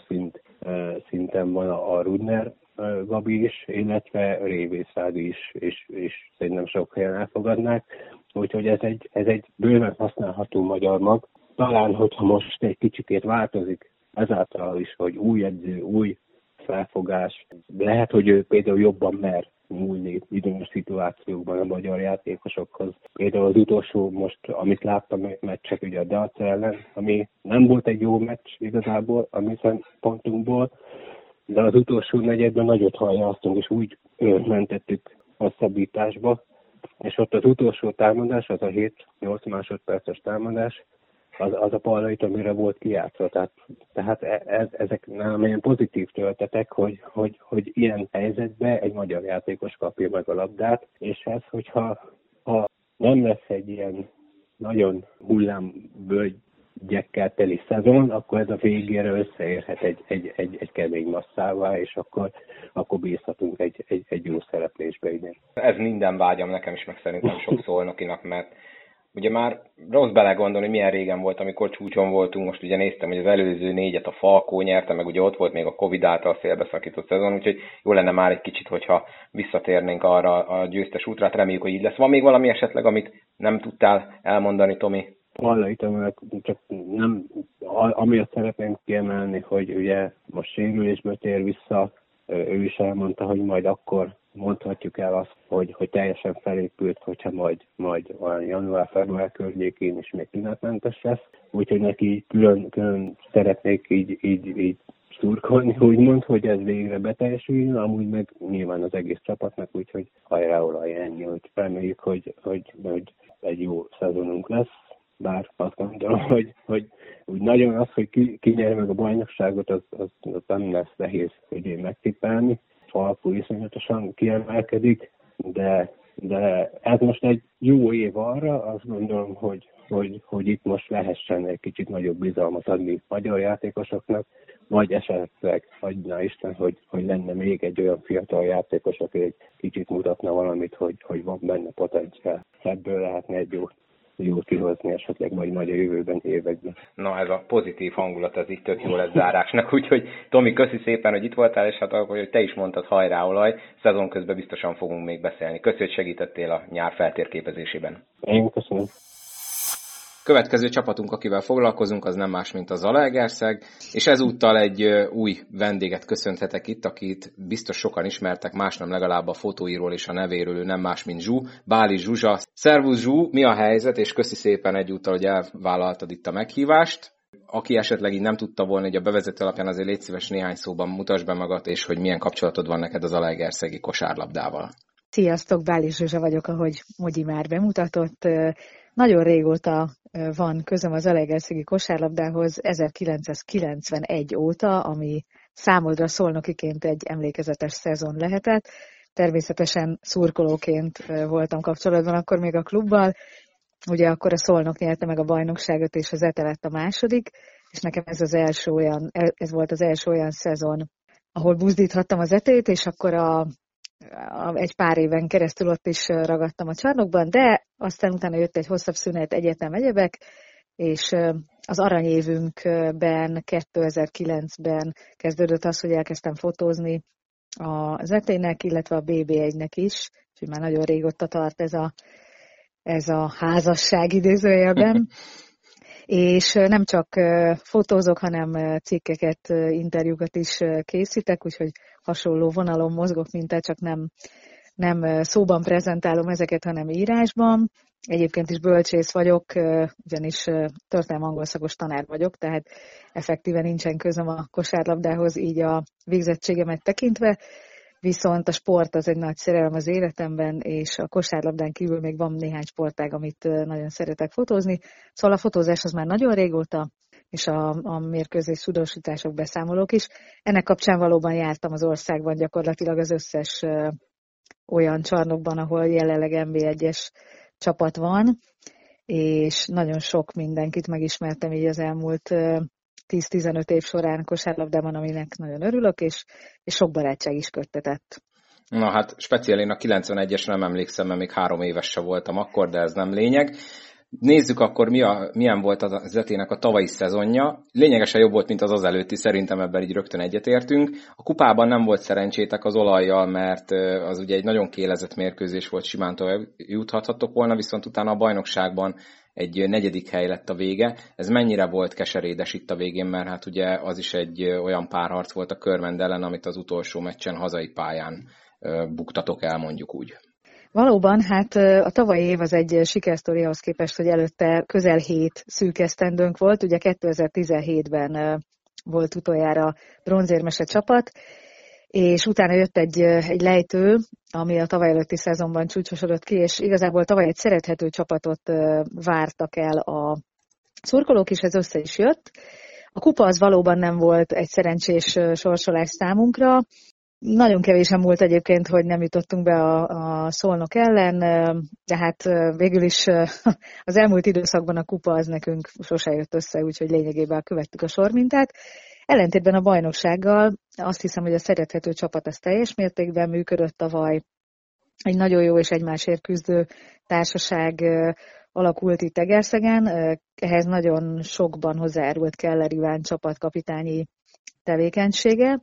szinten van a Rudner Gabi is, illetve Révész Ádi is, és szerintem sok helyen elfogadnák. Úgyhogy ez egy bőven használható magyar mag. Talán, hogyha most egy kicsikét változik, ezáltal is, hogy új edző, új felfogás, lehet, hogy ő például jobban mer nyúlni bizonyos szituációkban a magyar játékosokhoz. Például az utolsó most, amit láttam meccsek, ugye a Dac ellen, ami nem volt egy jó meccs igazából a mi szempontunkból, de az utolsó negyedben nagyot hajjáztunk, és úgy mentettük hosszabbításba, és ott az utolsó támadás, az a 7-8 másodperces támadás, az a Pallai Tomira volt kijátszva. Tehát ezek nem ilyen pozitív töltetek, hogy ilyen helyzetben egy magyar játékos kapja meg a labdát, és ez, hogyha nem lesz egy ilyen nagyon hullámvölgyekkel teli szezon, akkor ez a végére összeérhet egy kemény masszává, és akkor bízhatunk egy jó szereplésbe idén. Ez minden vágyam nekem is, meg szerintem sok szolnokinak, mert ugye már rossz belegondolni, milyen régen volt, amikor csúcson voltunk. Most ugye néztem, hogy az előző 4-et a Falkó nyerte, meg ugye ott volt még a Covid által szélbeszakított szezon, úgyhogy jó lenne már egy kicsit, hogyha visszatérnénk arra a győztes útra. Reméljük, hogy így lesz. Van még valami esetleg, amit nem tudtál elmondani, Tomi? Vallahitom, csak nem, amiatt szeretném kiemelni, hogy ugye most sérülésből tér vissza, ő is elmondta, hogy majd akkor mondhatjuk el azt, hogy teljesen felépült, hogyha majd olyan január-február környékén is még tünetmentes lesz. Úgyhogy neki külön szeretnék így szurkolni, úgymond, hogy ez végre beteljesüljön, amúgy meg nyilván az egész csapatnak, úgyhogy hajrá-olaj ennyi, hogy reméljük, hogy egy jó szezonunk lesz. Bár azt gondolom, hogy úgy nagyon az, hogy ki nyer meg a bajnokságot, az nem lesz nehéz idén megtippelni. Falkó iszonyatosan kiemelkedik, de ez most egy jó év arra, azt gondolom, hogy itt most lehessen egy kicsit nagyobb bizalmat adni magyar játékosoknak, vagy esetleg hagyna Isten, hogy lenne még egy olyan fiatal játékos, aki egy kicsit mutatna valamit, hogy van benne potenciál. Ebből lehetne egy jót kihozni esetleg majd a jövőben, években. Na, ez a pozitív hangulat, ez így tök jó lesz zárásnak, úgyhogy Tomi, köszi szépen, hogy itt voltál, és hát akkor, hogy te is mondtad, hajrá-olaj, szezon közben biztosan fogunk még beszélni. Köszi, hogy segítettél a nyár feltérképezésében. Én köszönöm. Következő csapatunk, akivel foglalkozunk, az nem más, mint a Zalaegerszeg, és ezúttal egy új vendéget köszönhetek itt, akit biztos sokan ismertek, más nem legalább a fotóiról és a nevéről, ő nem más, mint Zsú, Bális Zsuzsa. Szervusz Zsú, mi a helyzet, és köszi szépen egyúttal, hogy elvállaltad itt a meghívást. Aki esetleg így nem tudta volna, hogy a bevezető alapján azért légy szíves néhány szóban mutasd be magad, és hogy milyen kapcsolatod van neked az zalaegerszegi kosárlabdával. Sziasztok, Báli Zsuzsa vagyok, ahogy Mogyi már bemutatott. Nagyon régóta van közöm az Zalaegerszegi kosárlabdához, 1991 óta, ami számodra szolnokiként egy emlékezetes szezon lehetett. Természetesen szurkolóként voltam kapcsolatban akkor még a klubbal. Ugye akkor a Szolnok nyerte meg a bajnokságot, és az ETE lett a második, és nekem ez volt az első olyan szezon, ahol buzdíthattam az ETE-t, és akkor egy pár éven keresztül ott is ragadtam a csarnokban, de aztán utána jött egy hosszabb szünet, egyetem, egyebek, és az aranyévünkben, 2009-ben kezdődött az, hogy elkezdtem fotózni az ETE-nek, illetve a BB1-nek is, úgyhogy már nagyon régóta tart ez a házasság idézőjelben. És nem csak fotózok, hanem cikkeket, interjúkat is készítek, úgyhogy hasonló vonalon mozgok, mint te, csak nem szóban prezentálom ezeket, hanem írásban. Egyébként is bölcsész vagyok, ugyanis történelmi angol szakos tanár vagyok, tehát effektíven nincsen közöm a kosárlabdához, így a végzettségemet tekintve. Viszont a sport az egy nagy szerelem az életemben, és a kosárlabdán kívül még van néhány sportág, amit nagyon szeretek fotózni. Szóval a fotózás az már nagyon régóta, és a mérkőzés tudósítások, beszámolók is. Ennek kapcsán valóban jártam az országban gyakorlatilag az összes olyan csarnokban, ahol jelenleg NB1-es csapat van, és nagyon sok mindenkit megismertem így az elmúlt 10-15 év során kosárlabdában, aminek nagyon örülök, és sok barátság is köttetett. Na hát, speciál én a 91-es nem emlékszem, mert még 3 éves se voltam akkor, de ez nem lényeg. Nézzük akkor, milyen volt az ETE-nek a tavalyi szezonja. Lényegesen jobb volt, mint az előtti, szerintem ebben így rögtön egyetértünk. A kupában nem volt szerencsétek az olajjal, mert az ugye egy nagyon kélezett mérkőzés volt, simán tovább juthathatok volna, viszont utána a bajnokságban egy 4. hely lett a vége. Ez mennyire volt keserédes itt a végén, mert hát ugye az is egy olyan párharc volt a Körmend ellen, amit az utolsó meccsen hazai pályán buktatok el, mondjuk úgy. Valóban, hát a tavalyi év az egy sikersztori ahhoz képest, hogy előtte közel 7 szűk esztendőnk volt. Ugye 2017-ben volt utoljára bronzérmese csapat, és utána jött egy lejtő, ami a tavaly előtti szezonban csúcsosodott ki, és igazából tavaly egy szerethető csapatot vártak el a szurkolók, és ez össze is jött. A kupa az valóban nem volt egy szerencsés sorsolás számunkra. Nagyon kevésen múlt egyébként, hogy nem jutottunk be a Szolnok ellen, de hát végül is az elmúlt időszakban a kupa az nekünk sose jött össze, úgyhogy lényegében követtük a sormintát. Ellentétben a bajnoksággal azt hiszem, hogy a szerethető csapat az teljes mértékben működött tavaly. Egy nagyon jó és egymásért küzdő társaság alakult itt Egerszegen. Ehhez nagyon sokban hozzájárult Keller Iván csapatkapitányi tevékenysége.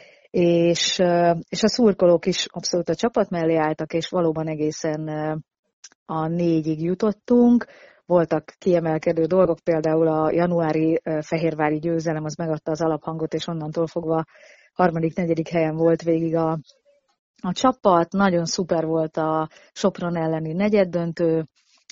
És a szurkolók is abszolút a csapat mellé álltak, és valóban egészen a 4-ig jutottunk. Voltak kiemelkedő dolgok, például a januári fehérvári győzelem, az megadta az alaphangot, és onnantól fogva 3.-4. helyen volt végig a csapat. Nagyon szuper volt a Sopron elleni negyeddöntő,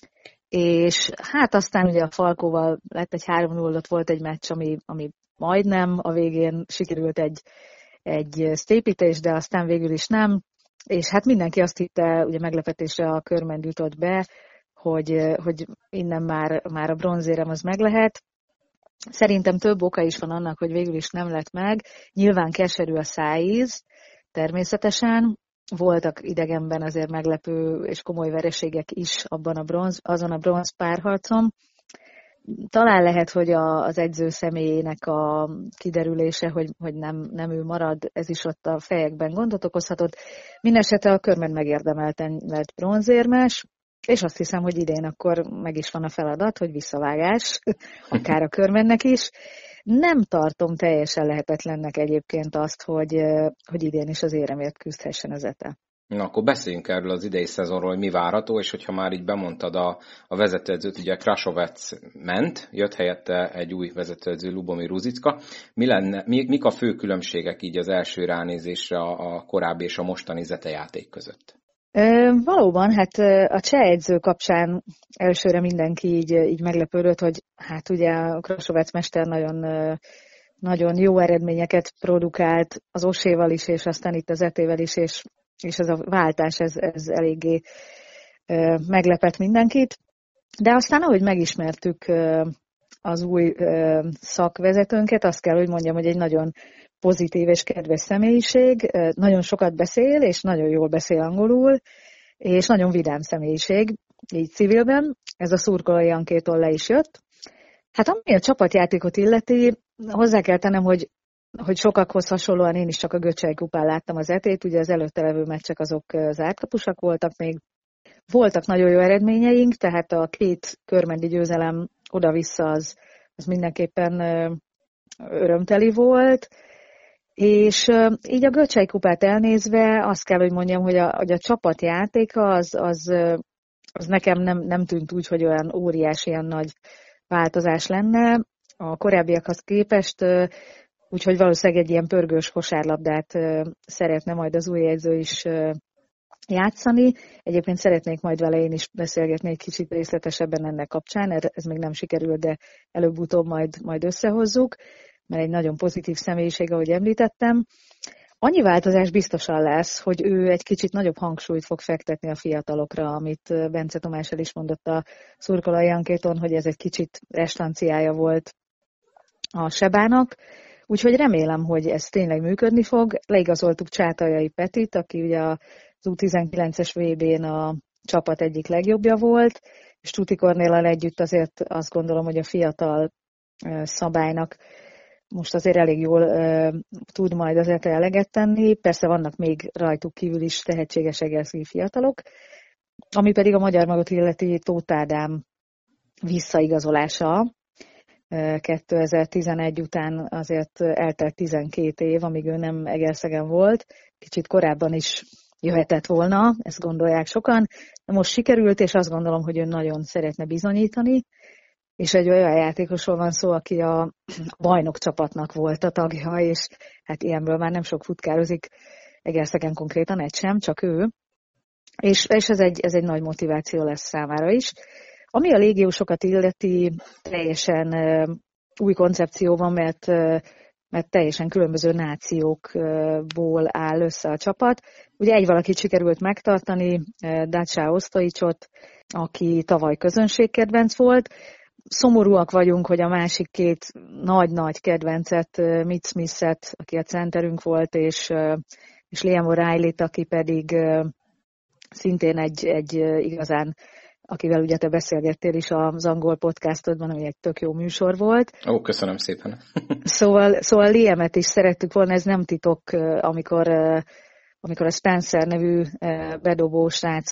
és hát aztán ugye a Falkóval lett egy 3-0, volt egy meccs, ami majdnem a végén sikerült egy sztépítés, de aztán végül is nem. És hát mindenki azt hitte, ugye meglepetésre a Körmend jutott be, hogy innen már a bronzérem az meg lehet. Szerintem több oka is van annak, hogy végül is nem lett meg. Nyilván keserű a szájíz, természetesen. Voltak idegenben azért meglepő és komoly vereségek is azon a bronz párharcon. Talán lehet, hogy az edző személyének a kiderülése, hogy nem ő marad, ez is ott a fejekben gondot okozhatott. Mindenesetre a Körmend megérdemelten lett bronzérmes, és azt hiszem, hogy idén akkor meg is van a feladat, hogy visszavágás, akár a Körmendnek is. Nem tartom teljesen lehetetlennek egyébként azt, hogy idén is az éremért küzdhessen az ETE. Na, akkor beszéljünk erről az idei szezonról, hogy mi várható, és hogyha már így bemondtad a vezetőedzőt, ugye Krasovec ment, jött helyette egy új vezetőedző, Lubomir Ruzicka. Mik a fő különbségek így az első ránézésre a korábbi és a mostani ZETE játék között? Valóban, hát a cseh edző kapcsán elsőre mindenki így meglepődött, hogy hát ugye a Krasovec mester nagyon jó eredményeket produkált az Oséval is, és aztán itt az ETE-vel is, és és ez a váltás, ez eléggé meglepett mindenkit. De aztán, ahogy megismertük az új szakvezetőnket, azt kell, hogy mondjam, hogy egy nagyon pozitív és kedves személyiség, nagyon sokat beszél, és nagyon jól beszél angolul, és nagyon vidám személyiség, így civilben. Ez a szurkolói ankétól le is jött. Hát ami a csapatjátékot illeti, hozzá kell tennem, hogy sokakhoz hasonlóan én is csak a Göcsej kupán láttam az etét, ugye az előtte levő meccsek azok zártkapusak voltak még. Voltak nagyon jó eredményeink, tehát a 2 körmendi győzelem oda-vissza az mindenképpen örömteli volt, és így a Göcsej kupát elnézve azt kell, hogy mondjam, hogy a csapatjátéka az nekem nem tűnt úgy, hogy olyan óriási, ilyen nagy változás lenne a korábbiakhoz képest, úgyhogy valószínűleg egy ilyen pörgős kosárlabdát szeretne majd az új edző is játszani. Egyébként szeretnék majd vele én is beszélgetni egy kicsit részletesebben ennek kapcsán, ez még nem sikerült, de előbb-utóbb majd összehozzuk, mert egy nagyon pozitív személyiség, ahogy említettem. Annyi változás biztosan lesz, hogy ő egy kicsit nagyobb hangsúlyt fog fektetni a fiatalokra, amit Bence Tamás el is mondott a szurkolói ankéton, hogy ez egy kicsit restanciája volt a Sebának. Úgyhogy remélem, hogy ez tényleg működni fog. Leigazoltuk Csátaljai Petit, aki ugye az U19-es VB-n a csapat egyik legjobbja volt, és Tuti Kornéllal együtt azért azt gondolom, hogy a fiatal szabálynak most azért elég jól tud majd az ETE eleget tenni. Persze vannak még rajtuk kívül is tehetséges egerszegi fiatalok, ami pedig a magyar magot illeti Tóth Ádám visszaigazolása. 2011 után azért eltelt 12 év, amíg ő nem Egerszegen volt. Kicsit korábban is jöhetett volna, ezt gondolják sokan. De most sikerült, és azt gondolom, hogy ő nagyon szeretne bizonyítani. És egy olyan játékosról van szó, aki a bajnok csapatnak volt a tagja, és hát ilyenből már nem sok futkározik Egerszegen konkrétan, egy sem, csak ő. És ez egy nagy motiváció lesz számára is. Ami a légiósokat illeti, teljesen új koncepció van, mert teljesen különböző nációkból áll össze a csapat. Ugye egy valakit sikerült megtartani, Dacia Osztoicsot, aki tavaly közönségkedvenc volt. Szomorúak vagyunk, hogy a másik 2 nagy-nagy kedvencet, Mitch Smith-et, aki a centerünk volt, és Liam O'Reillyt, aki pedig szintén egy igazán, akivel ugye te beszélgettél is az angol podcastodban, ami egy tök jó műsor volt. Ó, köszönöm szépen. Szóval Liamet is szerettük volna, ez nem titok, amikor a Spencer nevű bedobó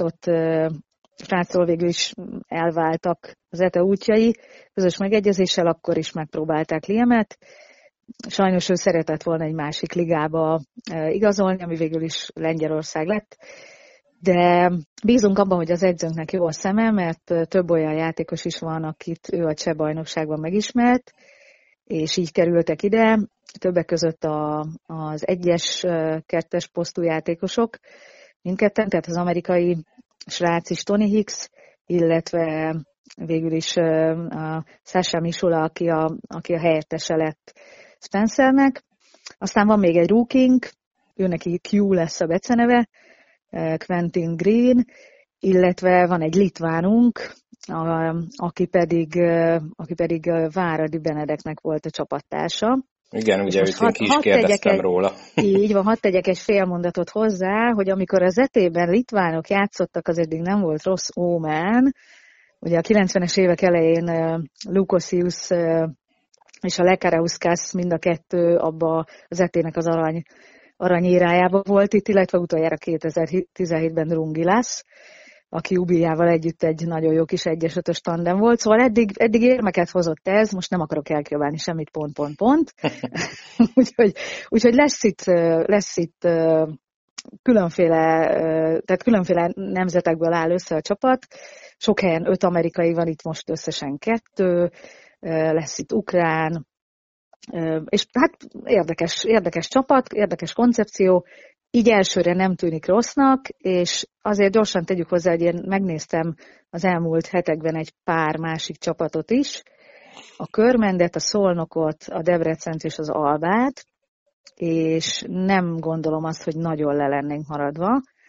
sráctól végül is elváltak az ETE útjai, közös megegyezéssel akkor is megpróbálták Liamet. Sajnos ő szeretett volna egy másik ligába igazolni, ami végül is Lengyelország lett. De bízunk abban, hogy az edzőnknek jó a szeme, mert több olyan játékos is van, akit ő a cseh bajnokságban megismert, és így kerültek ide. Többek között az 1-es, 2-es posztú játékosok, mindketten, tehát az amerikai srác is Tony Hicks, illetve végül is a Sasha Misula, aki a helyettese lett Spencernek. Aztán van még egy rookink, ő neki Q lesz a beceneve, Quentin Green, illetve van egy litvánunk, aki pedig Váradi Benedeknek volt a csapattársa. Igen, ugye őt én ki is kérdeztem róla. Így van, hadd tegyek egy fél mondatot hozzá, hogy amikor az etében litvánok játszottak, az eddig nem volt rossz ómen. Ugye a 90-es évek elején Lukosius és a Lekareuskas mind a kettő abba az etének az aranyérájába volt itt, illetve utoljára 2017-ben Rungilas, aki Ubiljával együtt egy nagyon jó kis 1-5-ös tandem volt, szóval eddig érmeket hozott ez, most nem akarok elkiabálni semmit, pont. úgyhogy lesz itt különféle nemzetekből áll össze a csapat, sok helyen 5 amerikai van, itt most összesen 2, lesz itt ukrán, és hát érdekes csapat, érdekes koncepció, így elsőre nem tűnik rossznak, és azért gyorsan tegyük hozzá, hogy én megnéztem az elmúlt hetekben egy pár másik csapatot is, a Körmendet, a Szolnokot, a Debrecent és az Albát, és nem gondolom azt, hogy nagyon le lennénk maradva.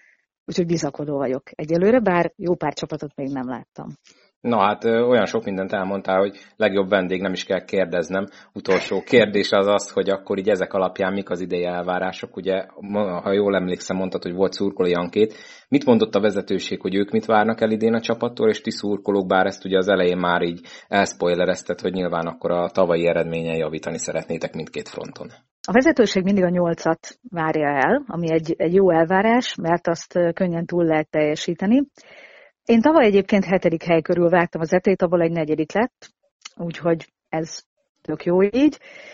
úgyhogy bizakodó vagyok egyelőre, bár jó pár csapatot még nem láttam. Na hát olyan sok mindent elmondtál, hogy legjobb vendég nem is kell kérdeznem. Utolsó kérdés az az, hogy akkor így ezek alapján mik az idei elvárások. Ugye, ha jól emlékszem, mondtad, hogy volt szurkolói ankét. Mit mondott a vezetőség, hogy ők mit várnak el idén a csapattól, és ti szurkolók, bár ezt ugye az elején már így elspoilerezted, hogy nyilván akkor a tavalyi eredményen javítani szeretnétek mindkét fronton. A vezetőség mindig a 8-at várja el, ami egy jó elvárás, mert azt könnyen túl lehet teljesíteni. Én tavaly egyébként 7. hely körül vártam az etét, abból egy 4. lett, úgyhogy ez tök jó így.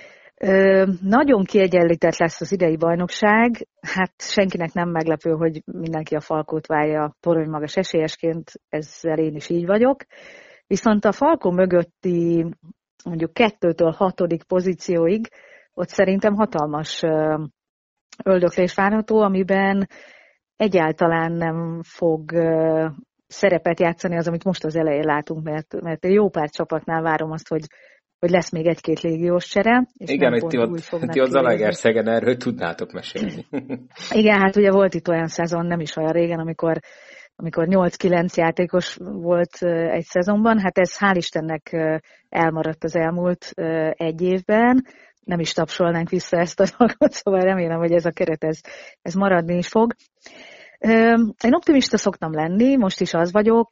Nagyon kiegyenlített lesz az idei bajnokság, hát senkinek nem meglepő, hogy mindenki a Falkót várja toronymagas esélyesként, ezzel én is így vagyok. Viszont a Falkó mögötti mondjuk 2-től 6. pozícióig ott szerintem hatalmas öldöklés várható, amiben egyáltalán nem fog szerepet játszani az, amit most az elején látunk, mert jó pár csapatnál várom azt, hogy lesz még 1-2 légiós csere. És igen, hogy ti ott Zalaegerszegen erről tudnátok mesélni. Igen, hát ugye volt itt olyan szezon, nem is olyan régen, amikor 8-9 játékos volt egy szezonban, hát ez hál' Istennek elmaradt az elmúlt egy évben, nem is tapsolnánk vissza ezt a dolgot, szóval remélem, hogy ez a keret ez maradni is fog. Én optimista szoktam lenni, most is az vagyok,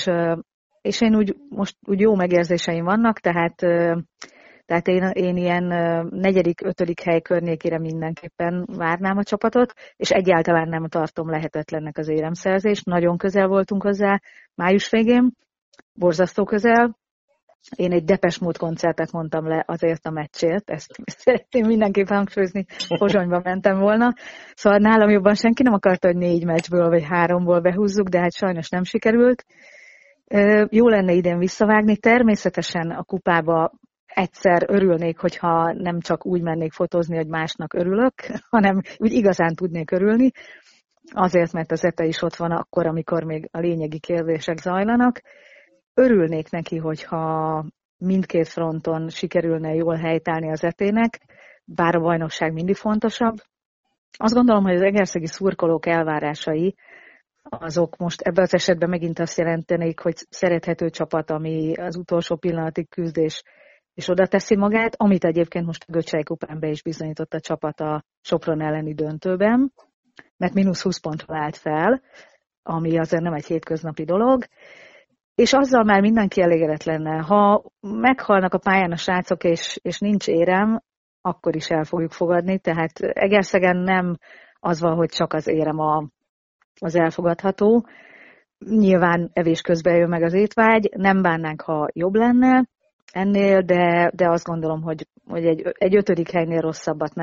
és én most úgy jó megérzéseim vannak, tehát én ilyen 4.-5. hely környékére mindenképpen várnám a csapatot, és egyáltalán nem tartom lehetetlennek az éremszerzést. Nagyon közel voltunk hozzá május végén, borzasztó közel. Én egy Depeche Mode koncertet mondtam le azért a meccsért, ezt szeretném mindenképp hangsúlyozni, Pozsonyba mentem volna. Szóval nálam jobban senki nem akarta, hogy 4 meccsből vagy 3-ból behúzzuk, de hát sajnos nem sikerült. Jó lenne idén visszavágni, természetesen a kupába egyszer örülnék, hogyha nem csak úgy mennék fotózni, hogy másnak örülök, hanem úgy igazán tudnék örülni, azért, mert az ETE is ott van akkor, amikor még a lényegi kérdések zajlanak. Örülnék neki, hogyha mindkét fronton sikerülne jól helytállni az ET-nek, bár a bajnokság mindig fontosabb. Azt gondolom, hogy az egerszegi szurkolók elvárásai, azok most ebben az esetben megint azt jelentenék, hogy szerethető csapat, ami az utolsó pillanatig küzd és oda teszi magát, amit egyébként most a Göcsej kupán be is bizonyított a csapat a Sopron elleni döntőben, mert -20 ponttal állt fel, ami azért nem egy hétköznapi dolog, és azzal már mindenki elégedett lenne. Ha meghalnak a pályán a srácok, és nincs érem, akkor is el fogjuk fogadni, tehát Egerszegen nem az van, hogy csak az érem az elfogadható. Nyilván evés közben jön meg az étvágy, nem bánnánk, ha jobb lenne ennél, de azt gondolom, hogy egy 5. helynél rosszabbat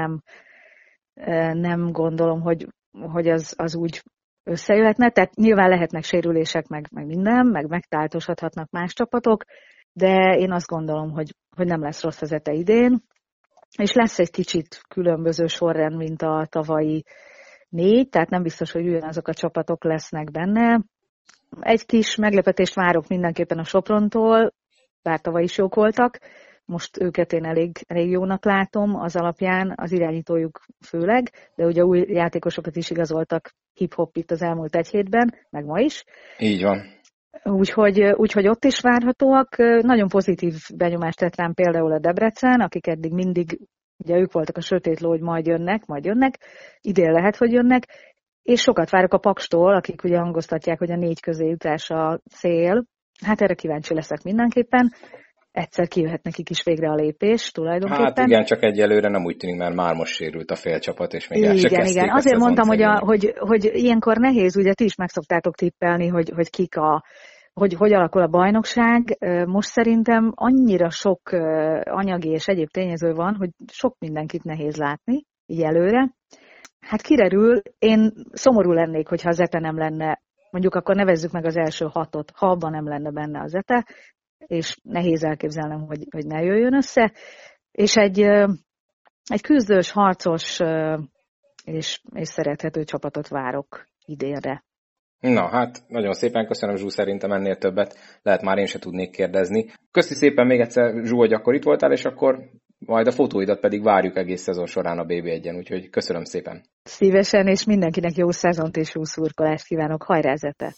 nem gondolom, hogy az úgy összejöhetne. Tehát nyilván lehetnek sérülések, meg minden, meg megtáltosodhatnak más csapatok, de én azt gondolom, hogy nem lesz rossz az ETE idén, és lesz egy kicsit különböző sorrend, mint a tavalyi 4, tehát nem biztos, hogy ugyanazok a csapatok lesznek benne. Egy kis meglepetést várok mindenképpen a Soprontól, bár tavaly is jók voltak, most őket én elég jónak látom, az alapján az irányítójuk főleg, de ugye új játékosokat is igazoltak hip-hop itt az elmúlt egy hétben, meg ma is. Így van. Úgyhogy ott is várhatóak. Nagyon pozitív benyomást tett rám például a Debrecen, akik eddig mindig, ugye ők voltak a sötét ló, hogy majd jönnek, idén lehet, hogy jönnek, és sokat várok a Pakstól, akik ugye hangoztatják, hogy a 4 közé jutás a cél. Hát erre kíváncsi leszek mindenképpen. Egyszer kijöhet nekik is végre a lépés tulajdonképpen. Hát igen, csak egyelőre nem úgy tűnik, mert már most sérült a félcsapat, és még el se kezdték. Igen. Azért mondtam, hogy ilyenkor nehéz, ugye ti is meg szoktátok tippelni, hogy hogy alakul a bajnokság. Most szerintem annyira sok anyagi és egyéb tényező van, hogy sok mindenkit nehéz látni, így előre. Hát kiderül, én szomorú lennék, hogyha az ETE nem lenne, mondjuk akkor nevezzük meg az első 6-ot, ha abban nem lenne benne az ETE, és nehéz elképzelnem, hogy ne jöjjön össze. És egy küzdős, harcos és szerethető csapatot várok idénre. Na, hát nagyon szépen köszönöm, Zsú, szerintem ennél többet lehet már én se tudnék kérdezni. Köszi szépen még egyszer, Zsú, hogy akkor itt voltál, és akkor majd a fotóidat pedig várjuk egész szezon során a BB1-en, úgyhogy köszönöm szépen. Szívesen, és mindenkinek jó szezont és jó szurkolást kívánok. Hajrá, Zete!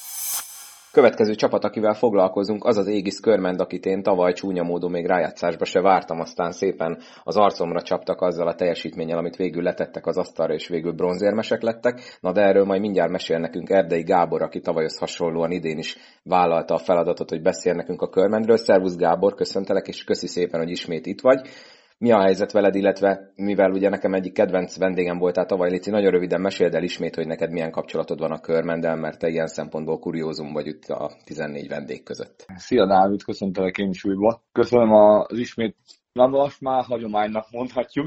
Következő csapat, akivel foglalkozunk, az az Aegis Körmend, akit én tavaly csúnya módon még rájátszásba se vártam, aztán szépen az arcomra csaptak azzal a teljesítménnyel, amit végül letettek az asztalra, és végül bronzérmesek lettek. Na de erről majd mindjárt mesél nekünk Erdei Gábor, aki tavalyhoz hasonlóan idén is vállalta a feladatot, hogy beszél nekünk a Körmendről. Szervusz Gábor, köszöntelek, és köszi szépen, hogy ismét itt vagy. Mi a helyzet veled, illetve mivel ugye nekem egyik kedvenc vendégem voltál tavaly, Léci, nagyon röviden meséld el ismét, hogy neked milyen kapcsolatod van a Körmenddel, mert te ilyen szempontból kuriózum vagy itt a 14 vendég között. Szia Dávid, köszöntelek én is újba. Köszönöm az ismét, na most már hagyománynak mondhatjuk,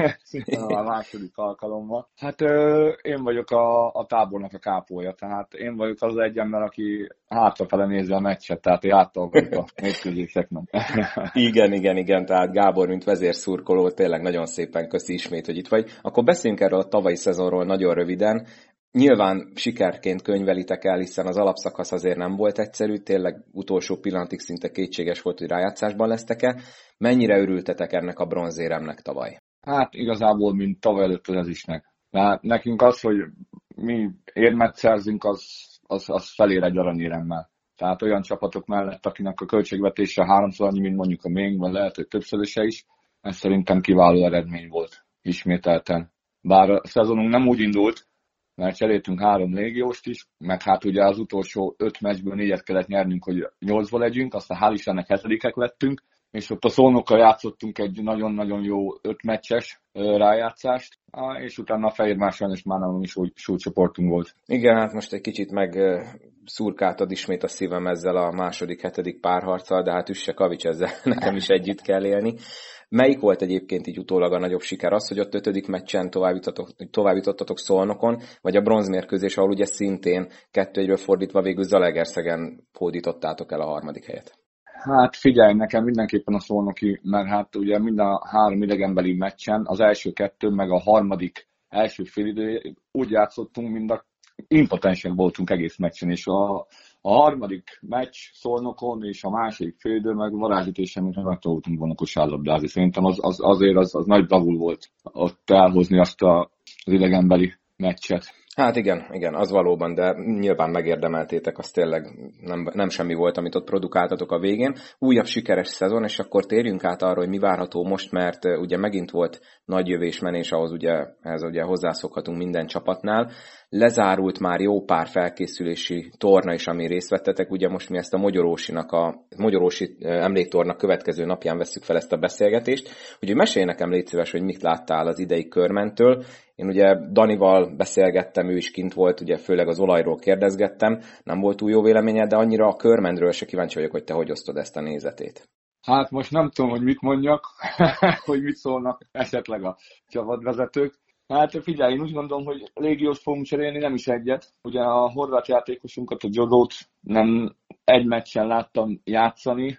a második alkalommal. Hát én vagyok a tábornak a kápója, tehát én vagyok az egy ember, aki hátrafele nézi a meccset, tehát én áttalkodok a mérkőzéseknek. Igen, tehát Gábor, mint vezérszurkoló, tényleg nagyon szépen köszi ismét, hogy itt vagy. Akkor beszéljünk erről a tavalyi szezonról nagyon röviden. Nyilván sikerként könyvelitek el, hiszen az alapszakasz azért nem volt egyszerű, tényleg utolsó pillanatig szinte kétséges volt, hogy rájátszásban lesztek-e. Mennyire örültetek ennek a bronzéremnek tavaly? Hát igazából, mint tavaly előtt az ezüstnek. Tehát nekünk az, hogy mi érmet szerzünk, az felér egy aranyéremmel. Tehát olyan csapatok mellett, akinek a költségvetése háromszor annyi, mint mondjuk a miénkben, lehet, hogy többszöröse is, ez szerintem kiváló eredmény volt ismételten. Bár a szezonunk nem úgy indult, mert cseréltünk 3 légióst is, meg hát ugye az utolsó 5 meccsből 4-et kellett nyernünk, hogy 8-ba legyünk, aztán hál' Istennek 7-ek lettünk, és ott a Szolnokkal játszottunk egy nagyon-nagyon jó 5 meccses rájátszást, és utána a Fehérvár sajnos már nem is súlycsoportunk volt. Igen, hát most egy kicsit szurkáltad ismét a szívem ezzel a második-hetedik párharccal, de hát üsse kavics, ezzel nekem is együtt kell élni. Melyik volt egyébként így utólag a nagyobb siker? Az, hogy ott 5. meccsen továbbjutottatok Szolnokon, vagy a bronzmérkőzés, ahol ugye szintén 2-1-ről fordítva végül Zalaegerszegen hódítottátok el a 3. helyet? Hát figyelj, nekem mindenképpen a Szolnoki, mert hát ugye mind a 3 idegenbeli meccsen, az első 2, meg a 3. első félidő úgy játszottunk, mint a impotensek voltunk egész meccsen, és a 3. meccs Szolnokon, és a második félidő meg varázsütésen, mint meg tudtunk volna kosárlabdázni. Szerintem az nagy bravúr volt ott elhozni azt az idegenbeli meccset. Hát igen, az valóban, de nyilván megérdemeltétek, az tényleg nem semmi volt, amit ott produkáltatok a végén. Újabb sikeres szezon, és akkor térjünk át arra, hogy mi várható most, mert ugye megint volt nagy jövésmenés, ehhez ugye hozzászokhatunk minden csapatnál. Lezárult már jó pár felkészülési torna is, ami részt vettetek. Ugye most mi ezt a Magyarósi emléktorna következő napján vesszük fel ezt a beszélgetést. Úgyhogy mesélj nekem, légy szíves, hogy mit láttál az idei Körmendtől. Én ugye Danival beszélgettem, ő is kint volt, ugye főleg az olajról kérdezgettem, nem volt túl jó véleményed, de annyira a Körmendről se kíváncsi vagyok, hogy te hogy osztod ezt a nézetét. Hát most nem tudom, hogy mit mondjak, hogy mit szólnak esetleg a csapatvezetők. Hát figyelj, én úgy gondolom, hogy légióst fogunk cserélni, nem is egyet. Ugye a horvát játékosunkat, a Jodót nem egy meccsen láttam játszani.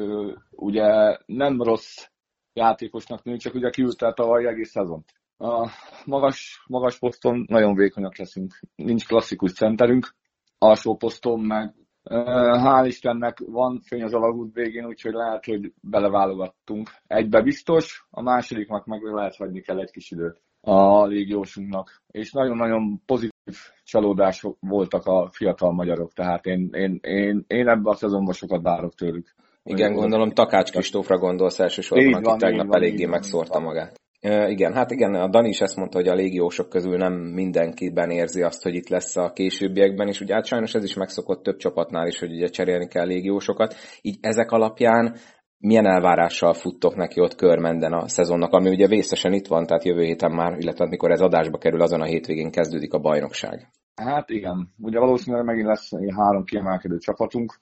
Ugye nem rossz játékosnak nő, csak ugye kiülte tavaly egész szezont. A magas poszton nagyon vékonyak leszünk. Nincs klasszikus centerünk. Alsó poszton meg hál' Istennek van fény az alagút végén, úgyhogy lehet, hogy beleválogattunk. Egybe biztos, a másodiknak meg lehet hagyni kell egy kis időt a légiósunknak. És nagyon-nagyon pozitív csalódások voltak a fiatal magyarok, tehát én ebben a szezonban sokat várok tőlük. Igen, gondolom Takács Kristófra gondolsz elsősorban, aki tegnap eléggé megszórta magát. Igen, a Dani is ezt mondta, hogy a légiósok közül nem mindenkiben érzi azt, hogy itt lesz a későbbiekben, és ugye hát sajnos ez is megszokott több csapatnál is, hogy ugye cserélni kell légiósokat. Így ezek alapján milyen elvárással futtok neki ott Körmenden a szezonnak, ami ugye vészesen itt van, tehát jövő héten már, illetve amikor ez adásba kerül, azon a hétvégén kezdődik a bajnokság. Hát igen, ugye valószínűleg megint lesz 3 kiemelkedő csapatunk,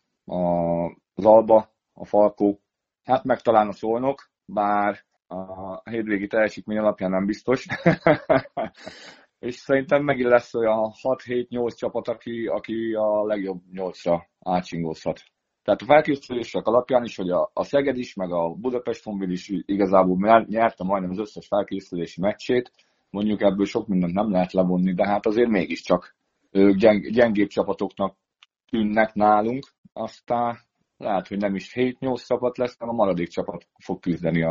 az Alba, a Falkó, hát meg talán a Szolnok, bár a hétvégi teljesítmény alapján nem biztos. És szerintem megint lesz olyan 6-7-8 csapat, aki a legjobb 8-ra átsingózhat. Tehát a felkészülések alapján is, hogy a Szeged is, meg a Budapest Honvéd is igazából nyerte majdnem az összes felkészülési meccsét. Mondjuk ebből sok mindent nem lehet levonni, de hát azért mégiscsak ők gyengébb csapatoknak tűnnek nálunk. Aztán lehet, hogy nem is 7-8 csapat lesz, hanem a maradék csapat fog küzdeni a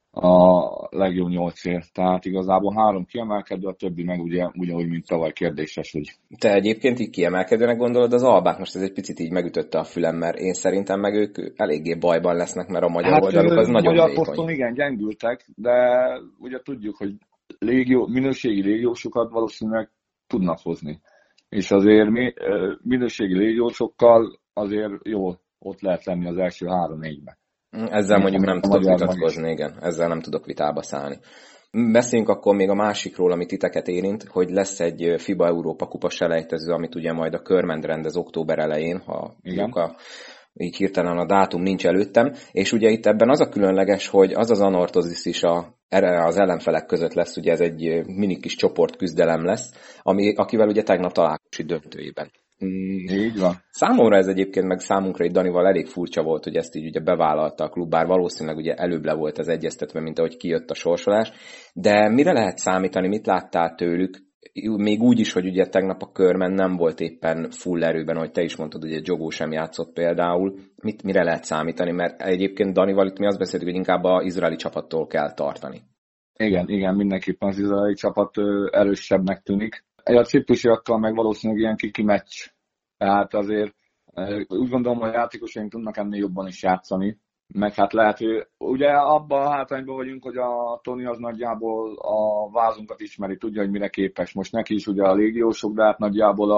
a legjobb 8-ért. Tehát igazából 3 kiemelkedő, a többi meg ugyanúgy, mint tavaly kérdéses, hogy... Te egyébként így kiemelkedőnek gondolod az Albát? Most ez egy picit így megütötte a fülem, mert én szerintem meg ők eléggé bajban lesznek, mert a magyar oldaluk az nagyon magyar vékony. poszton igen, gyengültek, de ugye tudjuk, hogy minőségi légiósokat valószínűleg tudnak hozni. És azért minőségi légiósokkal azért jól ott lehet lenni az első 3-4-ben. Ezzel mondjuk nem tudok vitatkozni, igen. Ezzel nem tudok vitába szállni. Beszéljünk akkor még a másikról, ami titeket érint, hogy lesz egy FIBA Európa kupa selejtező, amit ugye majd a Körmend rendez október elején, ha így hirtelen a dátum nincs előttem, és ugye itt ebben az a különleges, hogy az az anortozis is az ellenfelek között lesz, ugye ez egy mini kis csoportküzdelem lesz, akivel ugye tegnap találkozik döntőjében. Így van. Számomra ez egyébként, meg számunkra itt Danival elég furcsa volt, hogy ezt így ugye bevállalta a klub, bár valószínűleg ugye előbb le volt ez egyeztetve, mint ahogy kijött a sorsolás, de mire lehet számítani, mit láttál tőlük? Még úgy is, hogy ugye tegnap a Körmen nem volt éppen full erőben, ahogy te is mondtad, ugye Jogó sem játszott például. Mire lehet számítani? Mert egyébként Danival itt mi azt beszéltük, hogy inkább az izraeli csapattól kell tartani. Igen, mindenképpen az izraeli csapat erősebbnek tűnik. A ciprusiakkal meg valószínűleg ilyen kiki meccs. Tehát azért úgy gondolom, hogy a játékosaink tudnak ennél jobban is játszani. Meg hát lehet, hogy ugye abban a hátrányban vagyunk, hogy a Toni az nagyjából a vázunkat ismeri, tudja, hogy mire képes. Most neki is ugye a légiósok, de hát nagyjából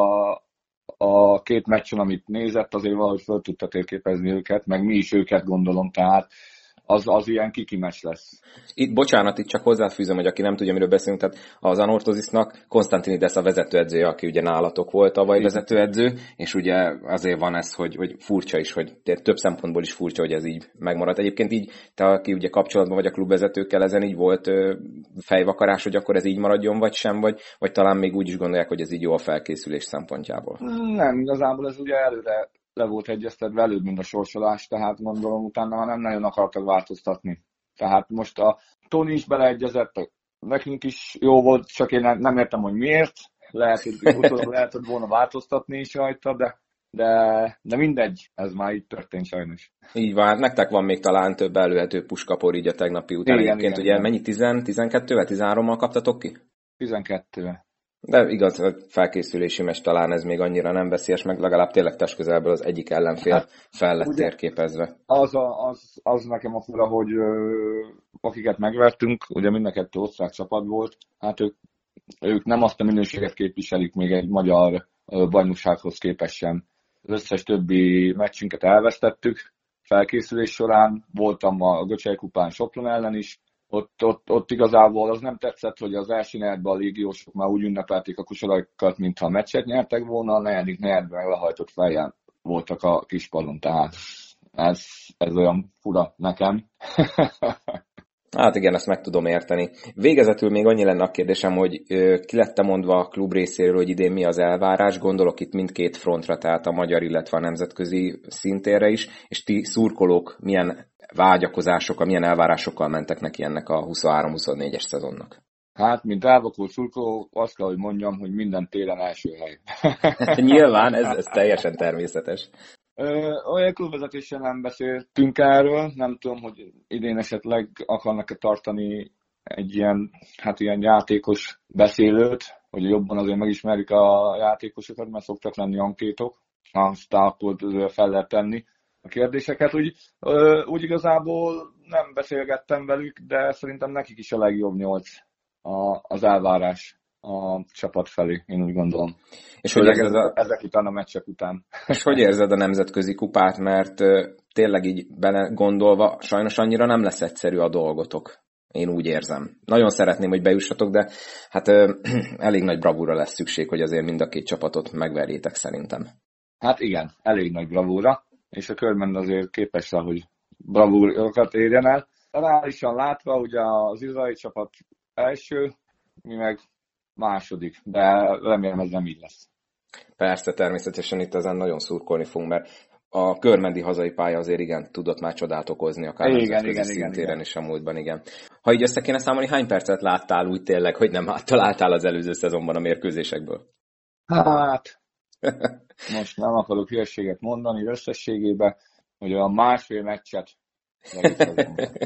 a 2 meccsen, amit nézett, azért valahogy föl tudta térképezni őket, meg mi is őket gondolom, tehát az ilyen kiki meccs lesz. Itt csak hozzáfűzöm, hogy aki nem tudja, miről beszélünk, tehát az Anortozisnak Konstantinides a vezetőedzője, aki ugye nálatok volt tavaly vezetőedző, és ugye azért van ez, hogy furcsa is, hogy több szempontból is furcsa, hogy ez így megmaradt. Egyébként így, te aki ugye kapcsolatban vagy a klubvezetőkkel, ezen így volt fejvakarás, hogy akkor ez így maradjon, vagy sem, vagy talán még úgy is gondolják, hogy ez így jó a felkészülés szempontjából? Nem, igazából ez ugye előre le volt egyeztetve előbb, mint a sorsolás, tehát gondolom utána nem nagyon akartak változtatni. Tehát most a Toni is beleegyezett, nekünk is jó volt, csak én nem értem, hogy miért. Lehet, hogy utólag lehetett volna változtatni is rajta, de mindegy, ez már így történt sajnos. Így van, nektek van még talán több előhető puskapor így a tegnapi után. Igen, ugye mennyi 12-vel, 13-mal kaptatok ki? 12-vel. De igaz, a felkészülési mes talán ez még annyira nem veszélyes, meg legalább tényleg testközelből az egyik ellenfél fel lett térképezve. Az nekem a fura, hogy akiket megvertünk, ugye mind a 2 osztrák csapat volt, hát ők nem azt a minőséget képviselik még egy magyar bajnoksághoz képesen. Az összes többi meccsünket elvesztettük felkészülés során, voltam a Göcsej kupán Sopron ellen is, ott igazából az nem tetszett, hogy az első negyedben a légiósok már úgy ünnepelték a kusaraikat, mintha a meccset nyertek volna, a negyedik negyedben lehajtott fejjel voltak a kispadon, tehát ez olyan fura nekem. Hát igen, ezt meg tudom érteni. Végezetül még annyi lenne a kérdésem, hogy ki lett mondva a klub részéről, hogy idén mi az elvárás, gondolok itt mindkét frontra, tehát a magyar, illetve a nemzetközi szintérre is, és ti szurkolók milyen vágyakozásokkal, milyen elvárásokkal mentek neki ennek a 23-24-es szezonnak? Hát, mint elvakult szurkoló, azt kell, hogy mondjam, hogy minden téren első hely. Nyilván, ez teljesen természetes. Olyan klubvezetéssel nem beszéltünk erről, nem tudom, hogy idén esetleg akarnak-e tartani egy ilyen játékos beszélőt, hogy jobban azért megismerjük a játékosokat, mert szoktak lenni ankétok, aztán akkor fel lehet tenni a kérdéseket. Úgy igazából nem beszélgettem velük, de szerintem nekik is a legjobb 8 az elvárás a csapat felé, én úgy gondolom. És hogy ezek után, a meccsek után. És hogy érzed a nemzetközi kupát, mert tényleg így bele gondolva sajnos annyira nem lesz egyszerű a dolgotok. Én úgy érzem. Nagyon szeretném, hogy bejussatok, de hát elég nagy bravúra lesz szükség, hogy azért mind a 2 csapatot megverjétek szerintem. Hát igen, elég nagy bravúra, és a Körmend azért képes rá, hogy bravúrokat érjen el. Reálisan látva, ugye az izraeli csapat első, mi meg második, de remélem ez nem így lesz. Persze, természetesen itt ezen nagyon szurkolni fogunk, mert a körmendi hazai pálya azért igen tudott már csodát okozni, akár nemzetközi szintéren is a múltban, igen. Ha így össze kéne számolni, hány percet láttál úgy tényleg, hogy nem találtál az előző szezonban a mérkőzésekből? Hát, most nem akarok hülyeséget mondani összességében, hogy a másfél meccset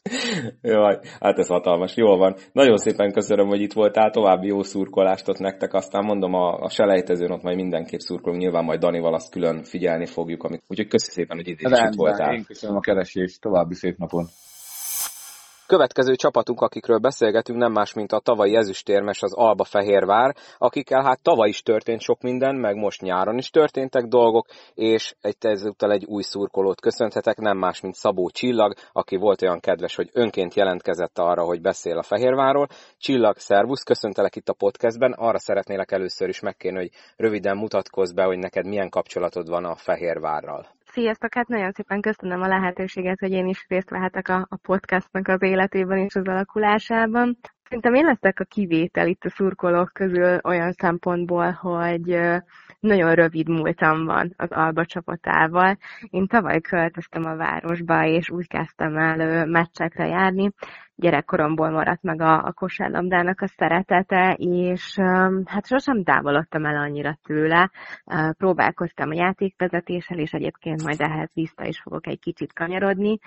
Jaj, hát ez hatalmas. Jól van. Nagyon szépen köszönöm, hogy itt voltál. További jó szurkolást ott nektek. Aztán mondom, a selejtezőn ott majd mindenképp szurkolunk. Nyilván majd Danival azt külön figyelni fogjuk. Úgyhogy köszi szépen, hogy idén is itt voltál. Én köszönöm a keresést. További szép napon. Következő csapatunk, akikről beszélgetünk, nem más, mint a tavalyi ezüstérmes, az Alba Fehérvár, akikkel hát tavaly is történt sok minden, meg most nyáron is történtek dolgok, és ezúttal egy új szurkolót köszönhetek, nem más, mint Szabó Csillag, aki volt olyan kedves, hogy önként jelentkezett arra, hogy beszél a Fehérvárról. Csillag, szervusz, köszöntelek itt a podcastben, arra szeretnélek először is megkérni, hogy röviden mutatkozz be, hogy neked milyen kapcsolatod van a Fehérvárral. Sziasztok, hát nagyon szépen köszönöm a lehetőséget, hogy én is részt vehetek a podcastnak az életében és az alakulásában. Szerintem én leszek a kivétel itt a szurkolók közül olyan szempontból, hogy nagyon rövid múltam van az Alba csapatával. Én tavaly költöztem a városba, és úgy kezdtem el meccsekre járni. Gyerekkoromból maradt meg a kosárlabdának a szeretete, és hát sosem távolodtam el annyira tőle. Próbálkoztam a játékvezetéssel, és egyébként majd ehhez vissza is fogok egy kicsit kanyarodni,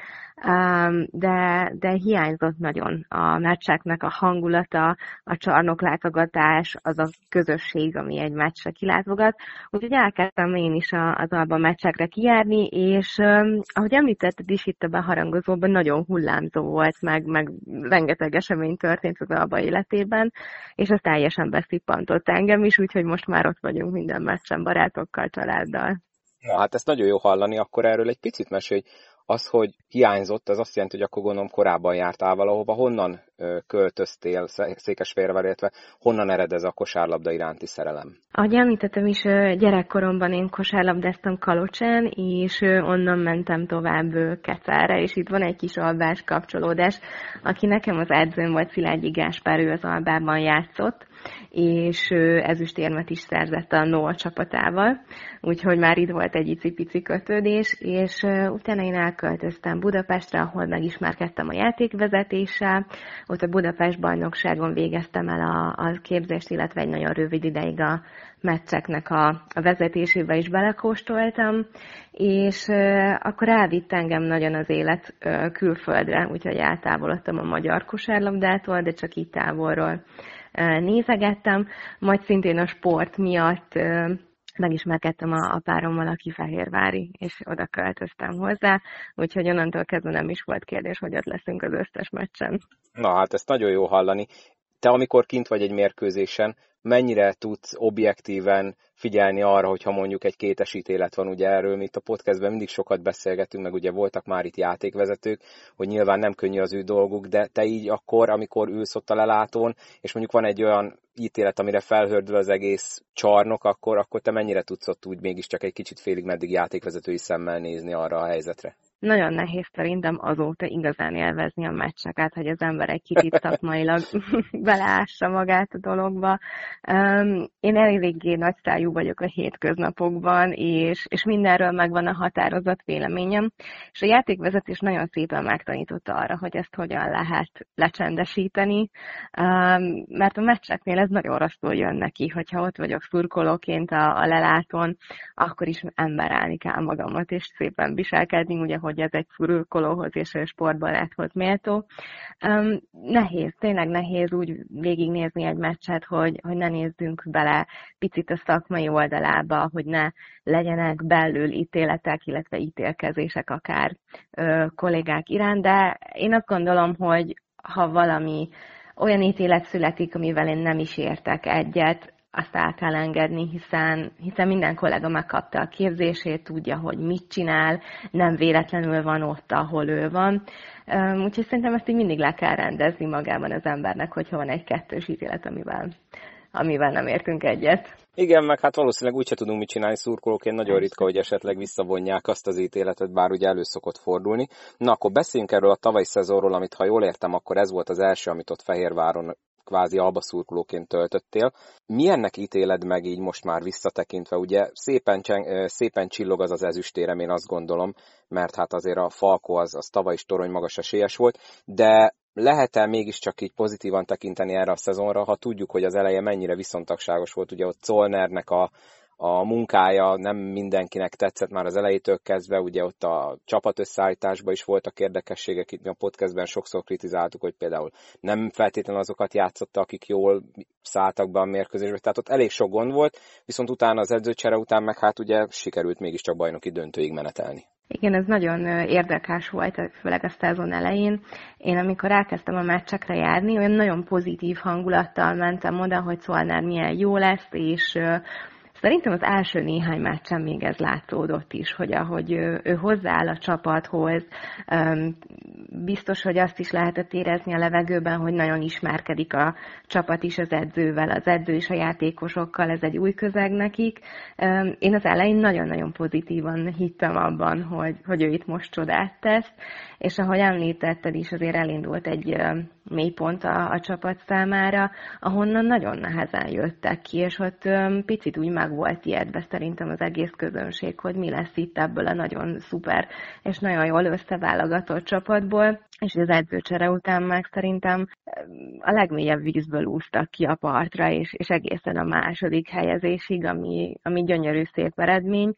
de hiányzott nagyon a meccseknek a hangulata, a csarnoklátogatás, az a közösség, ami egy meccsre kilátogat. Úgyhogy elkezdtem én is az Alba meccsekre kijárni, és ahogy említetted is itt a beharangozóban, nagyon hullámzó volt, meg rengeteg esemény történt az Alba életében, és az teljesen beszippantott engem is, úgyhogy most már ott vagyunk minden meccsen, barátokkal, családdal. Na, hát ezt nagyon jó hallani, akkor erről egy picit mesélj. Az, hogy hiányzott, az azt jelenti, hogy akkor gondolom korábban jártál valahova. Honnan költöztél Székesfehérvárra, illetve honnan ered ez a kosárlabda iránti szerelem? Ahogy említettem is, gyerekkoromban én kosárlabdáztam Kalocsán, és onnan mentem tovább Kecelre, és itt van egy kis albás kapcsolódás, aki nekem az edzőm volt, Szilágyi Gáspár, ő az Albában játszott, és ezüstérmet is szerzett a NOA csapatával, úgyhogy már itt volt egy icipici kötődés, és utána én elköltöztem Budapestre, ahol megismerkedtem a játékvezetéssel, ott a Budapest bajnokságon végeztem el a képzést, illetve egy nagyon rövid ideig a meccseknek a vezetésébe is belekóstoltam, és akkor elvitt engem nagyon az élet külföldre, úgyhogy eltávolodtam a magyar kosárlabdától, de csak így távolról nézegettem, majd szintén a sport miatt megismerkedtem a párommal, aki fehérvári, és oda költöztem hozzá, úgyhogy onnantól kezdve nem is volt kérdés, hogy ott leszünk az összes meccsen. Na hát ezt nagyon jó hallani. Te amikor kint vagy egy mérkőzésen, mennyire tudsz objektíven figyelni arra, hogyha mondjuk egy kétes ítélet van, ugye erről mi itt a podcastben mindig sokat beszélgetünk, meg ugye voltak már itt játékvezetők, hogy nyilván nem könnyű az ő dolguk, de te így akkor, amikor ülsz ott a lelátón, és mondjuk van egy olyan ítélet, amire felhördül az egész csarnok, akkor te mennyire tudsz ott úgy mégiscsak egy kicsit félig meddig játékvezetői szemmel nézni arra a helyzetre? Nagyon nehéz szerintem azóta igazán élvezni a meccseket, hogy az ember egy kicsit szakmailag beleássa magát a dologba. Én eléggé nagyszájú vagyok a hétköznapokban, és mindenről megvan a határozott véleményem, és a játékvezetés nagyon szépen megtanította arra, hogy ezt hogyan lehet lecsendesíteni, mert a meccseknél ez nagyon rosszul jön neki, hogyha ott vagyok szurkolóként a lelátón, akkor is emberelni kell magamat, és szépen viselkedni, ugye, hogy ez egy szurkolóhoz és sportbaráthoz méltó. Nehéz, tényleg nehéz úgy végignézni egy meccset, hogy ne nézzünk bele picit a szakmai oldalába, hogy ne legyenek belül ítéletek, illetve ítélkezések akár kollégák iránt, de én azt gondolom, hogy ha valami olyan ítélet születik, amivel én nem is értek egyet, azt el kell engedni, hiszen minden kollega megkapta a képzését, tudja, hogy mit csinál, nem véletlenül van ott, ahol ő van. Úgyhogy szerintem ezt így mindig le kell rendezni magában az embernek, hogyha van egy kettős ítélet, amivel nem értünk egyet. Igen, meg hát valószínűleg úgyse tudunk mit csinálni szurkolóként, nagyon ritka, hogy esetleg visszavonják azt az ítéletet, bár ugye elő szokott fordulni. Na, akkor beszéljünk erről a tavalyi szezonról, amit ha jól értem, akkor ez volt az első, amit ott Fehérváron kvázi Alba szurkolóként töltöttél. Milyennek ítéled meg így most már visszatekintve? Ugye szépen csillog az ezüstérem, én azt gondolom, mert hát azért a Falko az tavaly is torony magas esélyes volt, de lehet-e mégiscsak így pozitívan tekinteni erre a szezonra, ha tudjuk, hogy az eleje mennyire viszontagságos volt, ugye ott Zollnernek a a munkája nem mindenkinek tetszett már az elejétől kezdve, ugye ott a csapatösszeállításban is voltak érdekességek, itt mi a podcastben sokszor kritizáltuk, hogy például nem feltétlenül azokat játszotta, akik jól szálltak be a mérkőzésbe, tehát ott elég sok gond volt, viszont utána az edzőcsere után meg hát ugye sikerült mégiscsak bajnoki döntőig menetelni. Igen, ez nagyon érdekes volt, főleg a szezon elején. Én amikor elkezdtem a meccsekre járni, olyan nagyon pozitív hangulattal mentem oda, hogy Szolnár milyen jó lesz, és szerintem az első néhány meccsen még ez látszódott is, hogy ahogy ő hozzááll a csapathoz, biztos, hogy azt is lehetett érezni a levegőben, hogy nagyon ismerkedik a csapat is az edzővel, az edző is a játékosokkal, ez egy új közeg nekik. Én az elején nagyon-nagyon pozitívan hittem abban, hogy ő itt most csodát tesz, és ahogy említetted is, azért elindult egy mélypont a csapat számára, ahonnan nagyon nehezen jöttek ki, és ott picit úgy meg volt ijedve szerintem az egész közönség, hogy mi lesz itt ebből a nagyon szuper és nagyon jól összeválogatott csapatból, és az edzőcsere után meg szerintem a legmélyebb vízből úsztak ki a partra, és egészen a második helyezésig, ami gyönyörű szép eredmény.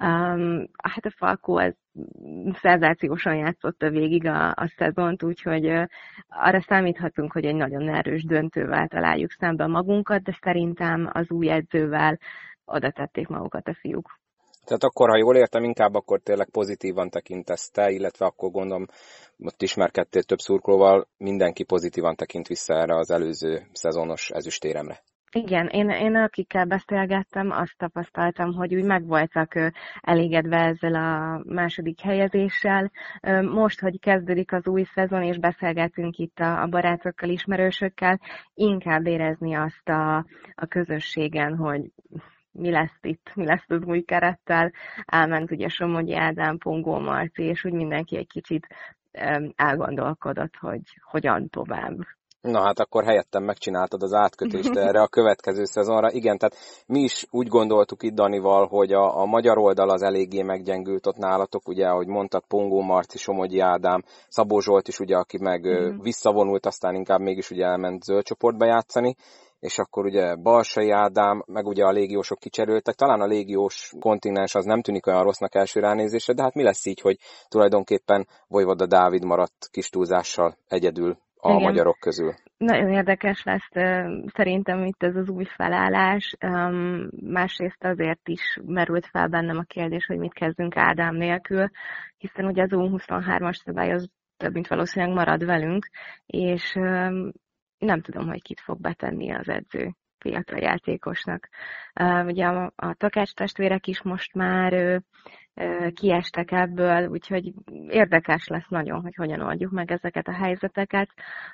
Hát a Falkó az szenzációsan játszotta végig a szezont, úgyhogy arra számíthatunk, hogy egy nagyon erős döntővel találjuk szembe magunkat, de szerintem az új edzővel oda tették magukat a fiúk. Tehát akkor, ha jól értem, inkább akkor tényleg pozitívan tekintesz te, illetve akkor gondolom, ott ismerkedtél több szurkolóval, mindenki pozitívan tekint vissza erre az előző szezonos ezüstéremre. Igen, én akikkel beszélgettem, azt tapasztaltam, hogy úgy meg voltak elégedve ezzel a második helyezéssel. Most, hogy kezdődik az új szezon, és beszélgetünk itt a barátokkal, ismerősökkel, inkább érezni azt a közösségen, hogy mi lesz itt, mi lesz az új kerettel. Elment ugye Somogyi Ádám, Pongó Marci, és úgy mindenki egy kicsit elgondolkodott, hogy hogyan tovább. Na hát akkor helyettem megcsináltad az átkötést erre a következő szezonra. Igen, tehát mi is úgy gondoltuk itt Danival, hogy a magyar oldal az eléggé meggyengült ott nálatok, ugye, ahogy mondtad, Pongó Marci, Somogyi Ádám, Szabó Zsolt is, ugye, aki meg visszavonult, aztán inkább mégis ugye elment zöld csoportba játszani, és akkor ugye Balsai Ádám, meg ugye a légiósok kicseréltek. Talán a légiós kontinens az nem tűnik olyan rossznak első ránézésre, de hát mi lesz így, hogy tulajdonképpen Vojvoda Dávid maradt kis túlzással egyedül a Igen. magyarok közül. Nagyon érdekes lesz szerintem itt ez az új felállás. Másrészt azért is merült fel bennem a kérdés, hogy mit kezdünk Ádám nélkül, hiszen ugye az U23-as szabály az több mint valószínűleg marad velünk, és nem tudom, hogy kit fog betenni az edző fiatal játékosnak. Ugye a Takács testvérek is most már kiestek ebből, úgyhogy érdekes lesz nagyon, hogy hogyan oldjuk meg ezeket a helyzeteket.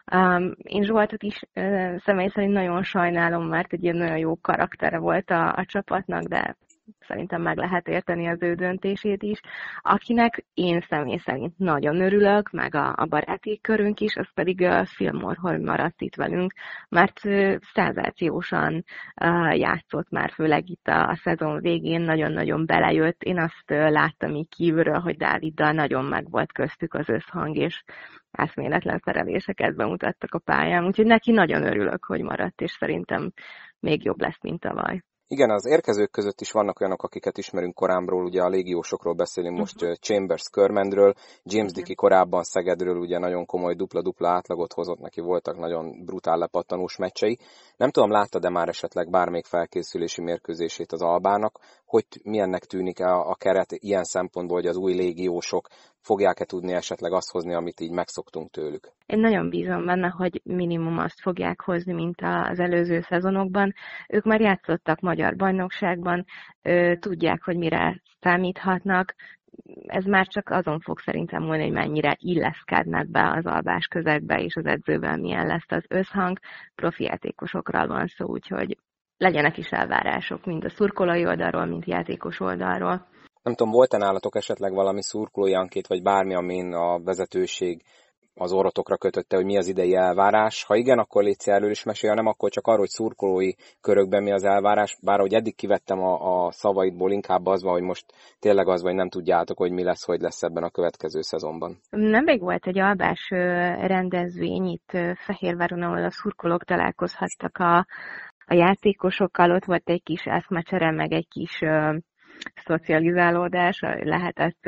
Én Zsoltot is személy szerint nagyon sajnálom, mert egy ilyen nagyon jó karaktere volt a csapatnak, de szerintem meg lehet érteni az ő döntését is. Akinek én személy szerint nagyon örülök, meg a baráti körünk is, az pedig Fillmore, hogy maradt itt velünk, mert szenzációsan játszott már, főleg itt a szezon végén, nagyon-nagyon belejött. Én azt láttam így kívülről, hogy Dáviddal nagyon meg volt köztük az összhang, és eszméletlen szereléseket bemutattak a pályán, úgyhogy neki nagyon örülök, hogy maradt, és szerintem még jobb lesz, mint tavaly. Igen, az érkezők között is vannak olyanok, akiket ismerünk korábbról, ugye a légiósokról beszélünk most, Chambers Körmendről, James Dickey korábban Szegedről, ugye nagyon komoly dupla-dupla átlagot hozott, neki voltak nagyon brutál lepattanós meccsei. Nem tudom, láttad-e már esetleg bármelyik felkészülési mérkőzését az Albának, hogy milyennek tűnik a keret ilyen szempontból, hogy az új légiósok fogják-e tudni esetleg azt hozni, amit így megszoktunk tőlük? Én nagyon bízom benne, hogy minimum azt fogják hozni, mint az előző szezonokban. Ők már játszottak magyar bajnokságban, tudják, hogy mire számíthatnak. Ez már csak azon fog szerintem múlni, hogy mennyire illeszkednek be az albás közegbe, és az edzővel milyen lesz az összhang. Profi játékosokról van szó, úgyhogy legyenek is elvárások, mind a szurkolói oldalról, mind játékos oldalról. Nem tudom, volt-e nálatok esetleg valami szurkolói ankét, vagy bármi, amin a vezetőség az orrotokra kötötte, hogy mi az idei elvárás? Ha igen, akkor légy erről is mesél, ha nem, akkor csak arról, hogy szurkolói körökben mi az elvárás, bár ahogy eddig kivettem a szavaidból, inkább az van, hogy most tényleg az, vagy nem tudjátok, hogy mi lesz, hogy lesz ebben a következő szezonban. Nemrég volt egy albás rendezvény itt Fehérváron, ahol a szurkolók találkozhattak a játékosokkal, ott volt egy kis eszmecsere, meg egy kis szocializálódás, lehetett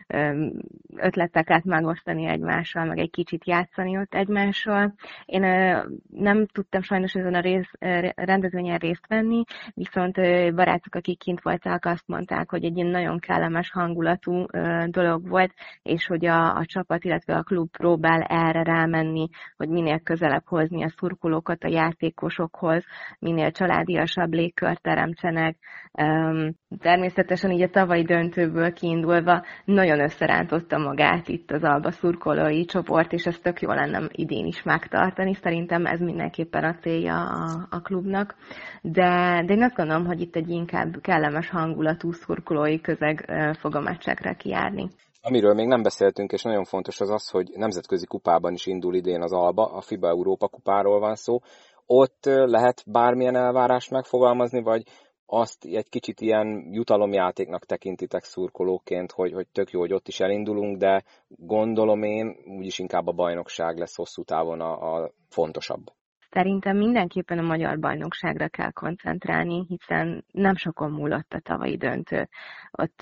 ötleteket megosztani egymással, meg egy kicsit játszani ott egymással. Én nem tudtam sajnos ezen a rendezvényen részt venni, viszont barátok, akik kint voltak, azt mondták, hogy egy ilyen nagyon kellemes hangulatú dolog volt, és hogy a csapat, illetve a klub próbál erre rámenni, hogy minél közelebb hozni a szurkolókat a játékosokhoz, minél családiasabb légkört teremtsenek. Természetesen így a tavalyi döntőből kiindulva nagyon összerántotta magát itt az Alba szurkolói csoport, és ezt tök jó lenne idén is megtartani. Szerintem ez mindenképpen a célja a klubnak. De én azt gondolom, hogy itt egy inkább kellemes hangulatú szurkolói közeg fog a meccsekre kijárni. Amiről még nem beszéltünk, és nagyon fontos az, hogy nemzetközi kupában is indul idén az Alba, a FIBA Európa kupáról van szó. Ott lehet bármilyen elvárást megfogalmazni, vagy azt egy kicsit ilyen jutalomjátéknak tekintitek szurkolóként, hogy tök jó, hogy ott is elindulunk, de gondolom én, úgyis inkább a bajnokság lesz hosszú távon a fontosabb. Szerintem mindenképpen a magyar bajnokságra kell koncentrálni, hiszen nem sokon múlott a tavalyi döntő. Ott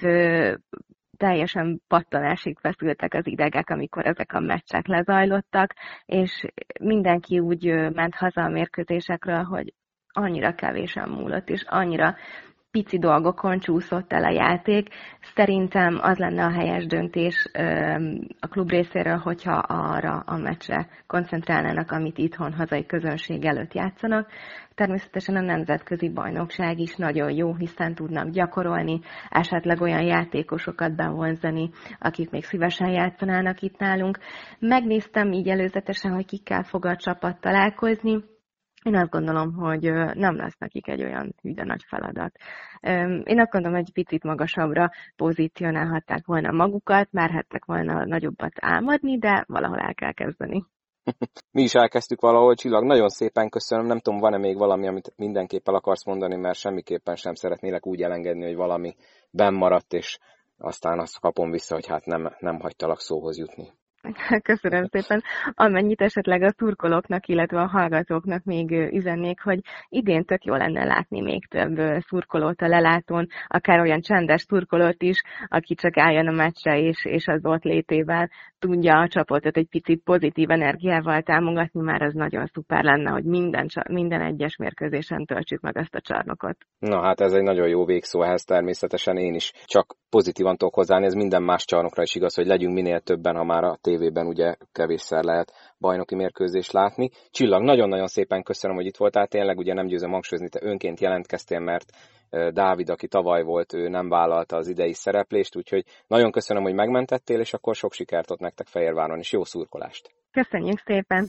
teljesen pattanásig feszültek az idegek, amikor ezek a meccsek lezajlottak, és mindenki úgy ment haza a mérkőzésekről, hogy annyira kevésen múlott, és annyira pici dolgokon csúszott el a játék. Szerintem az lenne a helyes döntés a klub részéről, hogyha arra a meccsre koncentrálnának, amit itthon hazai közönség előtt játszanak. Természetesen a nemzetközi bajnokság is nagyon jó, hiszen tudnak gyakorolni, esetleg olyan játékosokat bevonzani, akik még szívesen játszanának itt nálunk. Megnéztem így előzetesen, hogy kikkel fog a csapat találkozni. Én azt gondolom, hogy nem lesz nekik egy olyan hű de nagy feladat. Én azt gondolom, hogy egy picit magasabbra pozícionálhatták volna magukat, merhettek volna nagyobbat álmodni, de valahol el kell kezdeni. Mi is elkezdtük valahol, Csillag, nagyon szépen köszönöm. Nem tudom, van-e még valami, amit mindenképp el akarsz mondani, mert semmiképpen sem szeretnélek úgy elengedni, hogy valami benn maradt, és aztán azt kapom vissza, hogy hát nem hagytalak szóhoz jutni. Köszönöm szépen. Amennyit esetleg a szurkolóknak, illetve a hallgatóknak még üzennék, hogy idén tök jó lenne látni még több szurkolót a lelátón, akár olyan csendes szurkolót is, aki csak álljon a meccsre, és az ott létével tudja a csapatot egy picit pozitív energiával támogatni, már az nagyon szuper lenne, hogy minden egyes mérkőzésen töltsük meg ezt a csarnokot. Na hát ez egy nagyon jó végszó, ehhez természetesen én is csak pozitívan tudok hozzáállni, ez minden más csarnokra is igaz, hogy legyünk minél többen, ha már a tévében ugye kevésszer lehet bajnoki mérkőzést látni. Csillag, nagyon-nagyon szépen köszönöm, hogy itt voltál, tényleg ugye nem győzöm hangsúlyozni, te önként jelentkeztél, mert Dávid, aki tavaly volt, ő nem vállalta az idei szereplést, úgyhogy nagyon köszönöm, hogy megmentettél, és akkor sok sikert ott nektek Fehérváron, és jó szurkolást! Köszönjük szépen!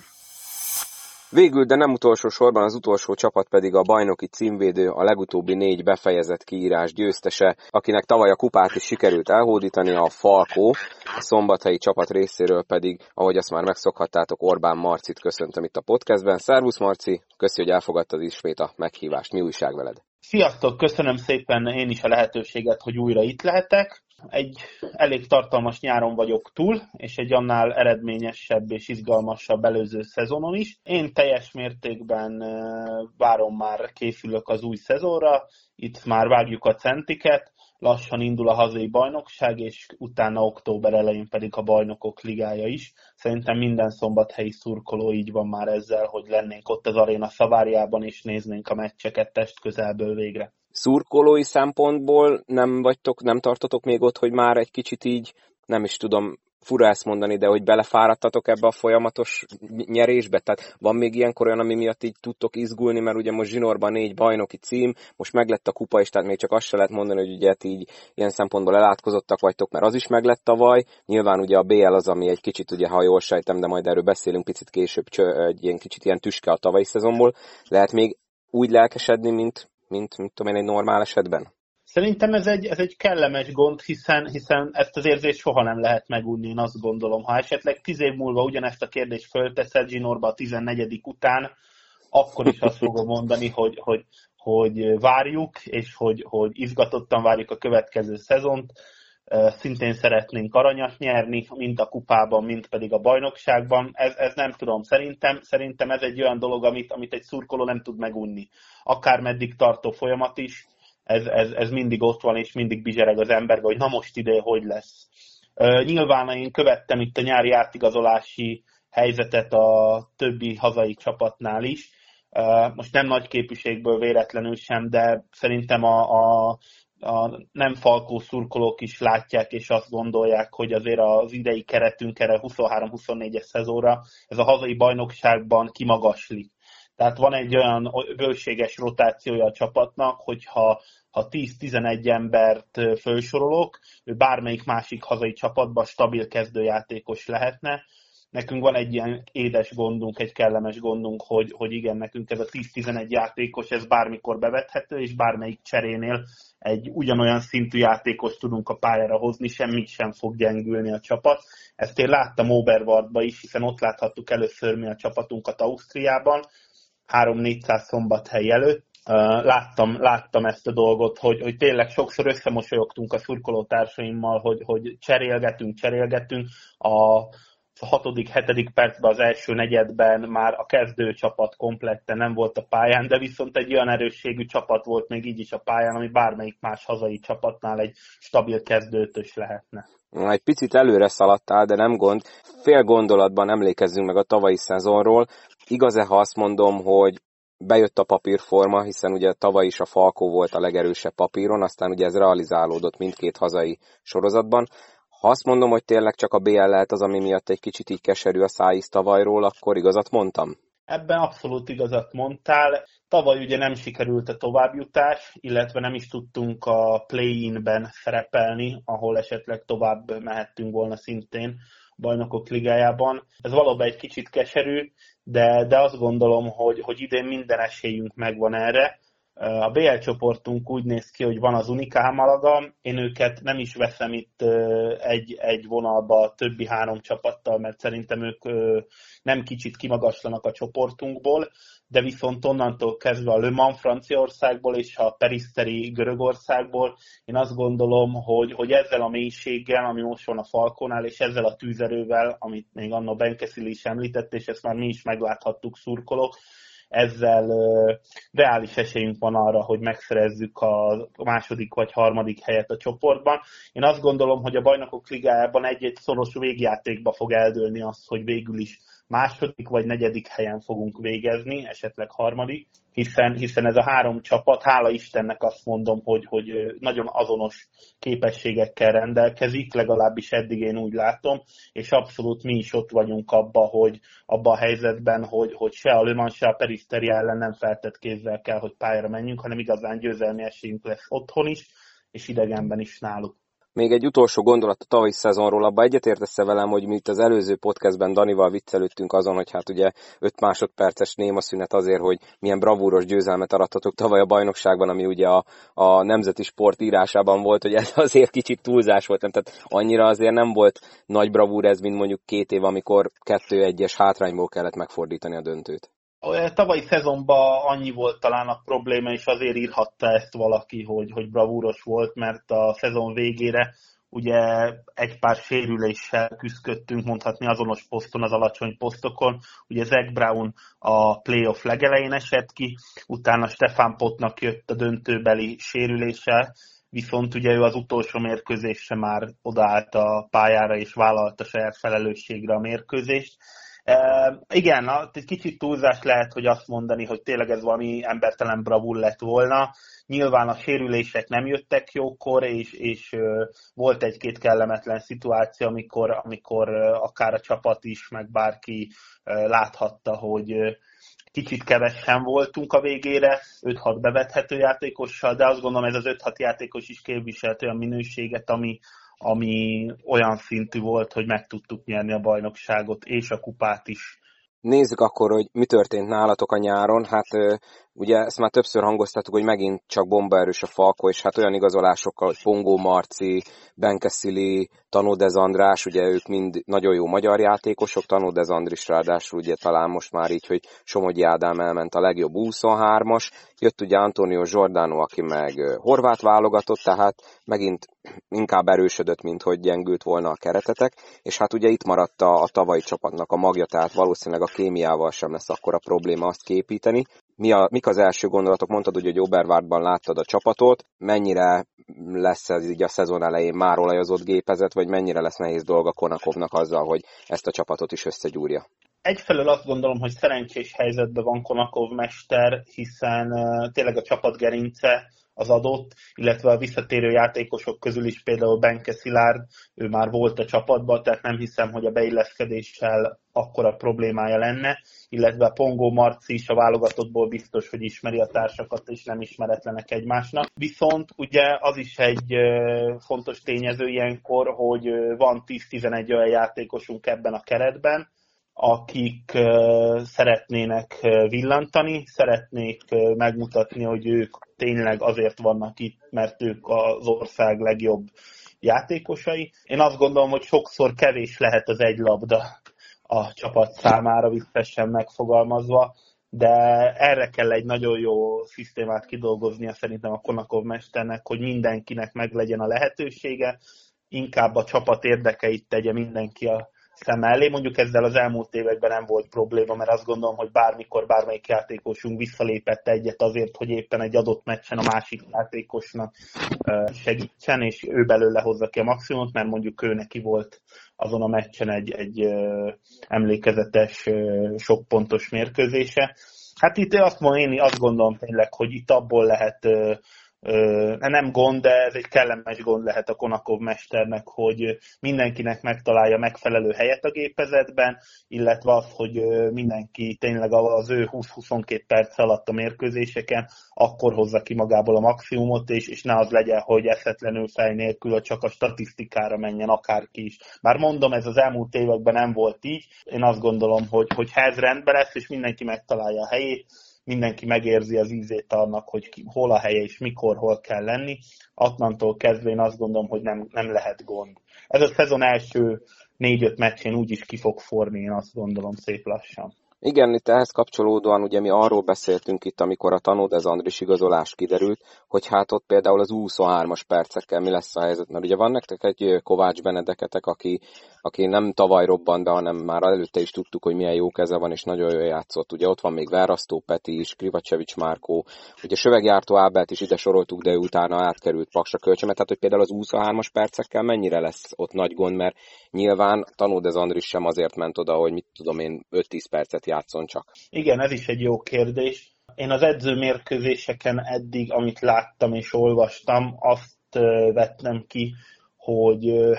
Végül, de nem utolsó sorban, az utolsó csapat pedig a bajnoki címvédő, a legutóbbi 4 befejezett kiírás győztese, akinek tavaly a kupát is sikerült elhódítani, a Falkó, a szombathelyi csapat részéről pedig, ahogy azt már megszokhattátok, Orbán Marcit köszöntöm itt a podcastben. Szervusz Marci, köszi, hogy elfogadtad ismét a meghívást. Mi újság veled? Sziasztok, köszönöm szépen én is a lehetőséget, hogy újra itt lehetek. Egy elég tartalmas nyáron vagyok túl, és egy annál eredményesebb és izgalmasabb előző szezonon is. Én teljes mértékben várom, már készülök az új szezonra, itt már vágjuk a centiket, lassan indul a hazai bajnokság, és utána október elején pedig a bajnokok ligája is. Szerintem minden szombathelyi szurkoló így van már ezzel, hogy lennénk ott az aréna Szavárjában, és néznénk a meccseket testközelből végre. Szurkolói szempontból nem tartotok még ott, hogy már egy kicsit így, nem is tudom, fura ezt mondani, de hogy belefáradtatok ebbe a folyamatos nyerésbe? Tehát van még ilyenkor olyan, ami miatt így tudtok izgulni, mert ugye most zsinórban 4 bajnoki cím, most meglett a kupa is, tehát még csak azt se lehet mondani, hogy ugye így ilyen szempontból elátkozottak vagytok, mert az is meglett tavaly. Nyilván ugye a BL az, ami egy kicsit, ugye, ha jól sejtem, de majd erről beszélünk picit később, egy ilyen kicsit ilyen tüske a tavalyi szezonból. Lehet még úgy lelkesedni, mint tudom én, egy normál esetben? Szerintem ez egy kellemes gond, hiszen ezt az érzést soha nem lehet megunni, én azt gondolom. Ha esetleg 10 év múlva ugyanezt a kérdést fölteszed zsinórba a 14. után, akkor is azt fogom mondani, hogy várjuk, és hogy izgatottan várjuk a következő szezont. szintén szeretnénk aranyat nyerni, mind a kupában, mind pedig a bajnokságban. Ez nem tudom, szerintem ez egy olyan dolog, amit egy szurkoló nem tud megunni. Akármeddig tartó folyamat is, ez mindig ott van, és mindig bizsereg az emberbe, hogy na most ide hogy lesz. Nyilván én követtem itt a nyári átigazolási helyzetet a többi hazai csapatnál is. Most nem nagy képviségből véletlenül sem, de szerintem a nem Falkó szurkolók is látják, és azt gondolják, hogy azért az idei keretünk erre 23-24-es szezonra ez a hazai bajnokságban kimagaslik. Tehát van egy olyan bőséges rotációja a csapatnak, hogyha 10-11 embert felsorolok, ő bármelyik másik hazai csapatban stabil kezdőjátékos lehetne. Nekünk van egy ilyen édes gondunk, egy kellemes gondunk, hogy igen, nekünk ez a 10-11 játékos, ez bármikor bevethető, és bármelyik cserénél egy ugyanolyan szintű játékos tudunk a pályára hozni, semmit sem fog gyengülni a csapat. Ezt én láttam Oberwaldban is, hiszen ott láthattuk először mi a csapatunkat Ausztriában, 3-400 Szombathely előtt. Láttam ezt a dolgot, hogy tényleg sokszor összemosolyogtunk a szurkolótársaimmal, hogy cserélgetünk. A 6.-7. percben az első negyedben már a kezdőcsapat kompletten nem volt a pályán, de viszont egy olyan erősségű csapat volt még így is a pályán, ami bármelyik más hazai csapatnál egy stabil kezdőtös lehetne. Egy picit előre szaladtál, de nem gond. Fél gondolatban emlékezzünk meg a tavalyi szezonról. Igaz-e, ha azt mondom, hogy bejött a papírforma, hiszen ugye tavaly is a Falkó volt a legerősebb papíron, aztán ugye ez realizálódott mindkét hazai sorozatban. Ha azt mondom, hogy tényleg csak a BL lehet az, ami miatt egy kicsit így keserű a szájíz tavalyról, akkor igazat mondtam? Ebben abszolút igazat mondtál. Tavaly ugye nem sikerült a továbbjutás, illetve nem is tudtunk a play-inben szerepelni, ahol esetleg tovább mehettünk volna szintén a Bajnokok Ligájában. Ez valóban egy kicsit keserű, de azt gondolom, hogy idén minden esélyünk megvan erre. A BL csoportunk úgy néz ki, hogy van az Unicá Malaga, én őket nem is veszem itt egy vonalba a többi 3 csapattal, mert szerintem ők nem kicsit kimagaslanak a csoportunkból, de viszont onnantól kezdve a Le Mans Franciaországból és a Peristeri Görögországból, én azt gondolom, hogy ezzel a mélységgel, ami most van a Falkónál, és ezzel a tűzerővel, amit még anno Benkeszili is említett, és ezt már mi is megláthattuk szurkolók, ezzel reális esélyünk van arra, hogy megszerezzük a második vagy harmadik helyet a csoportban. Én azt gondolom, hogy a Bajnokok Ligájában egy-egy szoros végjátékba fog eldőlni az, hogy végül is második vagy negyedik helyen fogunk végezni, esetleg harmadik, hiszen ez a 3 csapat, hála Istennek azt mondom, hogy nagyon azonos képességekkel rendelkezik, legalábbis eddig én úgy látom, és abszolút mi is ott vagyunk abban a helyzetben, hogy se a Le Mans, se a Peristeri ellen nem feltett kézzel kell, hogy pályára menjünk, hanem igazán győzelmi esélyünk lesz otthon is, és idegenben is náluk. Még egy utolsó gondolat a tavalyi szezonról, abban egyetértesz-e velem, hogy mi itt az előző podcastben Danival viccelődtünk azon, hogy hát ugye 5 másodperces néma szünet azért, hogy milyen bravúros győzelmet arattatok tavaly a bajnokságban, ami ugye a Nemzeti Sport írásában volt, hogy ez azért kicsit túlzás volt, tehát annyira azért nem volt nagy bravúr ez, mint mondjuk 2 év, amikor 2-1-es hátrányból kellett megfordítani a döntőt. Tavalyi szezonban annyi volt talán a probléma, és azért írhatta ezt valaki, hogy bravúros volt, mert a szezon végére ugye egy pár sérüléssel küzdöttünk, mondhatni azonos poszton, az alacsony posztokon. Ugye Zach Brown a playoff legelején esett ki, utána Stefan Pottnak jött a döntőbeli sérülése, viszont ugye ő az utolsó mérkőzésre már odaállt a pályára, és vállalta saját felelősségre a mérkőzést. Igen, egy kicsit túlzás lehet, hogy azt mondani, hogy tényleg ez valami embertelen bravúr lett volna. Nyilván a sérülések nem jöttek jókor, és volt egy-két kellemetlen szituáció, amikor akár a csapat is, meg bárki láthatta, hogy kicsit kevesen voltunk a végére, 5-6 bevethető játékossal, de azt gondolom ez az 5-6 játékos is képviselt olyan minőséget, ami olyan szintű volt, hogy meg tudtuk nyerni a bajnokságot és a kupát is. Nézzük akkor, hogy mi történt nálatok a nyáron. Hát ugye ezt már többször hangoztattuk, hogy megint csak bombaerős a Falkó, és hát olyan igazolásokkal, hogy Pongó Marci, Benkeszili, Tanodez András, ugye ők mind nagyon jó magyar játékosok, Tanodez Andris ráadásul ugye talán most már így, hogy Somogyi Ádám elment a legjobb 23-as, jött ugye Antonio Giordano, aki meg horvát válogatott, tehát megint inkább erősödött, mint hogy gyengült volna a keretetek, és hát ugye itt maradt a tavalyi csapatnak a magja, tehát valószínűleg a kémiával sem lesz akkora probléma azt képíteni. Mik az első gondolatok? Mondtad ugye, hogy Oberwártban láttad a csapatot, mennyire lesz ez így a szezon elején már olajozott gépezet, vagy mennyire lesz nehéz dolga Konakovnak azzal, hogy ezt a csapatot is összegyúrja? Egyfelől azt gondolom, hogy szerencsés helyzetben van Konakov mester, hiszen tényleg a csapat gerince az adott, illetve a visszatérő játékosok közül is például Benke Szilárd, ő már volt a csapatban, tehát nem hiszem, hogy a beilleszkedéssel akkora problémája lenne, illetve a Pongó Marci is a válogatottból biztos, hogy ismeri a társakat, és nem ismeretlenek egymásnak. Viszont ugye az is egy fontos tényező ilyenkor, hogy van 10-11 olyan játékosunk ebben a keretben, akik szeretnének villantani, szeretnék megmutatni, hogy ők tényleg azért vannak itt, mert ők az ország legjobb játékosai. Én azt gondolom, hogy sokszor kevés lehet az egy labda a csapat számára, viccesen megfogalmazva, de erre kell egy nagyon jó szisztémát kidolgoznia szerintem a Konakov mesternek, hogy mindenkinek meglegyen a lehetősége, inkább a csapat érdekeit tegye mindenki a szem elé. Mondjuk ezzel az elmúlt években nem volt probléma, mert azt gondolom, hogy bármikor bármelyik játékosunk visszalépett egyet azért, hogy éppen egy adott meccsen a másik játékosnak segítsen, és ő belőle hozza ki a maximumot, mert mondjuk ő neki volt azon a meccsen egy emlékezetes, sok pontos mérkőzése. Hát itt én azt gondolom tényleg, hogy itt abból lehet nem gond, de ez egy kellemes gond lehet a Konakov mesternek, hogy mindenkinek megtalálja megfelelő helyet a gépezetben, illetve az, hogy mindenki tényleg az ő 20-22 perc alatt a mérkőzéseken akkor hozza ki magából a maximumot, és ne az legyen, hogy eszetlenül fej nélkül csak a statisztikára menjen akárki is. Bár mondom, ez az elmúlt években nem volt így. Én azt gondolom, hogy ha ez rendben lesz, és mindenki megtalálja a helyét, mindenki megérzi az ízét annak, hogy hol a helye és mikor, hol kell lenni, attantól kezdve én azt gondolom, hogy nem lehet gond. Ez a szezon első 4-5 meccsén úgyis ki fog forni, én azt gondolom szép lassan. Igen, itt ehhez kapcsolódóan ugye mi arról beszéltünk itt, amikor a Tanode Andris igazolás kiderült, hogy hát ott például az U23-as percekkel mi lesz a helyzet, mert ugye van nektek egy Kovács Benedeketek, aki nem tavaly robbant be, hanem már előtte is tudtuk, hogy milyen jó keze van, és nagyon jól játszott. Ugye ott van még Verasztó Peti is, Krivacsevics Márkó, ugye Söveggyártó Ábelt is ide soroltuk, de ő utána átkerült Paksra Kölcsömet, tehát hogy például az U23-as percekkel mennyire lesz ott nagy gond, mert nyilván Tanode Andris sem azért ment oda, hogy mit tudom én 5-10 percet játszon csak. Igen, ez is egy jó kérdés. Én az edzőmérkőzéseken eddig, amit láttam és olvastam, azt vettem ki, hogy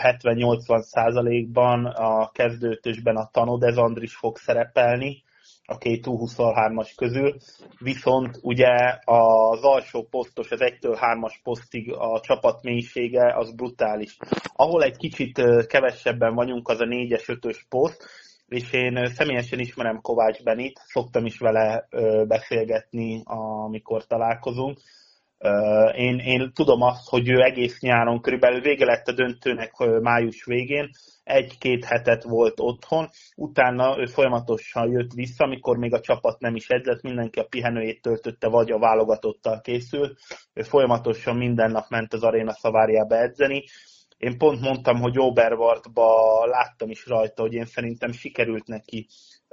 70-80%-ban a kezdőtösben a Tanode Andris fog szerepelni a két U23-as közül, viszont ugye az alsó posztos, az 1-től 3-as posztig a csapat mélysége az brutális. Ahol egy kicsit kevesebben vagyunk, az a 4-es, 5-ös poszt, és én személyesen ismerem Kovács Benit, szoktam is vele beszélgetni, amikor találkozunk. Én tudom azt, hogy ő egész nyáron, körülbelül vége lett a döntőnek május végén, 1-2 hetet volt otthon, utána ő folyamatosan jött vissza, amikor még a csapat nem is edzett, mindenki a pihenőjét töltötte, vagy a válogatottal készült. Ő folyamatosan minden nap ment az Aréna Szaváriába edzeni. Én pont mondtam, hogy Oberwártba láttam is rajta, hogy én szerintem sikerült neki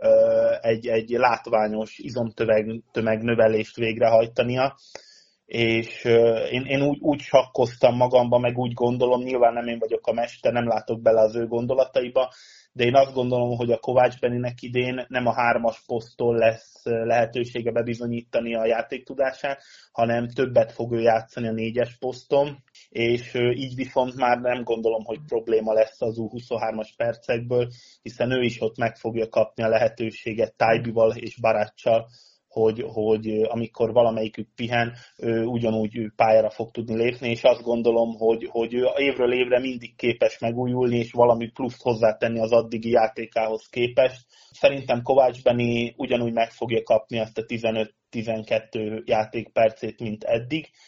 egy látványos izomtömegnövelést végrehajtania, és én úgy sakkoztam magamba, meg úgy gondolom, nyilván nem én vagyok a mester, nem látok bele az ő gondolataiba, de én azt gondolom, hogy a Kovács Beninek idén nem a 3-as poszttól lesz lehetősége bebizonyítani a játéktudását, hanem többet fog ő játszani a 4-es poszton, és így viszont már nem gondolom, hogy probléma lesz az U23-as percekből, hiszen ő is ott meg fogja kapni a lehetőséget Tajbival és Baráccsal, hogy amikor valamelyikük pihen, ő ugyanúgy pályára fog tudni lépni, és azt gondolom, hogy ő évről évre mindig képes megújulni, és valami pluszt hozzátenni az addigi játékához képest. Szerintem Kovács Beni ugyanúgy meg fogja kapni azt a 15-12 játékpercét, mint eddig,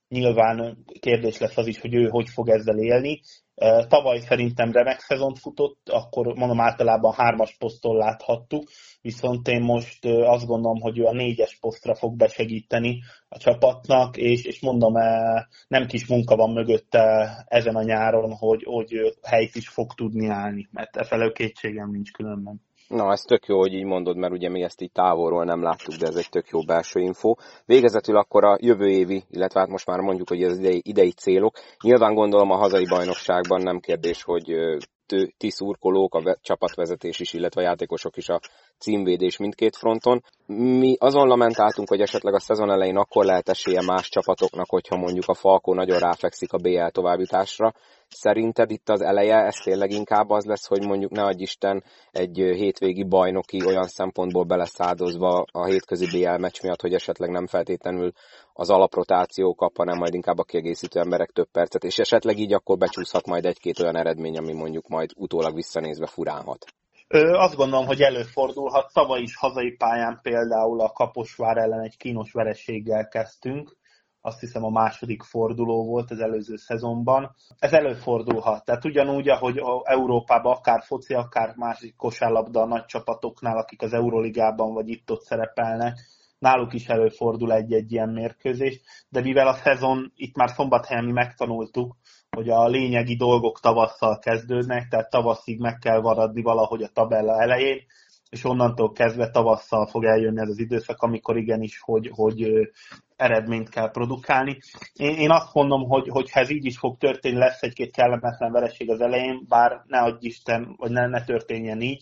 nyilván kérdés lesz az is, hogy ő hogy fog ezzel élni. Tavaly szerintem remek szezont futott, akkor mondom általában 3-as poszton láthattuk, viszont én most azt gondolom, hogy ő a 4-es posztra fog besegíteni a csapatnak, és mondom, nem kis munka van mögötte ezen a nyáron, hogy helyt is fog tudni állni, mert efelől kétségem nincs különben. Na, ez tök jó, hogy így mondod, mert ugye mi ezt így távolról nem láttuk, de ez egy tök jó belső info. Végezetül akkor a jövő évi, illetve hát most már mondjuk, hogy az idei célok. Nyilván gondolom a hazai bajnokságban nem kérdés, hogy ti szurkolók, a csapatvezetés is, illetve a játékosok is a címvédés mindkét fronton. Mi azon lamentáltunk, hogy esetleg a szezon elején akkor lehet esélye más csapatoknak, hogyha mondjuk a Falkó nagyon ráfekszik a BL továbbjutásra. Szerinted itt az eleje, ez tényleg inkább az lesz, hogy mondjuk ne adj Isten egy hétvégi bajnoki olyan szempontból beleszáldozva a hétközi BL meccs miatt, hogy esetleg nem feltétlenül az alaprotáció kap, hanem majd inkább a kiegészítő emberek több percet, és esetleg így akkor becsúszhat majd egy-két olyan eredmény, ami mondjuk majd utólag visszanézve furálhat. Azt gondolom, hogy előfordulhat. Tavaly is hazai pályán például a Kaposvár ellen egy kínos vereséggel kezdtünk. Azt hiszem a második forduló volt az előző szezonban. Ez előfordulhat. Tehát ugyanúgy, ahogy Európában akár foci, akár másik kosárlabda a nagy csapatoknál, akik az Euroligában vagy itt-ott szerepelnek, náluk is előfordul egy-egy ilyen mérkőzés, de mivel a szezon, itt már Szombathelyen mi megtanultuk, hogy a lényegi dolgok tavasszal kezdődnek, tehát tavaszig meg kell maradni valahogy a tabella elején, és onnantól kezdve tavasszal fog eljönni ez az időszak, amikor igenis, hogy eredményt kell produkálni. Én azt mondom, hogy ha ez így is fog történni, lesz egy-két kellemetlen vereség az elején, bár ne adj Isten, vagy ne történjen így,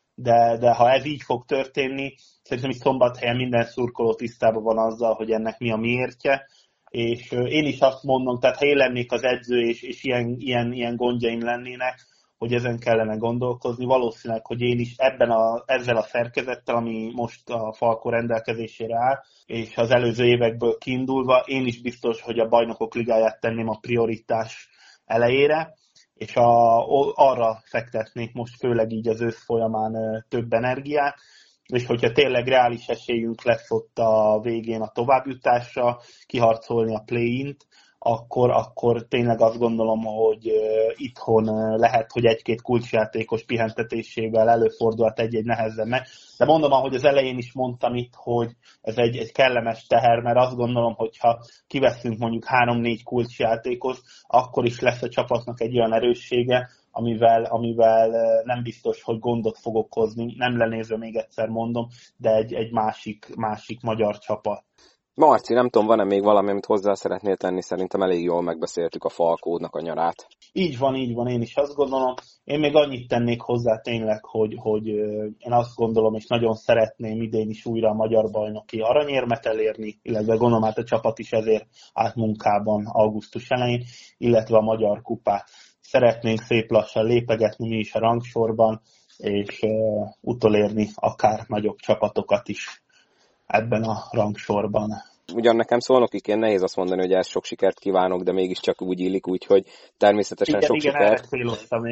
de ha ez így fog történni, szerintem itt Szombathelyen minden szurkoló tisztában van azzal, hogy ennek mi a miértje, és én is azt mondom, tehát ha én lennék az edző, és ilyen gondjaim lennének, hogy ezen kellene gondolkozni, valószínűleg, hogy én is ezzel a szerkezettel, ami most a Falkó rendelkezésére áll, és az előző évekből kiindulva, én is biztos, hogy a Bajnokok Ligáját tenném a prioritás elejére, és arra fektetnék most főleg így az ősz folyamán több energiát, és hogyha tényleg reális esélyünk lesz ott a végén a továbbjutásra, kiharcolni a play-int, akkor tényleg azt gondolom, hogy itthon lehet, hogy egy-két kulcsjátékos pihentetésével előfordulhat egy-egy nehezebb meg. De mondom, ahogy az elején is mondtam itt, hogy ez egy kellemes teher, mert azt gondolom, hogyha kiveszünk mondjuk 3-4 kulcsjátékos, akkor is lesz a csapatnak egy olyan erőssége, amivel nem biztos, hogy gondot fog okozni. Nem lenézve, még egyszer mondom, de egy másik magyar csapat. Marci, nem tudom, van-e még valami, amit hozzá szeretnél tenni? Szerintem elég jól megbeszéltük a Falkódnak a nyarát. Így van, én is azt gondolom. Én még annyit tennék hozzá tényleg, hogy én azt gondolom, és nagyon szeretném idén is újra a magyar bajnoki aranyérmet elérni, illetve gondolom hát a csapat is ezért állt munkában augusztus elején, illetve a magyar kupát. Szeretnénk szép lassan lépegetni mi is a rangsorban, és utolérni akár nagyobb csapatokat is ebben a rangsorban. Ugyan nekem Szolnokiként nehéz azt mondani, hogy ezt sok sikert kívánok, de mégiscsak úgy illik, úgyhogy természetesen sok sikert. Igen, erre céloztam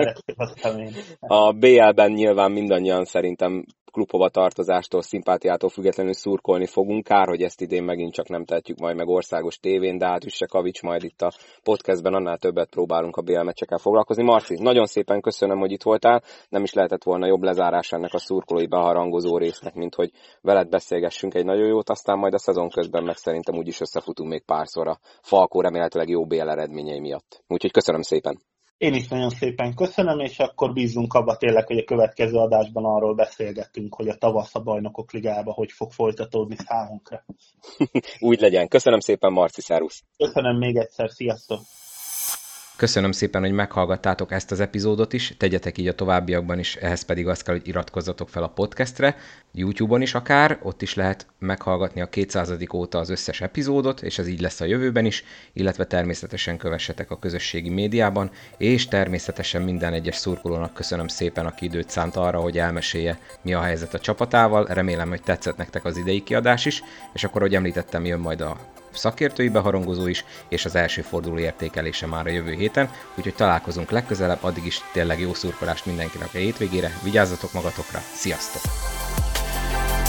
én is. A BL-ben nyilván mindannyian szerintem klubhova tartozástól, szimpátiától függetlenül szurkolni fogunk. Kár, hogy ezt idén megint csak nem tehetjük majd meg országos tévén, de hát Üsse Kavics majd itt a podcastben annál többet próbálunk a BL meccsekkel foglalkozni. Marci, nagyon szépen köszönöm, hogy itt voltál. Nem is lehetett volna jobb lezárás ennek a szurkolói beharangozó résznek, mint hogy veled beszélgessünk egy nagyon jót, aztán majd a szezon közben meg szerintem úgyis összefutunk még párszor a Falkó remélhetőleg jó BL eredményei miatt. Úgyhogy köszönöm szépen. Én is nagyon szépen köszönöm, és akkor bízunk abba tényleg, hogy a következő adásban arról beszélgetünk, hogy a tavasz a Bajnokok Ligába hogy fog folytatódni számunkra. Úgy legyen. Köszönöm szépen, Marci, szervusz! Köszönöm még egyszer, sziasztok! Köszönöm szépen, hogy meghallgattátok ezt az epizódot is, tegyetek így a továbbiakban is, ehhez pedig az kell, hogy iratkozzatok fel a podcastre, YouTube-on is akár, ott is lehet meghallgatni a 200. óta az összes epizódot, és ez így lesz a jövőben is, illetve természetesen kövessetek a közösségi médiában, és természetesen minden egyes szurkolónak köszönöm szépen, aki időt szánt arra, hogy elmesélje, mi a helyzet a csapatával, remélem, hogy tetszett nektek az idei kiadás is, és akkor, ahogy említettem, jön majd a szakértői beharangozó is, és az első forduló értékelése már a jövő héten, úgyhogy találkozunk legközelebb, addig is tényleg jó szurkolást mindenkinek a hétvégére, vigyázzatok magatokra, sziasztok!